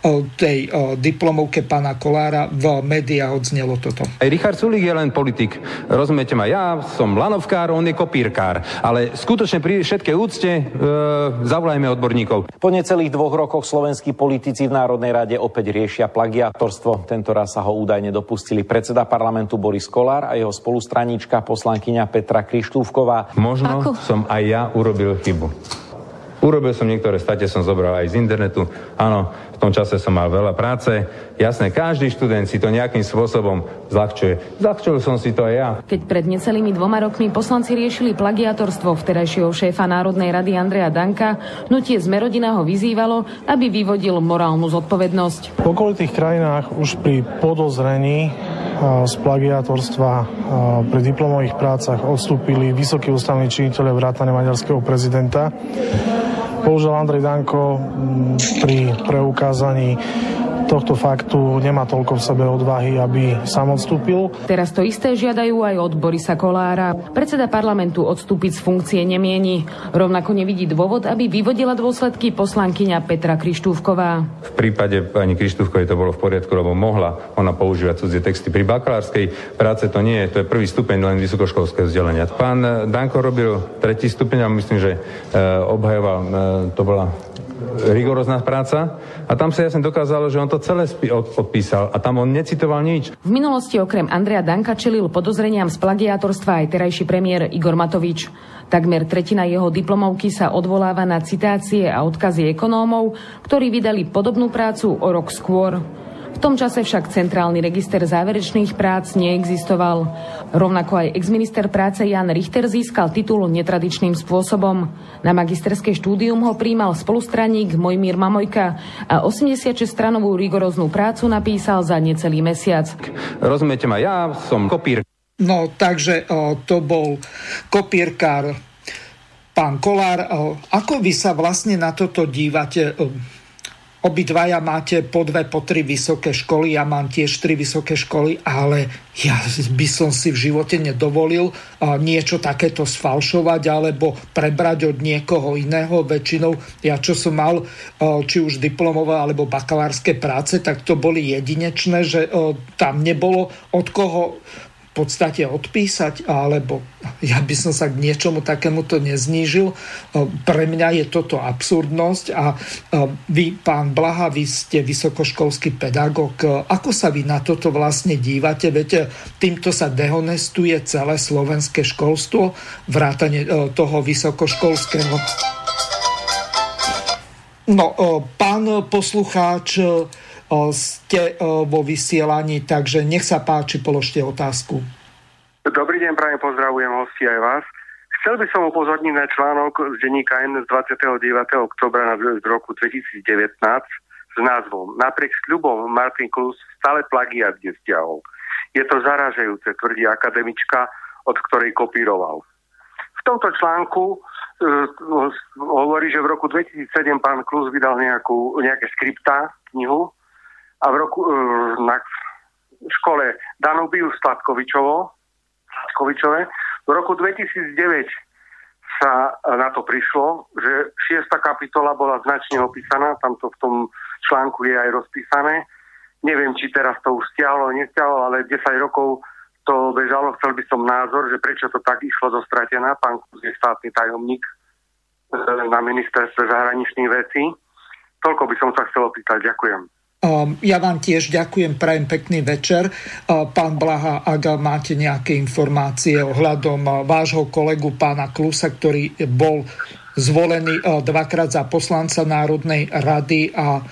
tej diplomovke pána Kollára. V médiách odznelo toto. Aj Richard Sulík je len politik. Rozumiete ma, ja som lanovkár, on je kopírkár. Ale skutočne pri všetkej úcte e, zavolajme odborníkov. Po necelých dvoch rokoch slovenskí politici v Národnej rade opäť riešia plagiátorstvo. Tento raz sa ho údajne dopustili predseda parlamentu Boris Kollár a jeho spolustraníčka poslankyňa Petra Krištúfková. Možno Ako? som aj ja urobil chybu. Urobil som niektoré state, som zobral aj z internetu. Áno, v tom čase som mal veľa práce. Jasné, každý študent si to nejakým spôsobom zľahčuje. Zľahčil som si to aj ja. Keď pred necelými dvoma rokmi poslanci riešili plagiátorstvo vtedajšieho šéfa Národnej rady Andreja Danka, hnutie Smerodina ho vyzývalo, aby vyvodil morálnu zodpovednosť. V okolitých krajinách už pri podozrení z plagiátorstva pri diplomových prácach odstúpili vysokí ústavní činitelia vrátane maďarského prezidenta. Bohužiaľ Andrej Danko pri preukázaní tohto faktu nemá toľko v sebe odvahy, aby sám odstúpil. Teraz to isté žiadajú aj od Borisa Kollára. Predseda parlamentu odstúpiť z funkcie nemieni. Rovnako nevidí dôvod, aby vyvodila dôsledky poslankyňa Petra Krištúfková. V prípade pani Krištúfkovej to bolo v poriadku, lebo mohla ona používať cudzie texty. Pri bakalárskej práce to nie je, to je prvý stupeň len vysokoškolského vzdelania. Pán Danko robil tretí stupeň a myslím, že obhajoval, to bola rigorózna práca a tam sa jasne dokázalo, že on to celé odpísal a tam on necitoval nič. V minulosti okrem Andreja Danka čelil podozreniam z plagiátorstva aj terajší premiér Igor Matovič. Takmer tretina jeho diplomovky sa odvoláva na citácie a odkazy ekonómov, ktorí vydali podobnú prácu o rok skôr. V tom čase však centrálny register záverečných prác neexistoval. Rovnako aj exminister práce Jan Richter získal titul netradičným spôsobom. Na magisterské štúdium ho prijímal spolustraník Mojmír Mamojka a osemdesiatšesťstranovú rigoróznu prácu napísal za necelý mesiac. Rozumiete ma, ja som kopír. No, takže o, to bol kopírkár pán Kollár. O, ako vy sa vlastne na toto dívate? O, Obidvaja máte po dve, po tri vysoké školy, ja mám tiež tri vysoké školy, ale ja by som si v živote nedovolil niečo takéto sfalšovať alebo prebrať od niekoho iného. Väčšinou ja, čo som mal, či už diplomové alebo bakalárske práce, tak to boli jedinečné, že tam nebolo od koho v podstate odpísať, alebo ja by som sa k niečomu takémuto neznížil. Pre mňa je toto absurdnosť a vy, pán Blaha, vy ste vysokoškolský pedagóg. Ako sa vy na toto vlastne dívate? Veď týmto sa dehonestuje celé slovenské školstvo, vrátane toho vysokoškolského. No, pán poslucháč, ste vo vysielaní, takže nech sa páči, položte otázku. Dobrý deň, práve pozdravujem hostí aj vás. Chcel by som upozorniť na článok z denníka N z dvadsiateho deviateho októbra z roku dvetisícdevätnásť s názvom Napriek sľubom Martin Klus stále plagiát nestiahol. Je to zarážajúce, tvrdí akademička, od ktorej kopíroval. V tomto článku uh, hovorí, že v roku dvetisícsedem pán Klus vydal nejakú, nejaké skriptá, knihu, a v roku na škole Danubius Sladkovičovo, Sladkovičove v roku dvetisícdeväť sa na to prišlo, že šiesta kapitola bola značne opísaná, tamto v tom článku je aj rozpísané. Neviem, či teraz to už stiahlo, nestiahlo, ale desať rokov to bežalo. Chcel by som názor, že prečo to tak išlo zostratená. Pán Klus je štátny tajomník na ministerstve zahraničných vecí. Toľko by som sa chcel opýtať. Ďakujem. Ja vám tiež ďakujem, prajem pekný večer. Pán Blaha, ak máte nejaké informácie ohľadom vášho kolegu pána Klusa, ktorý bol zvolený dvakrát za poslanca Národnej rady a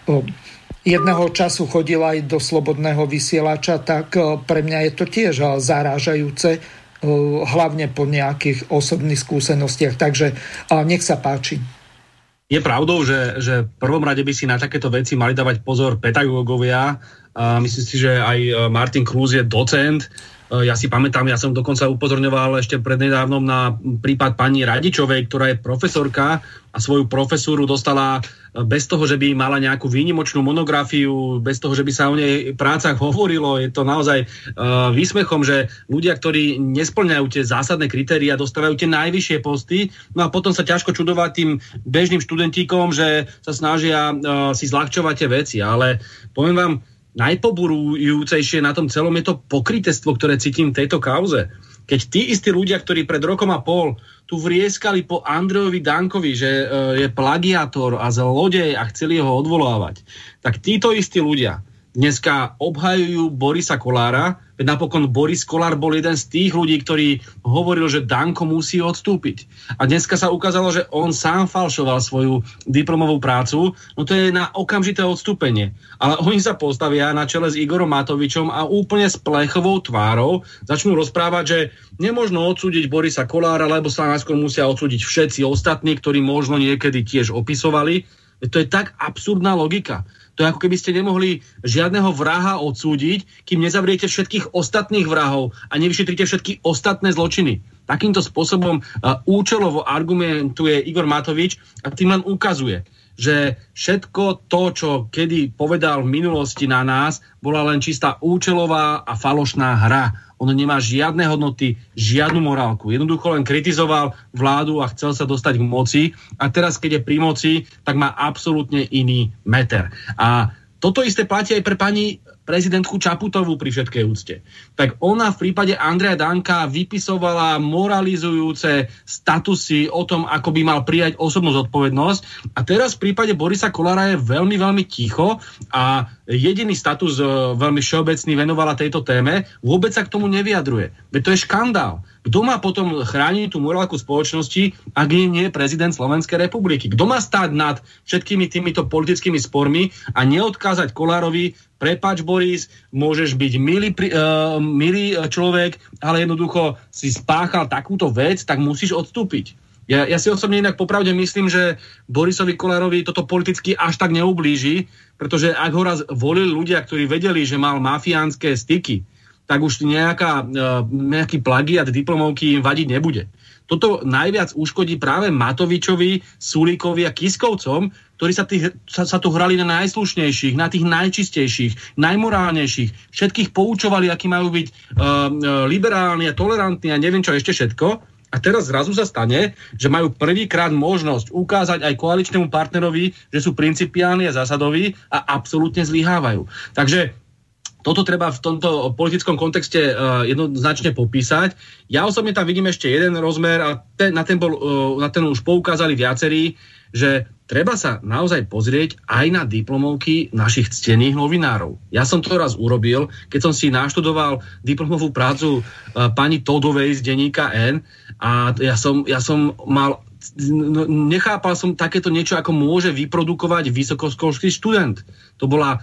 jedného času chodil aj do Slobodného vysielača, tak pre mňa je to tiež zarážajúce, hlavne po nejakých osobných skúsenostiach. Takže nech sa páči. Je pravdou, že, že v prvom rade by si na takéto veci mali dávať pozor pedagógovia. A myslím si, že aj Martin Klus je docent. Ja si pamätám, ja som dokonca upozorňoval ešte prednedávnom na prípad pani Radičovej, ktorá je profesorka a svoju profesúru dostala bez toho, že by mala nejakú výnimočnú monografiu, bez toho, že by sa o nej prácach hovorilo. Je to naozaj uh, výsmechom, že ľudia, ktorí nesplňajú tie zásadné kritériá, dostávajú tie najvyššie posty, no a potom sa ťažko čudovať tým bežným študentíkom, že sa snažia uh, si zľahčovať tie veci. Ale poviem vám, najpoburujúcejšie na tom celom je to pokrytectvo, ktoré cítim v tejto kauze. Keď tí istí ľudia, ktorí pred rokom a pol tu vrieskali po Andrejovi Dankovi, že je plagiátor a zlodej a chceli ho odvolávať, tak títo istí ľudia dneska obhajujú Borisa Kollára, veď napokon Boris Kollár bol jeden z tých ľudí, ktorí hovoril, že Danko musí odstúpiť. A dneska sa ukázalo, že on sám falšoval svoju diplomovú prácu, no to je na okamžité odstúpenie. Ale oni sa postavia na čele s Igorom Matovičom a úplne s plechovou tvárou začnú rozprávať, že nemožno odsúdiť Borisa Kollára, lebo sa najskôr musia odsúdiť všetci ostatní, ktorí možno niekedy tiež opisovali. To je tak absurdná logika. To je ako keby ste nemohli žiadneho vraha odsúdiť, kým nezavriete všetkých ostatných vrahov a nevyšetríte všetky ostatné zločiny. Takýmto spôsobom uh, účelovo argumentuje Igor Matovič a tým len ukazuje, že všetko to, čo kedy povedal v minulosti na nás, bola len čistá účelová a falošná hra. Ono nemá žiadne hodnoty, žiadnu morálku. Jednoducho len kritizoval vládu a chcel sa dostať k moci. A teraz, keď je pri moci, tak má absolútne iný meter. A toto isté platí aj pre pani prezidentku Čaputovú pri všetkej úcte. Tak ona v prípade Andreja Danka vypisovala moralizujúce statusy o tom, ako by mal prijať osobnú zodpovednosť. A teraz v prípade Borisa Kollára je veľmi, veľmi ticho a jediný status veľmi všeobecný venovala tejto téme, vôbec sa k tomu nevyjadruje. Veď to je škandál. Kto má potom chrániť tú morálku spoločnosti, ak nie je prezident Slovenskej republiky? Kto má stáť nad všetkými týmito politickými spormi a neodkázať Kollárovi: prepáč Boris, môžeš byť milý, uh, milý človek, ale jednoducho si spáchal takúto vec, tak musíš odstúpiť. Ja, ja si osobne inak popravde myslím, že Borisovi Kollárovi toto politicky až tak neublíži, pretože ak ho raz volili ľudia, ktorí vedeli, že mal mafiánske styky, tak už nejaká, nejaký plagiat diplomovky im vadiť nebude. Toto najviac uškodí práve Matovičovi, Sulíkovi a Kiskovcom, ktorí sa, tých, sa, sa tu hrali na najslušnejších, na tých najčistejších, najmorálnejších. Všetkých poučovali, akí majú byť uh, liberálni a tolerantní a neviem čo ešte všetko. A teraz zrazu sa stane, že majú prvýkrát možnosť ukázať aj koaličnému partnerovi, že sú principiálni a zásadoví a absolútne zlyhávajú. Takže toto treba v tomto politickom kontexte uh, jednoznačne popísať. Ja osobne tam vidím ešte jeden rozmer a ten, na, ten bol, uh, na ten už poukázali viacerí, že treba sa naozaj pozrieť aj na diplomovky našich ctených novinárov. Ja som to raz urobil, keď som si naštudoval diplomovú prácu uh, pani Todovej z denníka N a ja som, ja som mal nechápal som takéto niečo, ako môže vyprodukovať vysokoškolský študent. To bola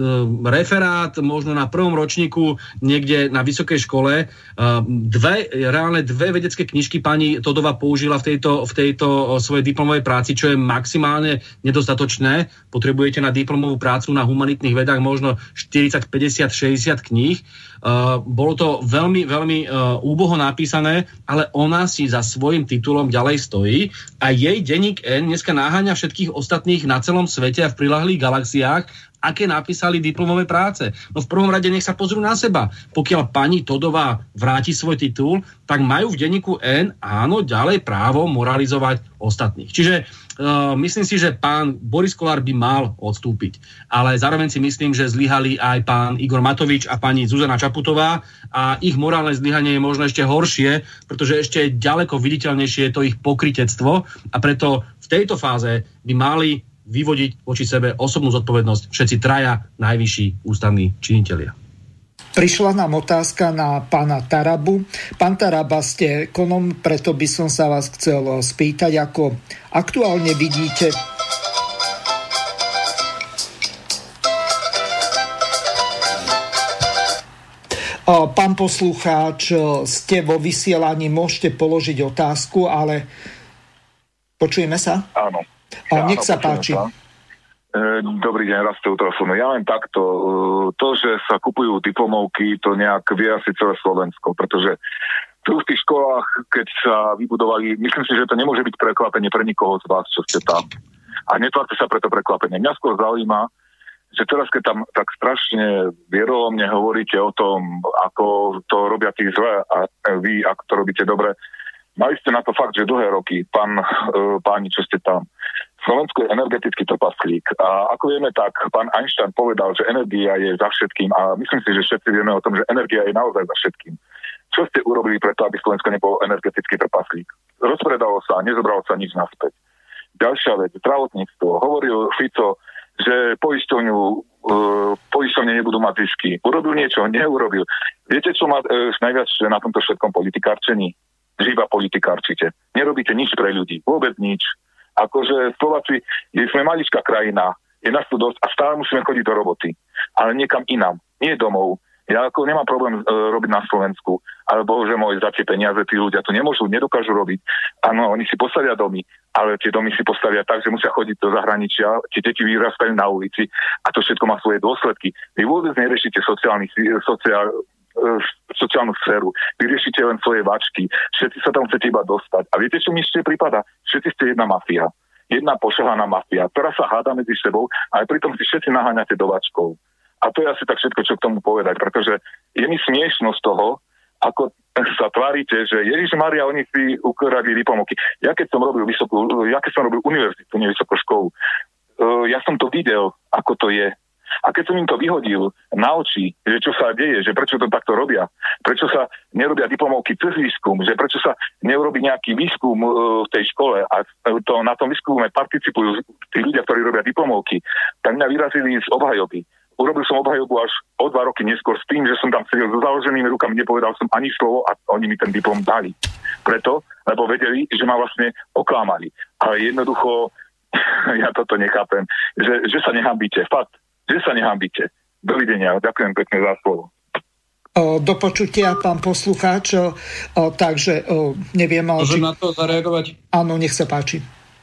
referát možno na prvom ročníku niekde na vysokej škole. Dve, reálne dve vedecké knižky pani Todová použila v tejto, v tejto svojej diplomovej práci, čo je maximálne nedostatočné. Potrebujete na diplomovú prácu na humanitných vedách možno štyridsať, päťdesiat, šesťdesiat kníh. Bolo to veľmi, veľmi úboho napísané, ale ona si za svojím titulom ďalej stojí a jej denník N dneska naháňa všetkých ostatných na celom svete a v prilahlých galaxiách, aké napísali diplomové práce. No v prvom rade nech sa pozrú na seba. Pokiaľ pani Todová vráti svoj titul, tak majú v denníku N áno ďalej právo moralizovať ostatných. Čiže uh, myslím si, že pán Boris Kollár by mal odstúpiť. Ale zároveň si myslím, že zlyhali aj pán Igor Matovič a pani Zuzana Čaputová a ich morálne zlyhanie je možno ešte horšie, pretože ešte ďaleko viditeľnejšie je to ich pokrytectvo a preto v tejto fáze by mali vyvodiť voči sebe osobnú zodpovednosť všetci traja najvyšší ústavní činitelia. Prišla nám otázka na pána Tarabu. Pán Taraba, ste ekonom, preto by som sa vás chcel spýtať, ako aktuálne vidíte Pán poslucháč, ste vo vysielaní, môžete položiť otázku, ale počujeme sa? Áno. A nech sa páči. Sa. Dobrý deň, raz to telefónu. Ja len takto. To, že sa kupujú diplomovky, to nejak vie asi celé Slovensko, pretože tu v tých školách, keď sa vybudovali, myslím si, že to nemôže byť prekvapenie pre nikoho z vás, čo ste tam. A netvárte sa preto prekvapenie. Mňa skôr zaujíma, že teraz, keď tam tak strašne vierolovne hovoríte o tom, ako to robia tí zle a vy, ako to robíte dobre, mali ste na to fakt, že dlhé roky, pán, páni, čo ste tam. Slovensko je energetický trpaslík a ako vieme, tak pán Einstein povedal, že energia je za všetkým a myslím si, že všetci vieme o tom, že energia je naozaj za všetkým. Čo ste urobili preto, aby Slovensko nebol energetický trpaslík? Rozpredalo sa, nezobralo sa nič naspäť. Ďalšia vec, zdravotníctvo. Hovoril Fico, že poisťovňu, e, poisťovne nebudú mať zisky. Urobil niečo? Neurobil. Viete, čo má e, najviac na tomto všetkom politikárčení? Že iba politikárčite. Nerobíte nič pre ľudí. Vôbec nič. Akože Slováci, sme maličká krajina, je nás tu dosť a stále musíme chodiť do roboty. Ale niekam inám, nie domov. Ja ako nemám problém e, robiť na Slovensku, ale bože môj, za tie peniaze tí ľudia to nemôžu, nedokážu robiť. Áno, oni si postavia domy, ale tie domy si postavia tak, že musia chodiť do zahraničia, tie deti vyrastajú na ulici a to všetko má svoje dôsledky. Vy vôbec neriešite sociálny, sociál, sociálnu sféru. Vy riešite len svoje vačky. Všetci sa tam chcete iba dostať. A viete, čo mi ešte prípada? Všetci ste jedna mafia. Jedna pošahaná mafia, ktorá sa háda medzi sebou, ale pritom si všetci naháňate do vačkov. A to je asi tak všetko, čo k tomu povedať, pretože je mi smiešnosť toho, ako sa tvárite, že Ježiš Maria, oni si ukradli diplomovky. Ja keď som robil vysokú, ja keď som robil univerzitu, nie vysokú školu, ja som to videl, ako to je. A keď som im to vyhodil na oči, že čo sa deje, že prečo to takto robia, prečo sa nerobia diplomovky cez výskum, že prečo sa neurobi nejaký výskum v tej škole a to, na tom výskume participujú tí ľudia, ktorí robia diplomovky, tak mňa vyrazili z obhajoby. Urobil som obhajobu až o dva roky neskôr s tým, že som tam sedel so založenými rukami, nepovedal som ani slovo a oni mi ten diplom dali. Preto, lebo vedeli, že ma vlastne oklamali. Ale jednoducho, ja toto nechápem, že, že sa nehambíte. Fakt. Že sa nehambíte. Dovidenia. Ďakujem pekne za slovo. Do počutia, pán poslucháč. Takže neviem... Môžem či... na to zareagovať? Áno, nech sa páči.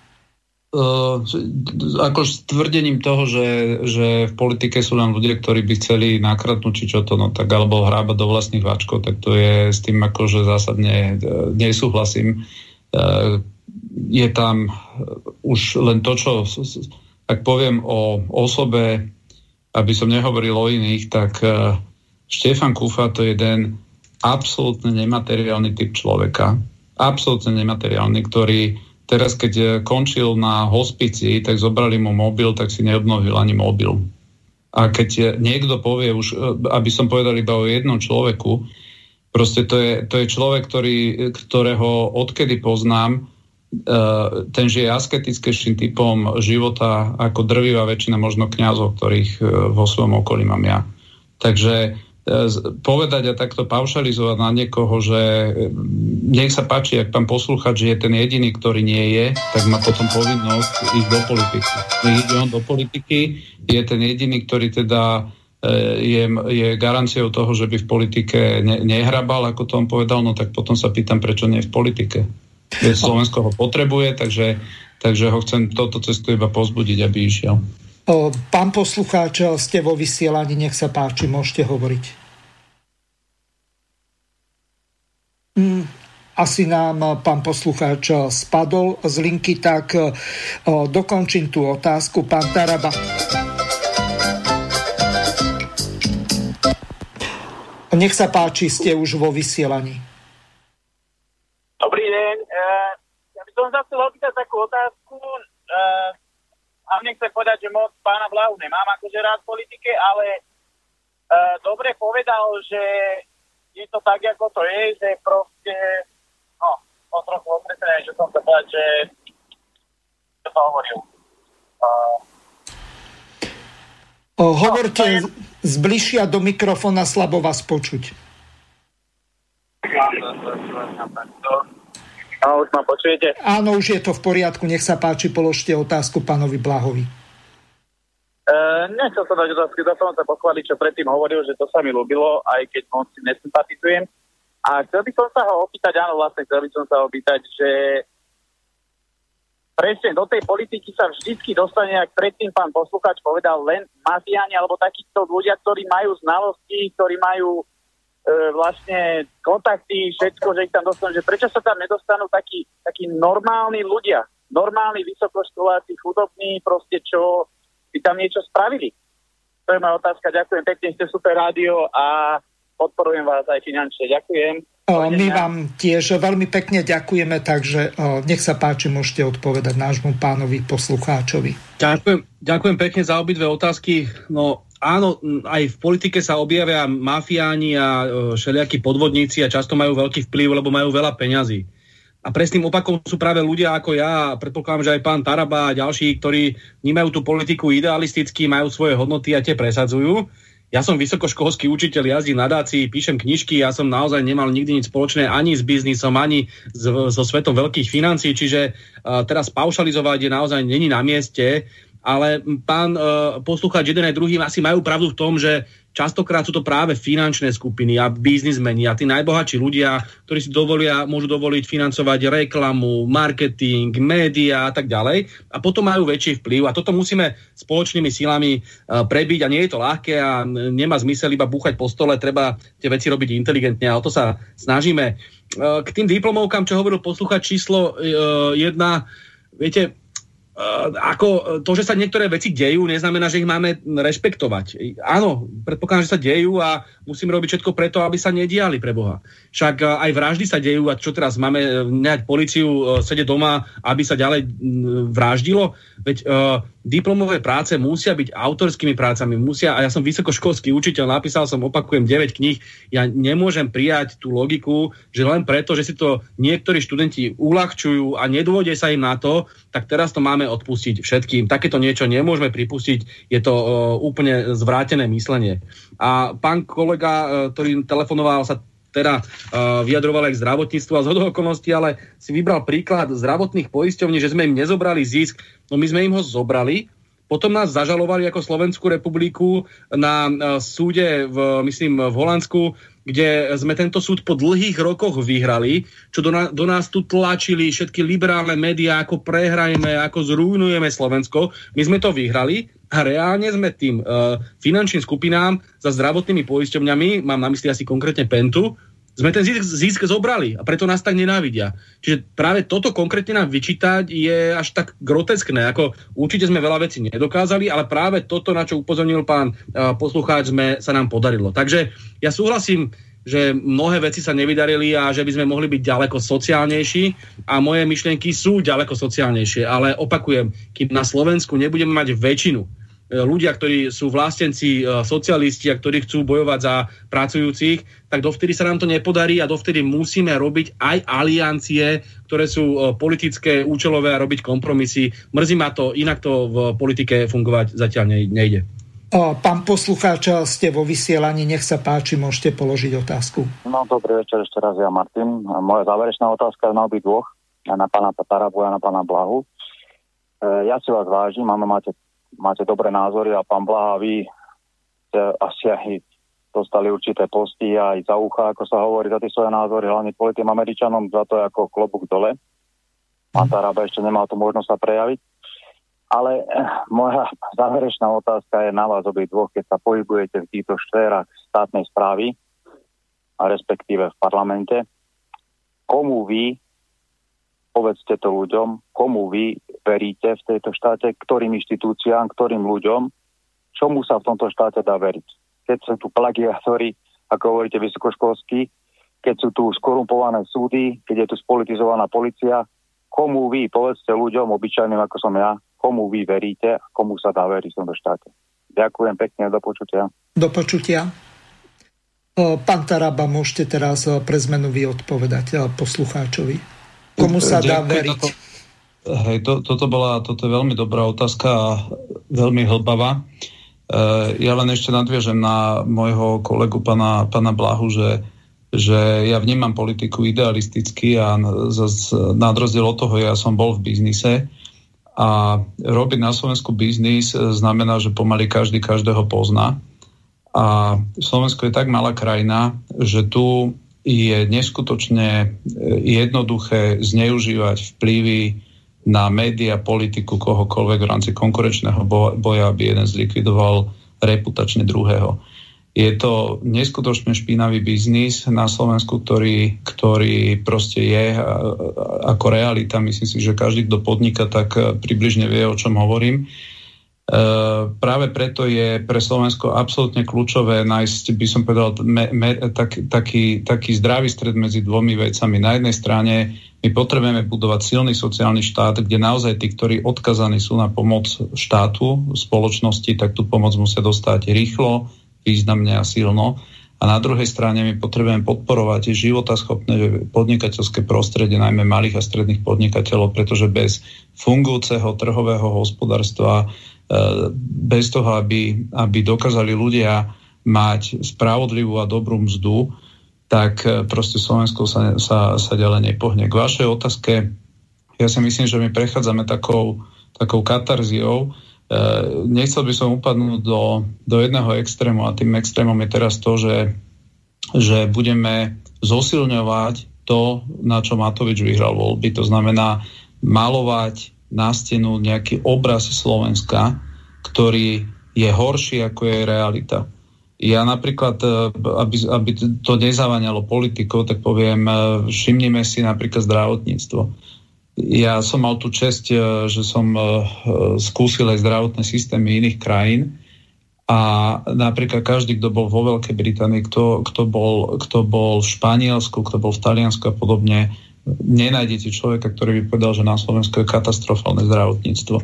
Uh, ako s tvrdením toho, že, že v politike sú len ľudia, ktorí by chceli nakradnúť či čo to, no tak alebo hrábať do vlastných váčkov, tak to je s tým akože zásadne uh, nesúhlasím. Uh, je tam už len to, čo ak poviem o osobe, aby som nehovoril o iných, tak uh, Štefan Kufa to je jeden absolútne nemateriálny typ človeka. Absolútne nemateriálny, ktorý teraz, keď končil na hospici, tak zobrali mu mobil, tak si neobnovil ani mobil. A keď niekto povie už, aby som povedal iba o jednom človeku, proste to je, to je človek, ktorý, ktorého odkedy poznám, ten žije asketickejším typom života ako drvivá väčšina možno kňazov, ktorých vo svojom okolí mám ja. Takže povedať a takto paušalizovať na niekoho, že nech sa páči, ak pán poslúchať, že je ten jediný, ktorý nie je, tak má potom povinnosť ísť do politiky. Ide on do politiky, je ten jediný, ktorý teda je, je garanciou toho, že by v politike ne, nehrabal, ako to on povedal, no tak potom sa pýtam, prečo nie v politike. Slovensko ho potrebuje, takže, takže ho chcem toto cestu iba pozbudiť, aby išiel. Pán poslucháč, ste vo vysielaní, nech sa páči, môžete hovoriť. Asi nám pán poslucháč spadol z linky, tak dokončím tú otázku. Pán Taraba. Nech sa páči, ste už vo vysielaní. Dobrý deň. Ja by som sa chcel opýtať takú otázku. A nechcem povedať, že moc pána Blahu nemám akože rád v politike, ale e, dobre povedal, že je to tak, ako to je, že proste, no, o trochu okreslené, že som sa povedať, že čo to hovoril. O, hovorte zbližšia do mikrofóna, slabo vás počuť. No, už ma počujete? Áno, už je to v poriadku. Nech sa páči, položte otázku pánovi Blahovi. Uh, nechcel som dať otázky, to som sa pochváliť, čo predtým hovoril, že to sa mi ľúbilo, aj keď moc si nesympatizujem. A chcel by som sa ho opýtať, áno, vlastne chcel by som sa ho opýtať, že presne do tej politiky sa vždycky dostane, ak predtým pán poslucháč povedal, len mafiáni, alebo takíto ľudia, ktorí majú znalosti, ktorí majú e, vlastne kontakty, všetko, že ich tam dostanú, že prečo sa tam nedostanú takí, takí normálni ľudia, normálni vysokoškoláci, chudobní, proste čo by tam niečo spravili. To je moja otázka. Ďakujem pekne, ste super rádio a podporujem vás aj finančne. Ďakujem. O, my vám tiež veľmi pekne ďakujeme, takže o, nech sa páči, môžete odpovedať nášmu pánovi poslucháčovi. Ďakujem, ďakujem pekne za obidve otázky. No áno, aj v politike sa objavia mafiáni a e, všelijakí podvodníci a často majú veľký vplyv, lebo majú veľa peňazí. A presným opakom sú práve ľudia ako ja, predpokladám, že aj pán Taraba a ďalší, ktorí vnímajú tú politiku idealisticky, majú svoje hodnoty a tie presadzujú. Ja som vysokoškolský učiteľ, jazdím na dácii, píšem knižky, ja som naozaj nemal nikdy nič spoločné ani s biznisom, ani so, so svetom veľkých financií, čiže uh, teraz paušalizovať je naozaj není na mieste, ale pán uh, poslucháč, jeden aj druhý asi majú pravdu v tom, že častokrát sú to práve finančné skupiny a biznismeni a tí najbohatší ľudia, ktorí si dovolia, môžu dovoliť financovať reklamu, marketing, média a tak ďalej a potom majú väčší vplyv a toto musíme spoločnými silami prebiť a nie je to ľahké a nemá zmysel iba búchať po stole, treba tie veci robiť inteligentne a o to sa snažíme. K tým diplomovkám, čo hovoril posluchač číslo jedna, viete, Uh, ako to, že sa niektoré veci dejú, neznamená, že ich máme rešpektovať. Áno, predpokladám, že sa dejú a musíme robiť všetko preto, aby sa nediali, pre Boha. Však uh, aj vraždy sa dejú a čo teraz máme nehať políciu uh, sedieť doma, aby sa ďalej uh, vraždilo? Veď uh, diplomové práce musia byť autorskými prácami, musia, a ja som vysokoškolský učiteľ, napísal som, opakujem, deväť kníh, ja nemôžem prijať tú logiku, že len preto, že si to niektorí študenti uľahčujú a nedôjde sa im na to, tak teraz to máme odpustiť všetkým. Takéto niečo nemôžeme pripustiť, je to uh, úplne zvrátené myslenie. A pán kolega, uh, ktorý telefonoval, sa teda uh, vyjadroval aj k zdravotníctvu a zhodou okolností, ale si vybral príklad zdravotných poisťovní, že sme im nezobrali zisk. No my sme im ho zobrali, potom nás zažalovali ako Slovenskú republiku na uh, súde, v, myslím, v Holandsku, kde sme tento súd po dlhých rokoch vyhrali, čo do, na, do nás tu tlačili všetky liberálne médiá, ako prehrajeme, ako zrujnujeme Slovensko. My sme to vyhrali a reálne sme tým uh, finančným skupinám za zdravotnými poisťovňami, mám na mysli asi konkrétne Pentu, sme ten zisk, zisk zobrali a preto nás tak nenávidia. Čiže práve toto konkrétne nám vyčítať je až tak groteskné. Ako určite sme veľa vecí nedokázali, ale práve toto, na čo upozornil pán uh, poslucháč, sme, sa nám podarilo. Takže ja súhlasím, že mnohé veci sa nevydarili a že by sme mohli byť ďaleko sociálnejší a moje myšlienky sú ďaleko sociálnejšie, ale opakujem, kým na Slovensku nebudeme mať väčšinu ľudia, ktorí sú vlastenci, socialisti a ktorí chcú bojovať za pracujúcich, tak dovtedy sa nám to nepodarí a dovtedy musíme robiť aj aliancie, ktoré sú politické, účelové a robiť kompromisy. Mrzí ma to, inak to v politike fungovať zatiaľ nejde. Pán poslucháč, ste vo vysielaní, nech sa páči, môžete položiť otázku. No, dobrý večer, ešte raz ja, Martin. Moja záverečná otázka je na obi dvoch, na pána Tarabu a na pána Blahu. Ja si vás vážim, máme, máte máte dobré názory a pán Blaha, vy ste asi aj dostali určité posty aj za ucha, ako sa hovorí, za tie svoje názory, hlavne kvôli tým Američanom, za to je ako klobúk dole. Pán Taraba ešte nemal tú možnosť sa prejaviť. Ale moja záverečná otázka je na vás obi dvoch, keď sa pohybujete v týchto šférach štátnej správy a respektíve v parlamente. Komu vy, povedzte to ľuďom, komu vy veríte v tejto štáte, ktorým inštitúciám, ktorým ľuďom, čomu sa v tomto štáte dá veriť. Keď sú tu plagiátori, ako hovoríte, vysokoškolskí, keď sú tu skorumpované súdy, keď je tu spolitizovaná polícia, komu vy, povedzte ľuďom, obyčajným ako som ja, komu vy veríte a komu sa dá veriť v tomto štáte. Ďakujem pekne, do počutia. Do počutia. Pán Taraba, môžete teraz pre zmenu vy odpovedať poslucháčovi. Komu sa dá veriť? hej, to, toto, bola, toto je veľmi dobrá otázka a veľmi hlbavá. Uh, ja len ešte nadviežem na môjho kolegu pana, pana Blahu, že, že ja vnímam politiku idealisticky a nad rozdiel od toho ja som bol v biznise a robiť na Slovensku biznis znamená, že pomaly každý každého pozná. A Slovensko je tak malá krajina, že tu je neskutočne jednoduché zneužívať vplyvy na média, politiku, kohokoľvek v rámci konkurenčného boja, aby jeden zlikvidoval reputačne druhého. Je to neskutočne špinavý biznis na Slovensku, ktorý, ktorý proste je ako realita. Myslím si, že každý, kto podniká, tak približne vie, o čom hovorím. Uh, práve preto je pre Slovensko absolútne kľúčové nájsť, by som povedal, me, me, tak, taký, taký zdravý stred medzi dvomi vecami. Na jednej strane my potrebujeme budovať silný sociálny štát, kde naozaj tí, ktorí odkazaní sú na pomoc štátu, spoločnosti, tak tú pomoc musia dostať rýchlo, významne a silno. A na druhej strane my potrebujeme podporovať životaschopné podnikateľské prostredie, najmä malých a stredných podnikateľov, pretože bez fungujúceho trhového hospodárstva, bez toho, aby, aby dokázali ľudia mať spravodlivú a dobrú mzdu, tak proste Slovensko sa, sa, sa ďalej nepohne. K vašej otázke, ja si myslím, že my prechádzame takou, takou katarziou. Nechcel by som upadnúť do, do jedného extrému a tým extrémom je teraz to, že, že budeme zosilňovať to, na čo Matovič vyhral voľby. To znamená malovať na stenu nejaký obraz Slovenska, ktorý je horší, ako je realita. Ja napríklad, aby, aby to nezaváňalo politikou, tak poviem, všimnime si napríklad zdravotníctvo. Ja som mal tú česť, že som skúsil aj zdravotné systémy iných krajín a napríklad každý, kto bol vo Veľkej Británii, kto, kto, bol, kto bol v Španielsku, kto bol v Taliansku a podobne, nenájdete človeka, ktorý by povedal, že na Slovensku je katastrofálne zdravotníctvo.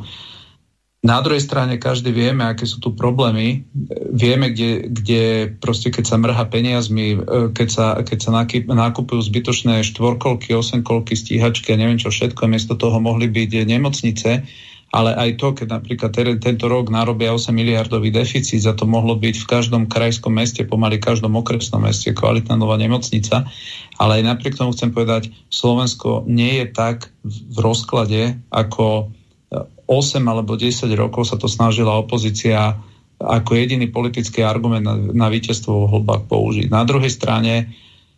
Na druhej strane každý vieme, aké sú tu problémy. Vieme, kde, kde proste keď sa mrhá peniazmi, keď sa, keď sa nakupujú zbytočné štvorkolky, osemkolky, stíhačky a neviem čo všetko, miesto toho mohli byť nemocnice, ale aj to, keď napríklad tento rok narobia osem miliardový deficit, za to mohlo byť v každom krajskom meste, pomaly každom okresnom meste kvalitná nová nemocnica. Ale aj napriek tomu chcem povedať, Slovensko nie je tak v rozklade, ako osem alebo desať rokov sa to snažila opozícia ako jediný politický argument na, na víťazstvo v voľbách použiť. Na druhej strane,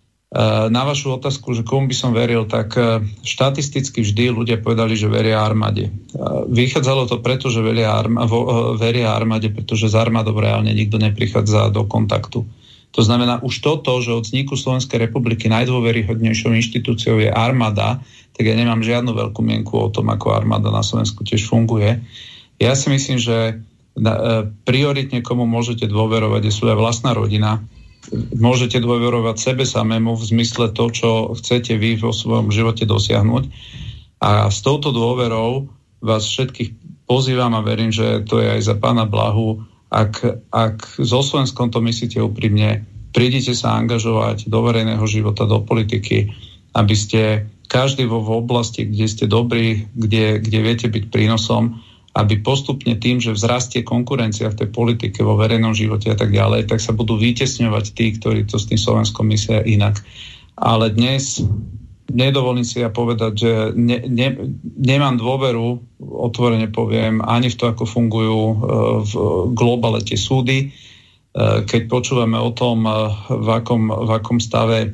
na vašu otázku, že komu by som veril, tak štatisticky vždy ľudia povedali, že veria armáde. Vychádzalo to preto, že veria, arma, veria armáde, pretože z armádou reálne nikto neprichádza do kontaktu. To znamená, už toto, že od vzniku Slovenskej republiky najdôveryhodnejšou inštitúciou je armáda, tak ja nemám žiadnu veľkú mienku o tom, ako armáda na Slovensku tiež funguje. Ja si myslím, že prioritne komu môžete dôverovať je svoja vlastná rodina. Môžete dôverovať sebe samému v zmysle to, čo chcete vy vo svojom živote dosiahnuť. A s touto dôverou vás všetkých pozývam a verím, že to je aj za pána Blahu. Ak, ak so Slovenskom to myslíte úprimne, prídite sa angažovať do verejného života, do politiky, aby ste každý vo v oblasti, kde ste dobrí, kde, kde viete byť prínosom, aby postupne tým, že vzrastie konkurencia v tej politike, vo verejnom živote a tak ďalej, tak sa budú vytesňovať tí, ktorí to s tým Slovenskom myslia inak. Ale dnes nedovolím si ja povedať, že ne, ne, nemám dôveru, otvorene poviem, ani v to, ako fungujú v globále tie súdy. Keď počúvame o tom, v akom, v akom stave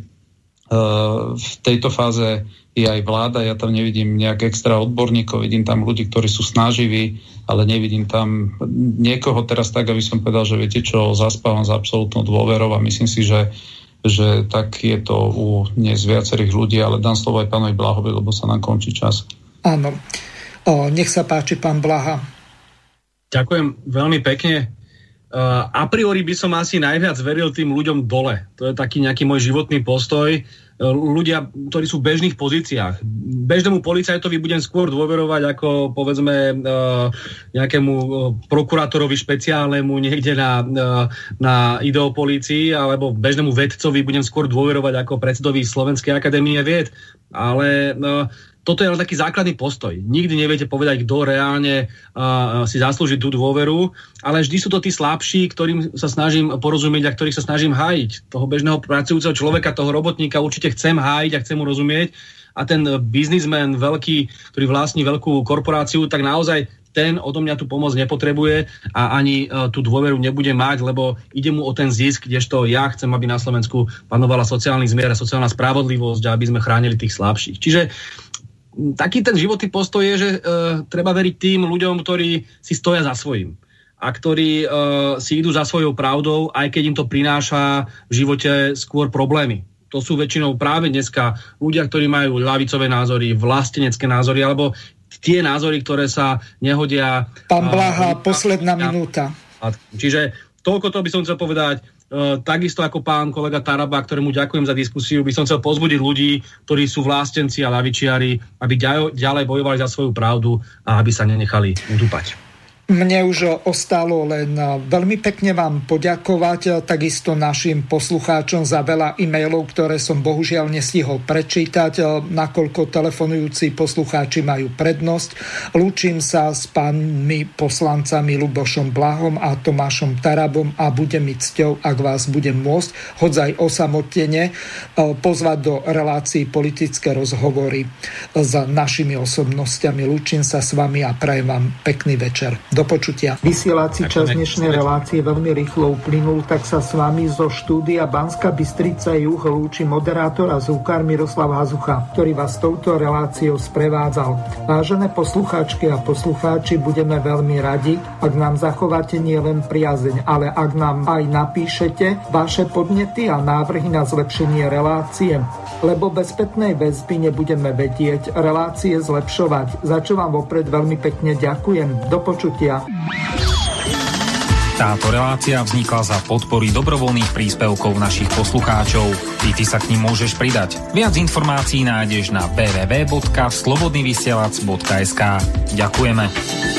v tejto fáze je aj vláda, ja tam nevidím nejak extra odborníkov, vidím tam ľudí, ktorí sú snaživí, ale nevidím tam niekoho teraz tak, aby som povedal, že viete čo, zaspávam s absolútnou dôverou a myslím si, že že tak je to u dnes viacerých ľudí, ale dám slovo aj pánovi Blahovi, lebo sa nám končí čas. Áno. O, nech sa páči, pán Blaha. Ďakujem veľmi pekne. Uh, a priori by som asi najviac veril tým ľuďom dole. To je taký nejaký môj životný postoj. Uh, ľudia, ktorí sú v bežných pozíciách. Bežnému policajtovi budem skôr dôverovať ako povedzme uh, nejakému uh, prokurátorovi špeciálnemu niekde na, uh, na ideopolícii, alebo bežnému vedcovi budem skôr dôverovať ako predsedovi Slovenskej akadémie vied. Ale uh, toto je len taký základný postoj. Nikdy neviete povedať, kto reálne uh, si zaslúži tú dôveru, ale vždy sú to tí slabší, ktorým sa snažím porozumieť a ktorých sa snažím hájiť. Toho bežného pracujúceho človeka, toho robotníka určite chcem hájiť a chcem mu rozumieť. A ten biznismen veľký, ktorý vlastní veľkú korporáciu, tak naozaj ten odo mňa tú pomoc nepotrebuje a ani uh, tú dôveru nebude mať, lebo ide mu o ten zisk, kdežto ja chcem, aby na Slovensku panovala sociálny zmier a sociálna spravodlivosť a aby sme chránili tých slabších. Čiže taký ten životný postoj je, že uh, treba veriť tým ľuďom, ktorí si stoja za svojím a ktorí uh, si idú za svojou pravdou, aj keď im to prináša v živote skôr problémy. To sú väčšinou práve dneska ľudia, ktorí majú ľavicové názory, vlastenecké názory, alebo tie názory, ktoré sa nehodia... Pán Blaha, uh, posledná minúta. Čiže toľko to by som chcel povedať. Uh, takisto ako pán kolega Taraba, ktorému ďakujem za diskusiu, by som chcel pozbudiť ľudí, ktorí sú vlástenci a ľavičiari, aby ďalej bojovali za svoju pravdu a aby sa nenechali udúpať. Mne už ostalo len veľmi pekne vám poďakovať, takisto našim poslucháčom za veľa e-mailov, ktoré som bohužiaľ nestihol prečítať, nakoľko telefonujúci poslucháči majú prednosť. Lúčim sa s pánmi poslancami Ľubošom Blahom a Tomášom Tarabom a bude mi cťou, ak vás budem môcť, hoď aj osamotene, pozvať do relácií politické rozhovory s našimi osobnostiami. Lúčim sa s vami a prajem vám pekný večer. Do počutia. Vysielací čas dnešnej relácie veľmi rýchlo uplynul, tak sa s vami zo štúdia Banská Bystrica Juh lúči moderátor a zvukár Miroslav Hazucha, ktorý vás touto reláciou sprevádzal. Vážené poslucháčky a poslucháči, budeme veľmi radi, ak nám zachováte nielen priazeň, ale ak nám aj napíšete vaše podnety a návrhy na zlepšenie relácie, lebo bez spätnej väzby nebudeme vedieť relácie zlepšovať. Za čo vám vopred veľmi pekne ďakujem. Do počutia. Táto relácia vznikla za podpory dobrovoľných príspevkov našich poslucháčov. Ty, ty sa k nim môžeš pridať. Viac informácií nájdeš na w w w bodka slobodnyvysielac bodka es ka. Ďakujeme.